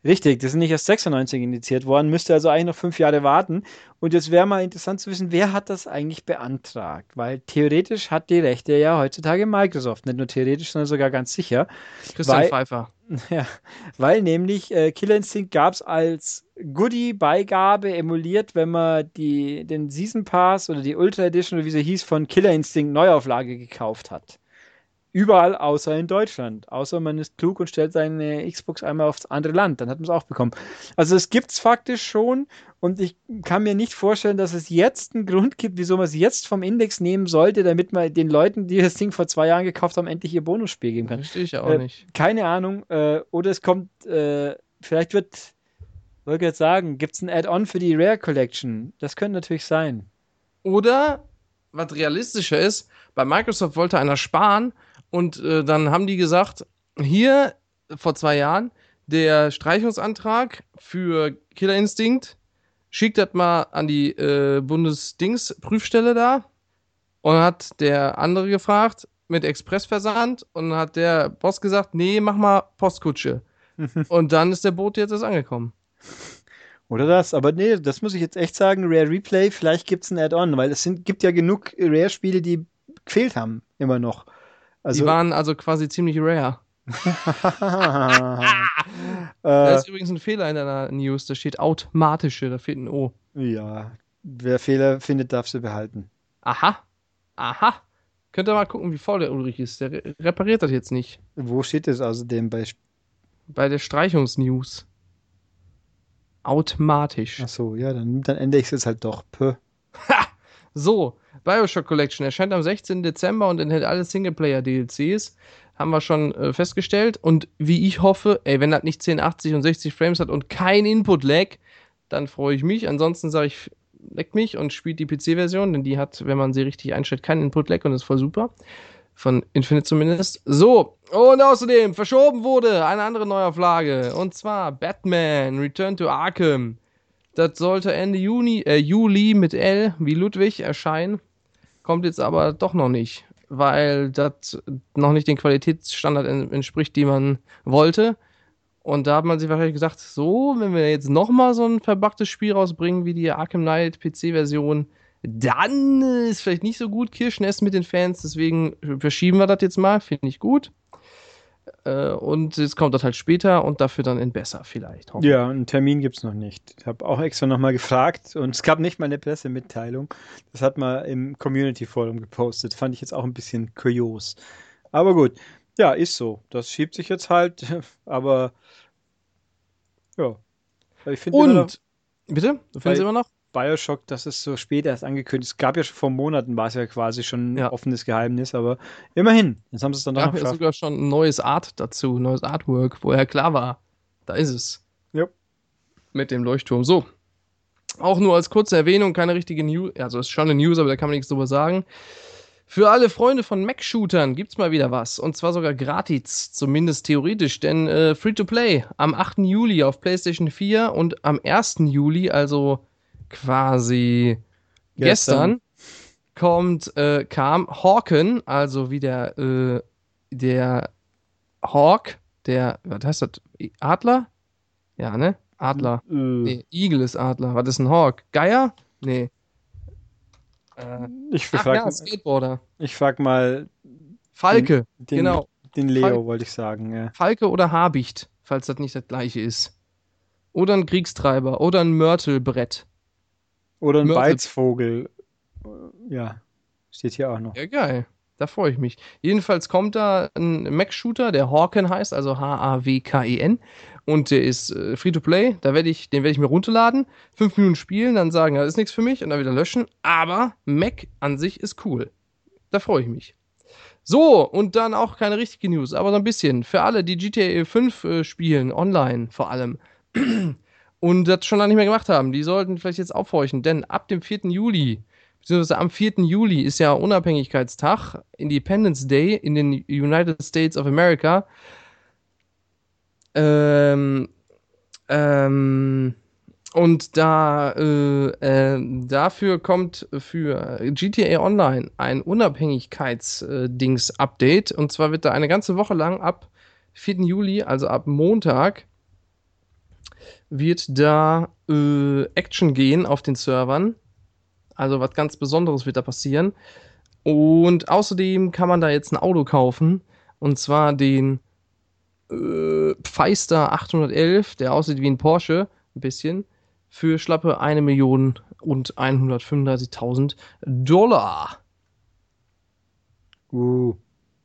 Richtig, das ist nicht erst sechsundneunzig indiziert worden, müsste also eigentlich noch fünf Jahre warten. Und jetzt wäre mal interessant zu wissen, wer hat das eigentlich beantragt? Weil theoretisch hat die Rechte ja heutzutage Microsoft. Nicht nur theoretisch, sondern sogar ganz sicher. Christian Weil, Pfeiffer. ja, weil nämlich äh, Killer Instinct gab es als Goodie-Beigabe emuliert, wenn man die, den Season Pass oder die Ultra Edition oder wie sie hieß von Killer Instinct Neuauflage gekauft hat. Überall außer in Deutschland. Außer man ist klug und stellt seine Xbox einmal aufs andere Land. Dann hat man es auch bekommen. Also es gibt es faktisch schon und ich kann mir nicht vorstellen, dass es jetzt einen Grund gibt, wieso man es jetzt vom Index nehmen sollte, damit man den Leuten, die das Ding vor zwei Jahren gekauft haben, endlich ihr Bonusspiel geben kann. Verstehe ich auch Äh, nicht. keine Ahnung. Äh, oder es kommt, äh, vielleicht wird, wollte ich jetzt sagen, gibt es ein Add-on für die Rare Collection? Das könnte natürlich sein. Oder, was realistischer ist, bei Microsoft wollte einer sparen und äh, dann haben die gesagt, hier vor zwei Jahren, der Streichungsantrag für Killer Instinct, schickt das mal an die äh, Bundesdings-Prüfstelle da und hat der andere gefragt mit Expressversand und hat der Boss gesagt, nee, mach mal Postkutsche. Und dann ist der Bote jetzt erst angekommen. Oder das, aber nee, das muss ich jetzt echt sagen, Rare Replay, vielleicht gibt es ein Add-on, weil es sind, gibt ja genug Rare-Spiele, die gefehlt haben, immer noch. Also, Die waren also quasi ziemlich rare. Da äh, ist übrigens ein Fehler in deiner News, da steht automatische, da fehlt ein O. ja, wer Fehler findet, darf sie behalten. Aha, aha. Könnt ihr mal gucken, wie faul der Ulrich ist. Der re repariert das jetzt nicht. Wo steht das außerdem bei? Sp- Bei der Streichungsnews. Automatisch. Ach so, ja, dann, dann ändere ich es jetzt halt doch. Puh. So, Bioshock Collection erscheint am sechzehnten Dezember und enthält alle Singleplayer-D L Cs. Haben wir schon äh, festgestellt. Und wie ich hoffe, ey, wenn das nicht zehn achtzig und sechzig Frames hat und kein Input-Lag, dann freue ich mich. Ansonsten sage ich, leckt mich und spielt die P C-Version, denn die hat, wenn man sie richtig einstellt, keinen Input-Lag und ist voll super. Von Infinite zumindest. So, und außerdem verschoben wurde eine andere Neuauflage. Und zwar Batman Return to Arkham. Das sollte Ende Juni, äh, Juli mit L wie Ludwig erscheinen. Kommt jetzt aber doch noch nicht, weil das noch nicht den Qualitätsstandard en- entspricht, die man wollte. Und da hat man sich wahrscheinlich gesagt, so, wenn wir jetzt nochmal so ein verbuggtes Spiel rausbringen wie die Arkham Knight P C-Version, dann äh, ist vielleicht nicht so gut Kirschnest mit den Fans, deswegen verschieben wir das jetzt mal, finde ich gut. Äh, und jetzt kommt das halt später und dafür dann in besser vielleicht. hoffen wir. Ja, einen Termin gibt es noch nicht. Ich habe auch extra nochmal gefragt und es gab nicht mal eine Pressemitteilung. Das hat man im Community Forum gepostet. Fand ich jetzt auch ein bisschen kurios. Aber gut, ja, ist so. Das schiebt sich jetzt halt, aber ja. Ich finde immer noch Und, bitte? Du Bei- findest immer noch? Bioshock, das ist so spät erst angekündigt. Es gab ja schon vor Monaten, war es ja quasi schon ein Ja. offenes Geheimnis, aber immerhin, jetzt haben sie es dann doch Da noch haben wir geschafft. sogar schon ein neues Art dazu, ein neues Artwork, wo ja klar war. Da ist es. Ja. Mit dem Leuchtturm. So. Auch nur als kurze Erwähnung, keine richtige News. Also ist schon eine News, aber da kann man nichts drüber sagen. Für alle Freunde von Mac-Shootern gibt's mal wieder was. Und zwar sogar gratis, zumindest theoretisch. Denn äh, Free-to-Play am achten Juli auf PlayStation vier und am ersten Juli, also quasi Gestern. gestern, kommt, äh, kam Hawken, also wie der, äh, der Hawk, der, was heißt das? Adler? Ja, ne? Adler. Äh, Nee, Igel ist Adler. Was ist ein Hawk? Geier? Nee. Äh, ich ach frag, ja, Skateboarder. ich frag mal Falke, den, genau. den Leo, Falk- wollte ich sagen. Ja. Falke oder Habicht, falls das nicht das gleiche ist. Oder ein Kriegstreiber oder ein Mörtelbrett. Oder ein Mörtel- Beizvogel. Äh, Ja, steht hier auch noch. Ja, geil. Da freue ich mich. Jedenfalls kommt da ein Mac-Shooter, der Hawken heißt, also H A W K E N. Und der ist äh, Free-to-Play. Da werd ich, den werde ich mir runterladen, fünf Minuten spielen, dann sagen, das ist nichts für mich und dann wieder löschen. Aber Mac an sich ist cool. Da freue ich mich. So, und dann auch keine richtige News, aber so ein bisschen. Für alle, die G T A fünf äh, spielen, online vor allem, und das schon lange nicht mehr gemacht haben, die sollten vielleicht jetzt aufhorchen, denn ab dem vierten Juli, beziehungsweise am vierten Juli ist ja Unabhängigkeitstag, Independence Day in den United States of America. Ähm, ähm, und da, äh, äh, dafür kommt für G T A Online ein Unabhängigkeits-Dings-Update. Und zwar wird da eine ganze Woche lang ab vierten Juli, also ab Montag, wird da äh, Action gehen auf den Servern. Also was ganz Besonderes wird da passieren. Und außerdem kann man da jetzt ein Auto kaufen. Und zwar den äh, Pfister achthundertelf, der aussieht wie ein Porsche, ein bisschen, für schlappe eine Million und hundertfünfunddreißigtausend Dollar. Uh.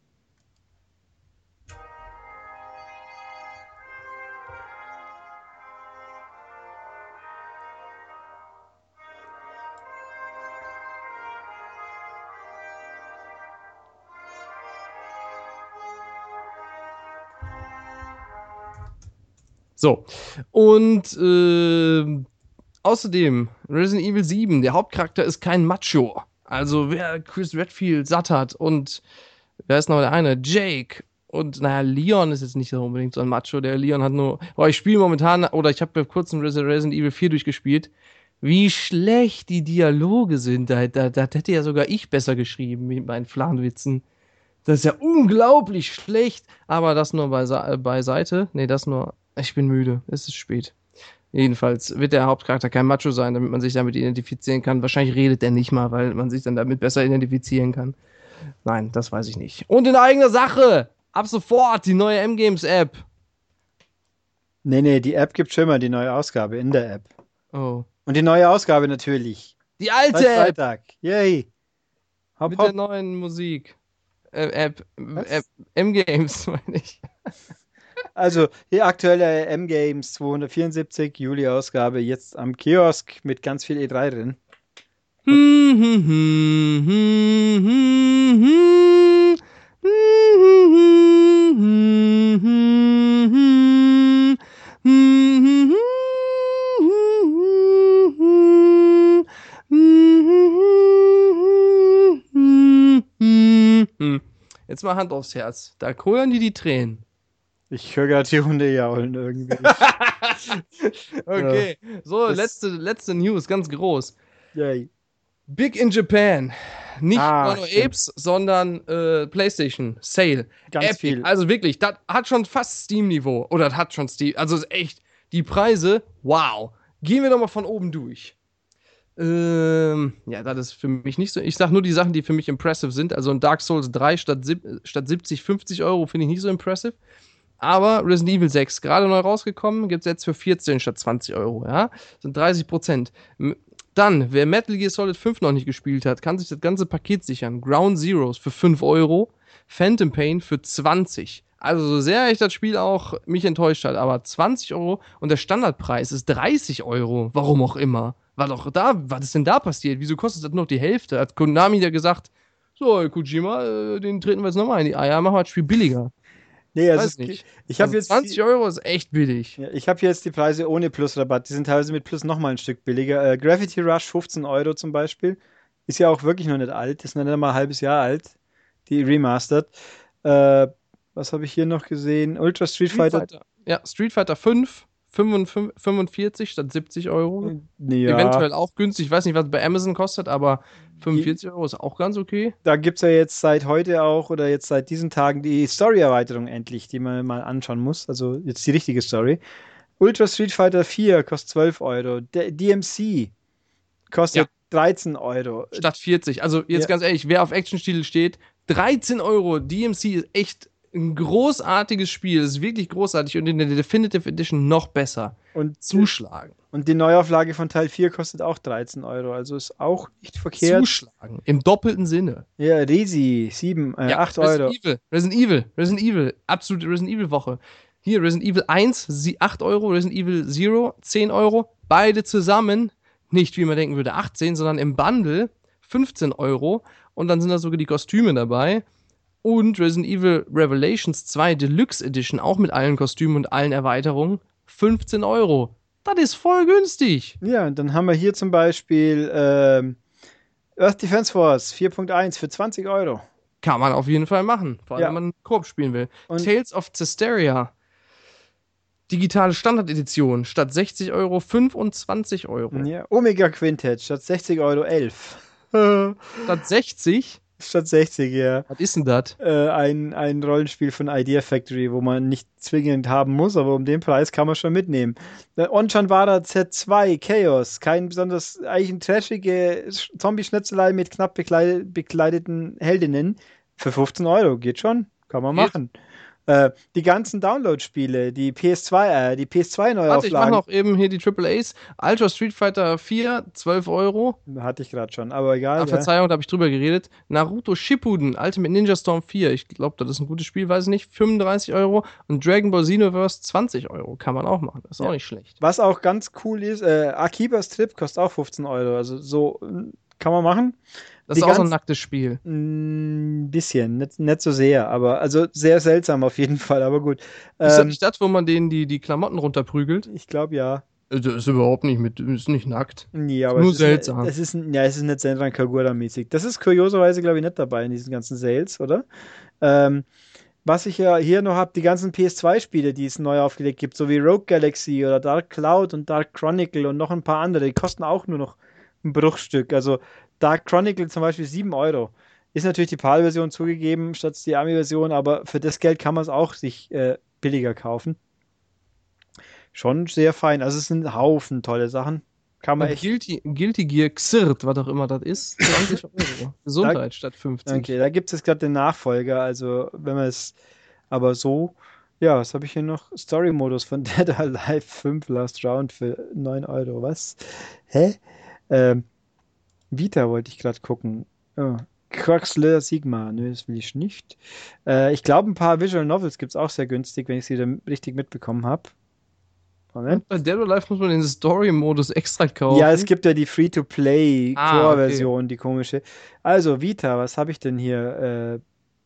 So, und äh, außerdem Resident Evil sieben, der Hauptcharakter ist kein Macho. Also wer Chris Redfield satt hat und wer ist noch der eine? Jake. Und naja, Leon ist jetzt nicht so unbedingt so ein Macho. Der Leon hat nur, oh, ich spiele momentan, oder ich habe vor kurzem Resident Evil vier durchgespielt. Wie schlecht die Dialoge sind. Da, da, da hätte ja sogar ich besser geschrieben mit meinen Flanwitzen. Das ist ja unglaublich schlecht. Aber das nur beise beiseite. Nee, das nur. Ich bin müde. Es ist spät. Jedenfalls wird der Hauptcharakter kein Macho sein, damit man sich damit identifizieren kann. Wahrscheinlich redet er nicht mal, weil man sich dann damit besser identifizieren kann. Nein, das weiß ich nicht. Und in eigener Sache! Ab sofort die neue M-Games-App. Nee, nee, die App gibt schon immer die neue Ausgabe in der App. Oh. Und die neue Ausgabe natürlich. Die alte Seit App Freitag. Yay. Hopp, mit hopp. der neuen Musik. Äh, App. App. M-Games, meine ich. Also, die aktuelle M-Games zweihundertvierundsiebzig, Juli-Ausgabe, jetzt am Kiosk mit ganz viel E drei drin. Hm, hm, hm, hm, hm, hm. Jetzt mal Hand aufs Herz. Da kullern die die Tränen. Ich höre gerade die Hunde jaulen irgendwie. Okay, so, Das- letzte, letzte News, ganz groß. Yay. Big in Japan. Nicht Ah, Mono stimmt. Apes, sondern äh, PlayStation Sale. Ganz Epic. viel. Also wirklich, das hat schon fast Steam-Niveau. Oder das hat schon Steam. Also ist echt, die Preise, wow. Gehen wir doch mal von oben durch. Ähm, ja, das ist für mich nicht so. Ich sag nur die Sachen, die für mich impressive sind. Also ein Dark Souls drei statt, sieb, statt siebzig, fünfzig Euro finde ich nicht so impressive. Aber Resident Evil sechs, gerade neu rausgekommen, gibt es jetzt für vierzehn statt zwanzig Euro. Ja? Das sind dreißig Prozent. Dann, wer Metal Gear Solid fünf noch nicht gespielt hat, kann sich das ganze Paket sichern. Ground Zeroes für fünf Euro, Phantom Pain für zwanzig. Also so sehr ich das Spiel auch mich enttäuscht hat, aber zwanzig Euro und der Standardpreis ist dreißig Euro. Warum auch immer. War doch da, was ist denn da passiert? Wieso kostet das noch die Hälfte? Hat Konami ja gesagt, so Kojima, äh, den treten wir jetzt nochmal in die Eier, machen wir das Spiel billiger. Nee, also Weiß es, nicht. ich habe Also jetzt, zwanzig die- Euro ist echt billig. ja, ich hab jetzt die Preise ohne Plus-Rabatt. Die sind teilweise mit Plus nochmal ein Stück billiger. Äh, Gravity Rush fünfzehn Euro zum Beispiel. Ist ja auch wirklich noch nicht alt. Ist noch nicht mal ein halbes Jahr alt. Die Remastered. Äh, was habe ich hier noch gesehen? Ultra Street, Street Fighter. Fighter. Ja, Street Fighter fünf, fünfundvierzig statt siebzig Euro. Ja, Eventuell auch günstig. Ich weiß nicht, was es bei Amazon kostet, aber fünfundvierzig Euro ist auch ganz okay. da gibt es ja jetzt seit heute auch oder jetzt seit diesen Tagen die Story-Erweiterung endlich, die man mal anschauen muss. Also jetzt die richtige Story. Ultra Street Fighter vier kostet zwölf Euro. Der D M C kostet Ja. dreizehn Euro. Statt vierzig. Also jetzt Ja. ganz ehrlich, wer auf Action-Stil steht, dreizehn Euro. D M C ist echt ein großartiges Spiel. Das ist wirklich großartig und in der Definitive Edition noch besser. Und, Zuschlagen. und die Neuauflage von Teil vier kostet auch dreizehn Euro. Also ist auch nicht verkehrt. Zuschlagen. Im doppelten Sinne. Ja, Resi, sieben, äh, Ja, acht Resident Euro. Evil, Resident Evil, Resident Evil, absolute Resident Evil Woche. Hier, Resident Evil eins, sie- acht Euro, Resident Evil Zero, zehn Euro. Beide zusammen, nicht wie man denken würde, achtzehn, sondern im Bundle fünfzehn Euro. Und dann sind da sogar die Kostüme dabei. Und Resident Evil Revelations zwei Deluxe Edition, auch mit allen Kostümen und allen Erweiterungen, fünfzehn Euro. Das ist voll günstig. Ja, und dann haben wir hier zum Beispiel ähm, Earth Defense Force vier Punkt eins für zwanzig Euro. Kann man auf jeden Fall machen, vor allem Ja. wenn man Koop spielen will. Und- Tales of Zestiria. Digitale Standardedition statt sechzig Euro fünfundzwanzig Euro. Ja, Omega Quintet statt sechzig Euro elf. Statt sechzig Statt sechzig, ja. Was ist denn das? Äh, ein, ein Rollenspiel von Idea Factory, wo man nicht zwingend haben muss, aber um den Preis kann man schon mitnehmen. Äh, Onchanwara Z zwei Chaos, kein besonders, eigentlich eine trashige Sch- Zombie-Schnetzelei mit knapp bekleid bekleideten Heldinnen für fünfzehn Euro. Geht schon, kann man Geht. machen. Äh, die ganzen Download-Spiele, die P S zwei, äh, die P S zwei Warte, ich mache Neuauflagen, noch eben hier die Triple A's. Ultra Street Fighter vier, zwölf Euro. hatte ich gerade schon, aber egal. Ah, ja. Verzeihung, da habe ich drüber geredet. Naruto Shippuden, Ultimate Ninja Storm vier. Ich glaube, das ist ein gutes Spiel, weiß ich nicht. fünfunddreißig Euro. Und Dragon Ball Xenoverse zwanzig Euro. Kann man auch machen. Das ist Ja. auch nicht schlecht. Was auch ganz cool ist, äh, Akibas Trip kostet auch fünfzehn Euro. Also so äh, kann man machen. Das Die ist auch so ein ganz- nacktes Spiel. Ein bisschen, nicht, nicht so sehr, aber also sehr seltsam auf jeden Fall, aber gut. Ist das Ähm, nicht das, wo man denen die, die Klamotten runterprügelt? ich glaube ja. Das ist überhaupt nicht mit, ist nicht nackt. Nee, aber Nur es ist, seltsam. Es ist, ja, es ist nicht Senran Kagura-mäßig. Das ist kurioserweise, glaube ich, nicht dabei in diesen ganzen Sales, oder? Ähm, was ich ja hier noch habe, die ganzen P S zwei Spiele, die es neu aufgelegt gibt, so wie Rogue Galaxy oder Dark Cloud und Dark Chronicle und noch ein paar andere, die kosten auch nur noch ein Bruchstück. Also Dark Chronicle zum Beispiel sieben Euro. Ist natürlich die PAL-Version zugegeben, statt die Ami-Version, aber für das Geld kann man es auch sich äh, billiger kaufen. Schon sehr fein. Also es sind ein Haufen tolle Sachen. Kann man Und echt. Guilty, Guilty Gear Xrd, was auch immer das ist, zwanzig Euro. Gesundheit statt fünfzig. Okay, da gibt es jetzt gerade den Nachfolger. Also, wenn man es. Aber so. Ja, was habe ich hier noch? Story-Modus von Dead or Alive fünf Last Round für neun Euro. Was? Hä? Ähm, Vita wollte ich gerade gucken. Oh. Quaxler Sigma. Nö, das will ich nicht. Äh, ich glaube, ein paar Visual Novels gibt es auch sehr günstig, wenn ich sie dann richtig mitbekommen habe. Moment. Bei Dead or Alive muss man den Story-Modus extra kaufen. Ja, es gibt ja die Free-to-Play Ah, Core-Version, die komische. Also, Vita, was habe ich denn hier? Äh,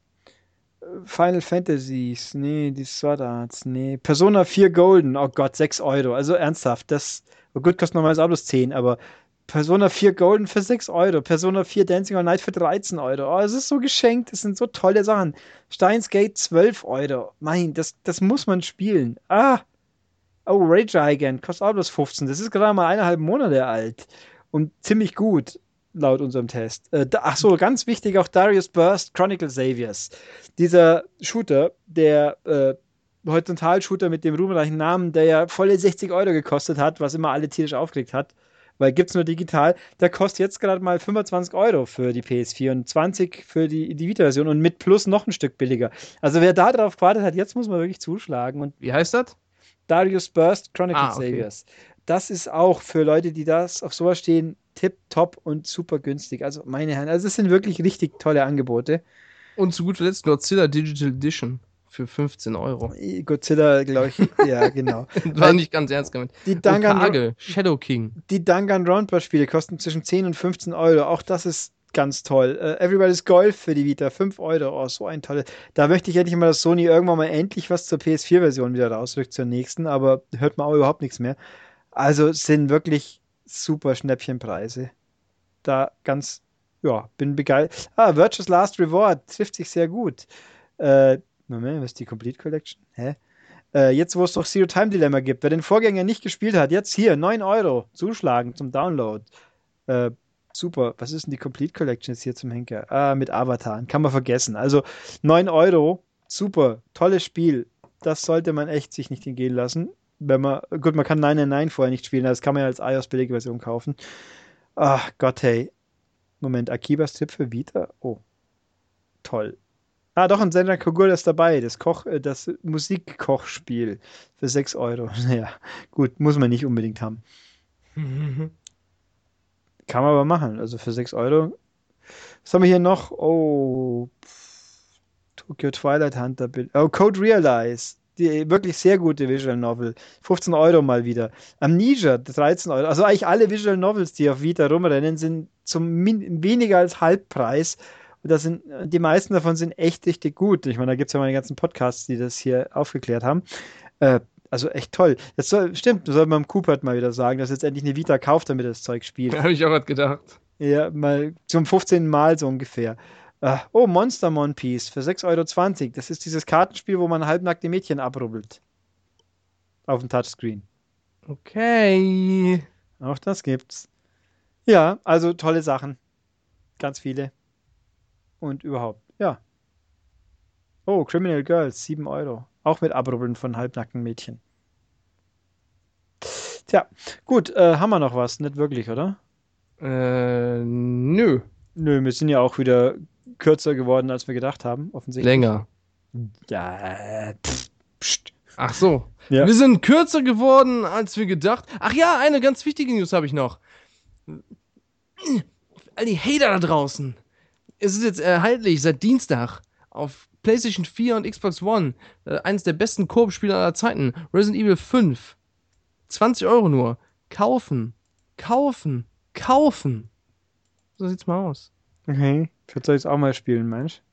Final Fantasies, nee, die Sword Arts, nee. Persona vier Golden, oh Gott, sechs Euro. Also ernsthaft, das, oh gut, kostet normalerweise auch bloß zehn, aber Persona vier Golden für sechs Euro, Persona vier Dancing All Night für dreizehn Euro. Oh, es ist so geschenkt, das sind so tolle Sachen. Steins Gate zwölf Euro. Mein, das, das muss man spielen. Ah, oh, Rage Gigant, kostet auch bloß fünfzehn. Das ist gerade mal eineinhalb Monate alt. Und ziemlich gut, laut unserem Test. Äh, da, ach so, ganz wichtig auch Darius Burst Chronicle Saviors. Dieser Shooter, der äh, Horizontal-Shooter mit dem ruhmreichen Namen, der ja volle sechzig Euro gekostet hat, was immer alle tierisch aufgeregt hat, weil gibt es nur digital, der kostet jetzt gerade mal fünfundzwanzig Euro für die P S vier und zwanzig für die, die Vita-Version und mit Plus noch ein Stück billiger. Also wer da drauf gewartet hat, jetzt muss man wirklich zuschlagen und Wie heißt das? Darius Burst Chronicle Ah, okay. Saviors. Das ist auch für Leute, die das auf sowas stehen, tip, top und super günstig. Also meine Herren, also das sind wirklich richtig tolle Angebote. Und zu guter Letzt Godzilla Digital Edition für fünfzehn Euro. Godzilla, glaube ich, ja, genau. War nicht ganz ernst gemeint. Die Und Dangan- Kage, Shadow King. Die Danganronpa-Spiele kosten zwischen zehn und fünfzehn Euro. Auch das ist ganz toll. Äh, Everybody's Golf für die Vita, fünf Euro. Oh, so ein tolles. Da möchte ich endlich mal, dass Sony irgendwann mal endlich was zur P S vier-Version wieder rausrückt, zur nächsten, aber hört man auch überhaupt nichts mehr. Also es sind wirklich super Schnäppchenpreise. Da ganz, ja, bin begeistert. Ah, Virtuous Last Reward trifft sich sehr gut. Äh, Moment, was ist die Complete Collection? Hä? Äh, jetzt, wo es doch Zero Time Dilemma gibt. Wer den Vorgänger nicht gespielt hat, jetzt hier, neun Euro zuschlagen zum Download. Äh, super. Was ist denn die Complete Collection jetzt hier zum Henker? Ah, mit Avatar. Kann man vergessen. Also neun Euro. Super. Tolles Spiel. Das sollte man echt sich nicht entgehen lassen. Wenn man, gut, man kann neun neun neun vorher nicht spielen. Das kann man ja als iOS-Billige-Version kaufen. Ach Gott, hey. Moment, Akibas Tipp für Vita? Oh. Toll. Ah, doch, ein Senran Kagura ist dabei. Das Koch, äh, das Musikkochspiel für sechs Euro. Naja, gut, muss man nicht unbedingt haben. Kann man aber machen. Also für sechs Euro. Was haben wir hier noch? Oh. pff, Tokyo Twilight Hunter. Bild- Oh, Code Realize. Die wirklich sehr gute Visual Novel. fünfzehn Euro mal wieder. Amnesia, dreizehn Euro. Also eigentlich alle Visual Novels, die auf Vita rumrennen, sind zum min weniger als Halbpreis. Und das sind, die meisten davon sind echt richtig gut. Ich meine, da gibt es ja meine ganzen Podcasts, die das hier aufgeklärt haben. Äh, also echt toll. Das soll, stimmt, das soll man dem Coopert mal wieder sagen, dass er jetzt endlich eine Vita kauft, damit er das Zeug spielt. Habe ich auch was gedacht. Ja, mal zum fünfzehnten Mal so ungefähr. Äh, oh, Monster Mon Piece für sechs Euro zwanzig. Das ist dieses Kartenspiel, wo man halbnackte Mädchen abrubbelt. Auf dem Touchscreen. Okay. Auch das gibt's. Ja, also tolle Sachen. Ganz viele. und überhaupt. Ja. Oh, Criminal Girls, sieben Euro. Auch mit Abrubbeln von halbnackten Mädchen. Tja, gut, äh, haben wir noch was? Nicht wirklich, oder? Äh, nö. Nö, wir sind ja auch wieder kürzer geworden, als wir gedacht haben, offensichtlich. Länger. Ja, äh, pff, pst. Ach so. Ja. Wir sind kürzer geworden, als wir gedacht. Ach ja, eine ganz wichtige News habe ich noch. All die Hater da draußen. Es ist jetzt erhältlich seit Dienstag auf PlayStation vier und Xbox One. Äh, eines der besten Koop-Spiele aller Zeiten. Resident Evil fünf. zwanzig Euro nur. Kaufen. Kaufen. Kaufen. So sieht's mal aus. Okay, vielleicht soll ich es auch mal spielen, Mensch.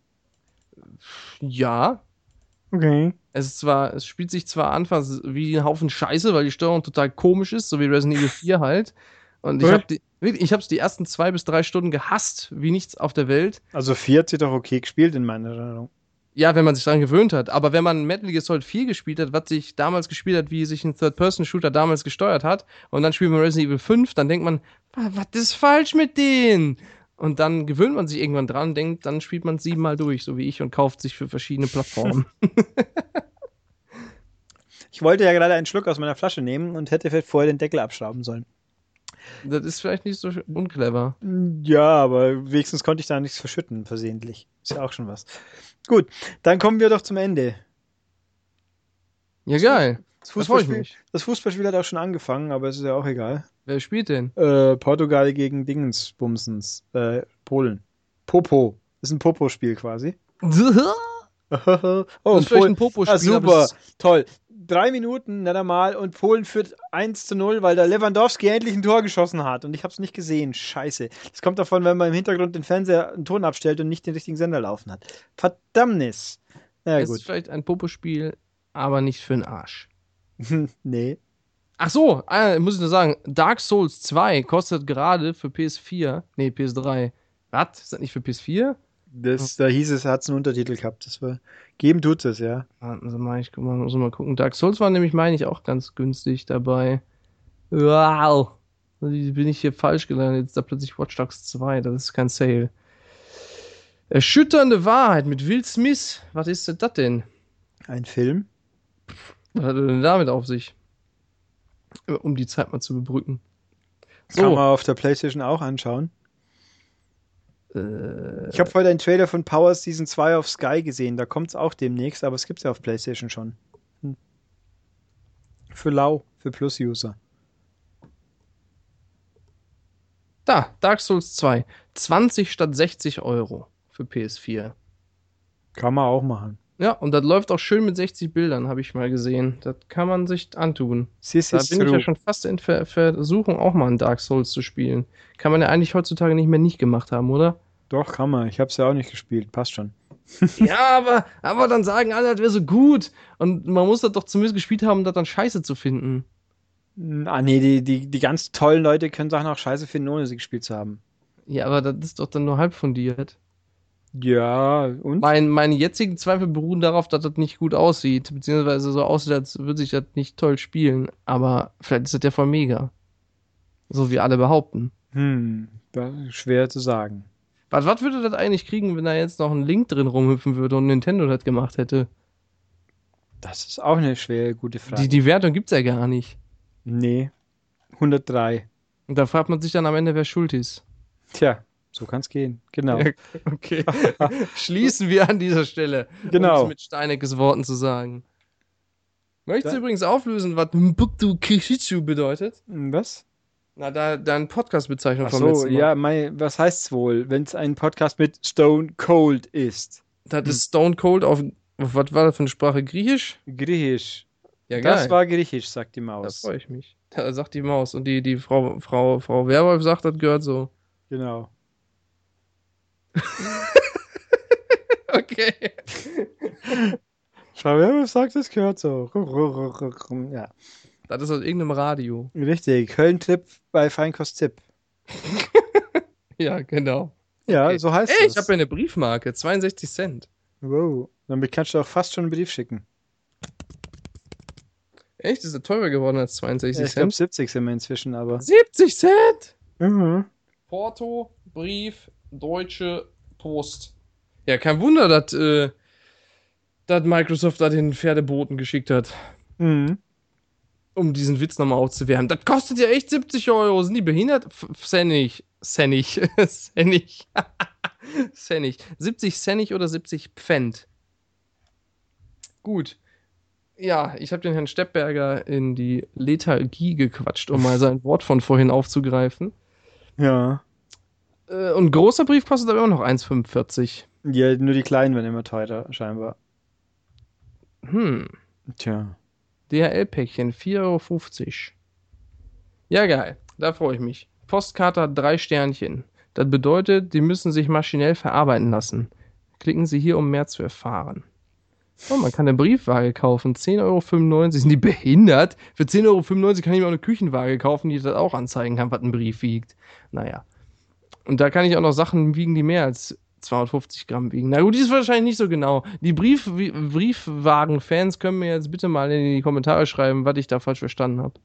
Ja. Okay. Es ist zwar, es spielt sich zwar anfangs wie ein Haufen Scheiße, weil die Steuerung total komisch ist, so wie Resident Evil vier halt. Und ich Okay. habe die, wirklich, ich habe es die ersten zwei bis drei Stunden gehasst, wie nichts auf der Welt. Also vier hat sie doch okay gespielt in meiner Erinnerung. Ja, wenn man sich daran gewöhnt hat. Aber wenn man Metal Gear Solid vier gespielt hat, was sich damals gespielt hat, wie sich ein Third-Person-Shooter damals gesteuert hat, und dann spielt man Resident Evil fünf, dann denkt man, "Wa- was ist falsch mit denen? Und dann gewöhnt man sich irgendwann dran und denkt, dann spielt man es siebenmal durch, so wie ich, und kauft sich für verschiedene Plattformen. Ich wollte ja gerade einen Schluck aus meiner Flasche nehmen und hätte vielleicht vorher den Deckel abschrauben sollen. Das ist vielleicht nicht so unclever. Ja, aber wenigstens konnte ich da nichts verschütten, versehentlich. Ist ja auch schon was. Gut, dann kommen wir doch zum Ende. Ja, geil. Das Da freu ich Fußballspiel, mich. das Fußballspiel hat auch schon angefangen, aber es ist ja auch egal. Wer spielt denn? Äh, Portugal gegen Dingensbumsens. Äh, Polen. Popo. Das ist ein Popo-Spiel quasi. Das oh, ist und vielleicht Polen. ein Popo-Spiel, Ah, aber super, es ist- toll. Drei Minuten, nicht einmal, und Polen führt eins zu null, weil der Lewandowski endlich ein Tor geschossen hat. Und ich habe es nicht gesehen. Scheiße. Das kommt davon, wenn man im Hintergrund den Fernseher einen Ton abstellt und nicht den richtigen Sender laufen hat. Verdammnis. Na ja, es ist gut. vielleicht ein Popo-Spiel, aber nicht für den Arsch. Nee. Ach so, äh, muss ich nur sagen, Dark Souls zwei kostet gerade für P S vier, nee, P S drei. Was? Ist das nicht für P S vier? Das, da hieß es, hat es einen Untertitel gehabt. Das war, geben tut es, ja. Warten Sie mal, ich guck mal, muss mal gucken. Dark Souls war nämlich, meine ich, auch ganz günstig dabei. Wow. Bin ich hier falsch gelandet? Jetzt ist da plötzlich Watch Dogs zwei, das ist kein Sale. Erschütternde Wahrheit mit Will Smith. Was ist denn das denn? Ein Film. Was hat er denn damit auf sich? Um die Zeit mal zu überbrücken. Kann So, man auf der PlayStation auch anschauen. äh, Ich habe heute einen Trailer von Power Season zwei auf Sky gesehen. Da kommt es auch demnächst, aber es gibt es ja auf PlayStation schon. Hm. Für Lau, für Plus-User. da, Dark Souls zwei. zwanzig statt sechzig Euro für P S vier. Kann man auch machen. Ja, und das läuft auch schön mit sechzig Bildern, habe ich mal gesehen. Das kann man sich antun. Sis Da is bin ich ja true. schon fast in Ver Versuchung, auch mal ein Dark Souls zu spielen. Kann man ja eigentlich heutzutage nicht mehr nicht gemacht haben, oder? Doch, kann man. Ich habe es ja auch nicht gespielt. Passt schon. Ja, aber, aber dann sagen alle, das wäre so gut. Und man muss das doch zumindest gespielt haben, um das dann scheiße zu finden. Ah, nee, die, die, die ganz tollen Leute können Sachen auch scheiße finden, ohne sie gespielt zu haben. Ja, aber das ist doch dann nur halb fundiert. Ja, und? Mein, meine jetzigen Zweifel beruhen darauf, dass das nicht gut aussieht, beziehungsweise so aussieht, als würde sich das nicht toll spielen. Aber vielleicht ist das ja voll mega. So wie alle behaupten. Hm, das ist schwer zu sagen. Was, was würde das eigentlich kriegen, wenn da jetzt noch ein Link drin rumhüpfen würde und Nintendo das gemacht hätte? Das ist auch eine schwere, gute Frage. Die, die Wertung gibt's ja gar nicht. Nee, hundertdrei. Und da fragt man sich dann am Ende, wer schuld ist. Tja, so kann es gehen. Genau. Ja, okay. Schließen wir an dieser Stelle. Genau. Um es mit Steineckes Worten zu sagen. Möchtest du Da- übrigens auflösen, was Mbuktu Kishichu bedeutet? Hm, Was? Na, da deine Podcast-Bezeichnung Ach vom so, letzten Mal. ja, mein, was heißt's wohl, wenn es ein Podcast mit Stone Cold ist? Das ist Stone Cold auf, auf, was war das für eine Sprache? Griechisch? Griechisch. Ja, Das geil. war griechisch, sagt die Da Maus. freue ich mich. Da sagt die Maus. Und die, die Frau, Frau, Frau Werwolf sagt, das gehört so. Genau. Okay. Frau Werwolf sagt, das gehört so. Ja, Das ist aus irgendeinem Radio. richtig. Köln-Trip bei Feinkost-Tipp. Ja, genau. Ja, Okay. so heißt Ey, es. ich habe ja eine Briefmarke. zweiundsechzig Cent. Wow. Damit kannst du auch fast schon einen Brief schicken. Echt? Ist das teurer geworden als zweiundsechzig Ja, ich glaube, Cent? siebzig sind wir inzwischen, aber. siebzig Cent? Mhm. Porto, Brief, Deutsche Post. Ja, kein Wunder, dass, äh, dass Microsoft da den Pferdeboten geschickt hat, Mhm. um diesen Witz nochmal aufzuwärmen. Das kostet ja echt siebzig Euro. Sind die behindert? F- Pfennig. Pfennig. Pfennig. Pfennig. siebzig Pfennig oder siebzig Pfennig. Gut. Ja, ich habe den Herrn Steppberger in die Lethargie gequatscht, um mal sein Wort von vorhin aufzugreifen. Ja. Äh, und großer Brief kostet aber immer noch eins Komma fünfundvierzig. Ja, nur die kleinen werden immer teurer, scheinbar. Hm. Tja. D H L-Päckchen, vier Euro fünfzig. Ja, geil. Da freue ich mich. Postkarte hat drei Sternchen. Das bedeutet, die müssen sich maschinell verarbeiten lassen. Klicken Sie hier, um mehr zu erfahren. Oh, man kann eine Briefwaage kaufen. zehn Euro fünfundneunzig. Sind die behindert? Für zehn Euro fünfundneunzig kann ich mir auch eine Küchenwaage kaufen, die das auch anzeigen kann, was ein Brief wiegt. Naja. Und da kann ich auch noch Sachen wiegen, die mehr als zweihundertfünfzig Gramm wiegen. Na gut, die ist wahrscheinlich nicht so genau. Die Brief Briefwagen-Fans können mir jetzt bitte mal in die Kommentare schreiben, was ich da falsch verstanden habe.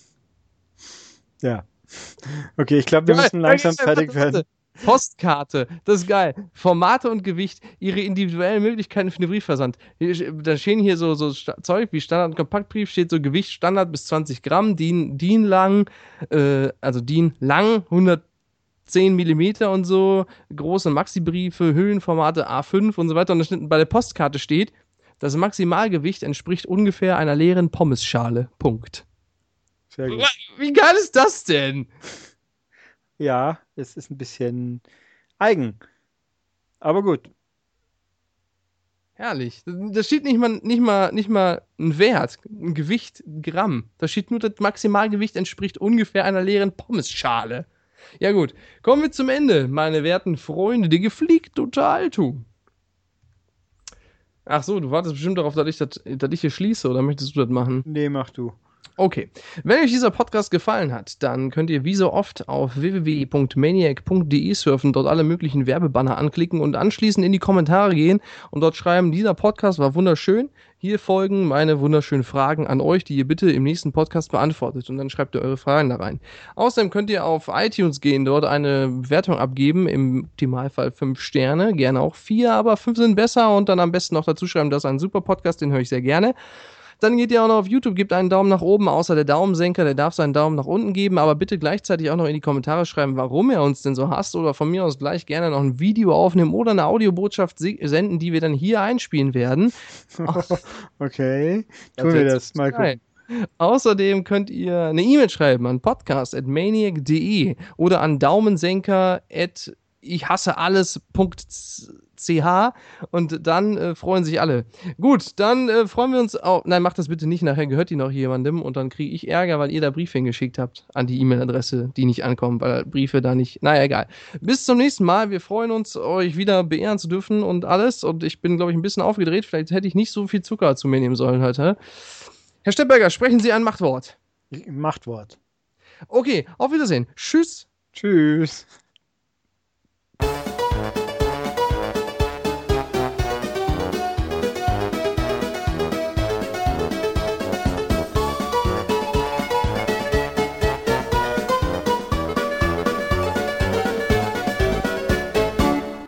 Ja. Okay, ich glaube, wir müssen langsam fertig werden. Postkarte, das ist geil. Formate und Gewicht, ihre individuellen Möglichkeiten für den Briefversand. Hier, da stehen hier so, so Zeug wie Standard- und Kompaktbrief, steht so Gewicht Standard bis zwanzig Gramm, DIN, DIN lang, äh, also DIN lang, hundertzehn Millimeter und so, große Maxi-Briefe, Hüllenformate A fünf und so weiter. Und bei der Postkarte steht, das Maximalgewicht entspricht ungefähr einer leeren Pommesschale. Punkt. Sehr gut. Wie geil ist das denn? Ja, es ist ein bisschen eigen. Aber gut. Herrlich. Da steht nicht mal, nicht mal, nicht mal ein Wert, ein Gewicht, ein Gramm. Da steht nur, das Maximalgewicht entspricht ungefähr einer leeren Pommesschale. Ja gut, kommen wir zum Ende, meine werten Freunde, die gepflegte Unterhaltung. Ach so, du wartest bestimmt darauf, dass ich, das, dass ich hier schließe, oder möchtest du das machen? Nee, mach du. Okay, wenn euch dieser Podcast gefallen hat, dann könnt ihr wie so oft auf w w w punkt maniac punkt d e surfen, dort alle möglichen Werbebanner anklicken und anschließend in die Kommentare gehen und dort schreiben, dieser Podcast war wunderschön, hier folgen meine wunderschönen Fragen an euch, die ihr bitte im nächsten Podcast beantwortet und dann schreibt ihr eure Fragen da rein. Außerdem könnt ihr auf iTunes gehen, dort eine Bewertung abgeben, im Optimalfall fünf Sterne, gerne auch vier, aber fünf sind besser und dann am besten noch dazu schreiben, das ist ein super Podcast, den höre ich sehr gerne. Dann geht ihr auch noch auf YouTube, gebt einen Daumen nach oben, außer der Daumensenker, der darf seinen Daumen nach unten geben, aber bitte gleichzeitig auch noch in die Kommentare schreiben, warum er uns denn so hasst oder von mir aus gleich gerne noch ein Video aufnehmen oder eine Audiobotschaft senden, die wir dann hier einspielen werden. Okay, tun wir das. Mal gucken. Außerdem könnt ihr eine E-Mail schreiben an podcast at maniac punkt de oder an daumensenker at ich hasse alles punkt c h und dann äh, freuen sich alle. Gut, dann äh, freuen wir uns auch. Nein, macht das bitte nicht, nachher gehört die noch jemandem und dann kriege ich Ärger, weil ihr da Briefe hingeschickt habt an die E-Mail-Adresse, die nicht ankommen, weil Briefe da nicht. Naja, egal. Bis zum nächsten Mal. Wir freuen uns, euch wieder beehren zu dürfen und alles. Und ich bin, glaube ich, ein bisschen aufgedreht. Vielleicht hätte ich nicht so viel Zucker zu mir nehmen sollen heute. Herr Steppberger, sprechen Sie ein Machtwort. Machtwort. Okay, auf Wiedersehen. Tschüss. Tschüss.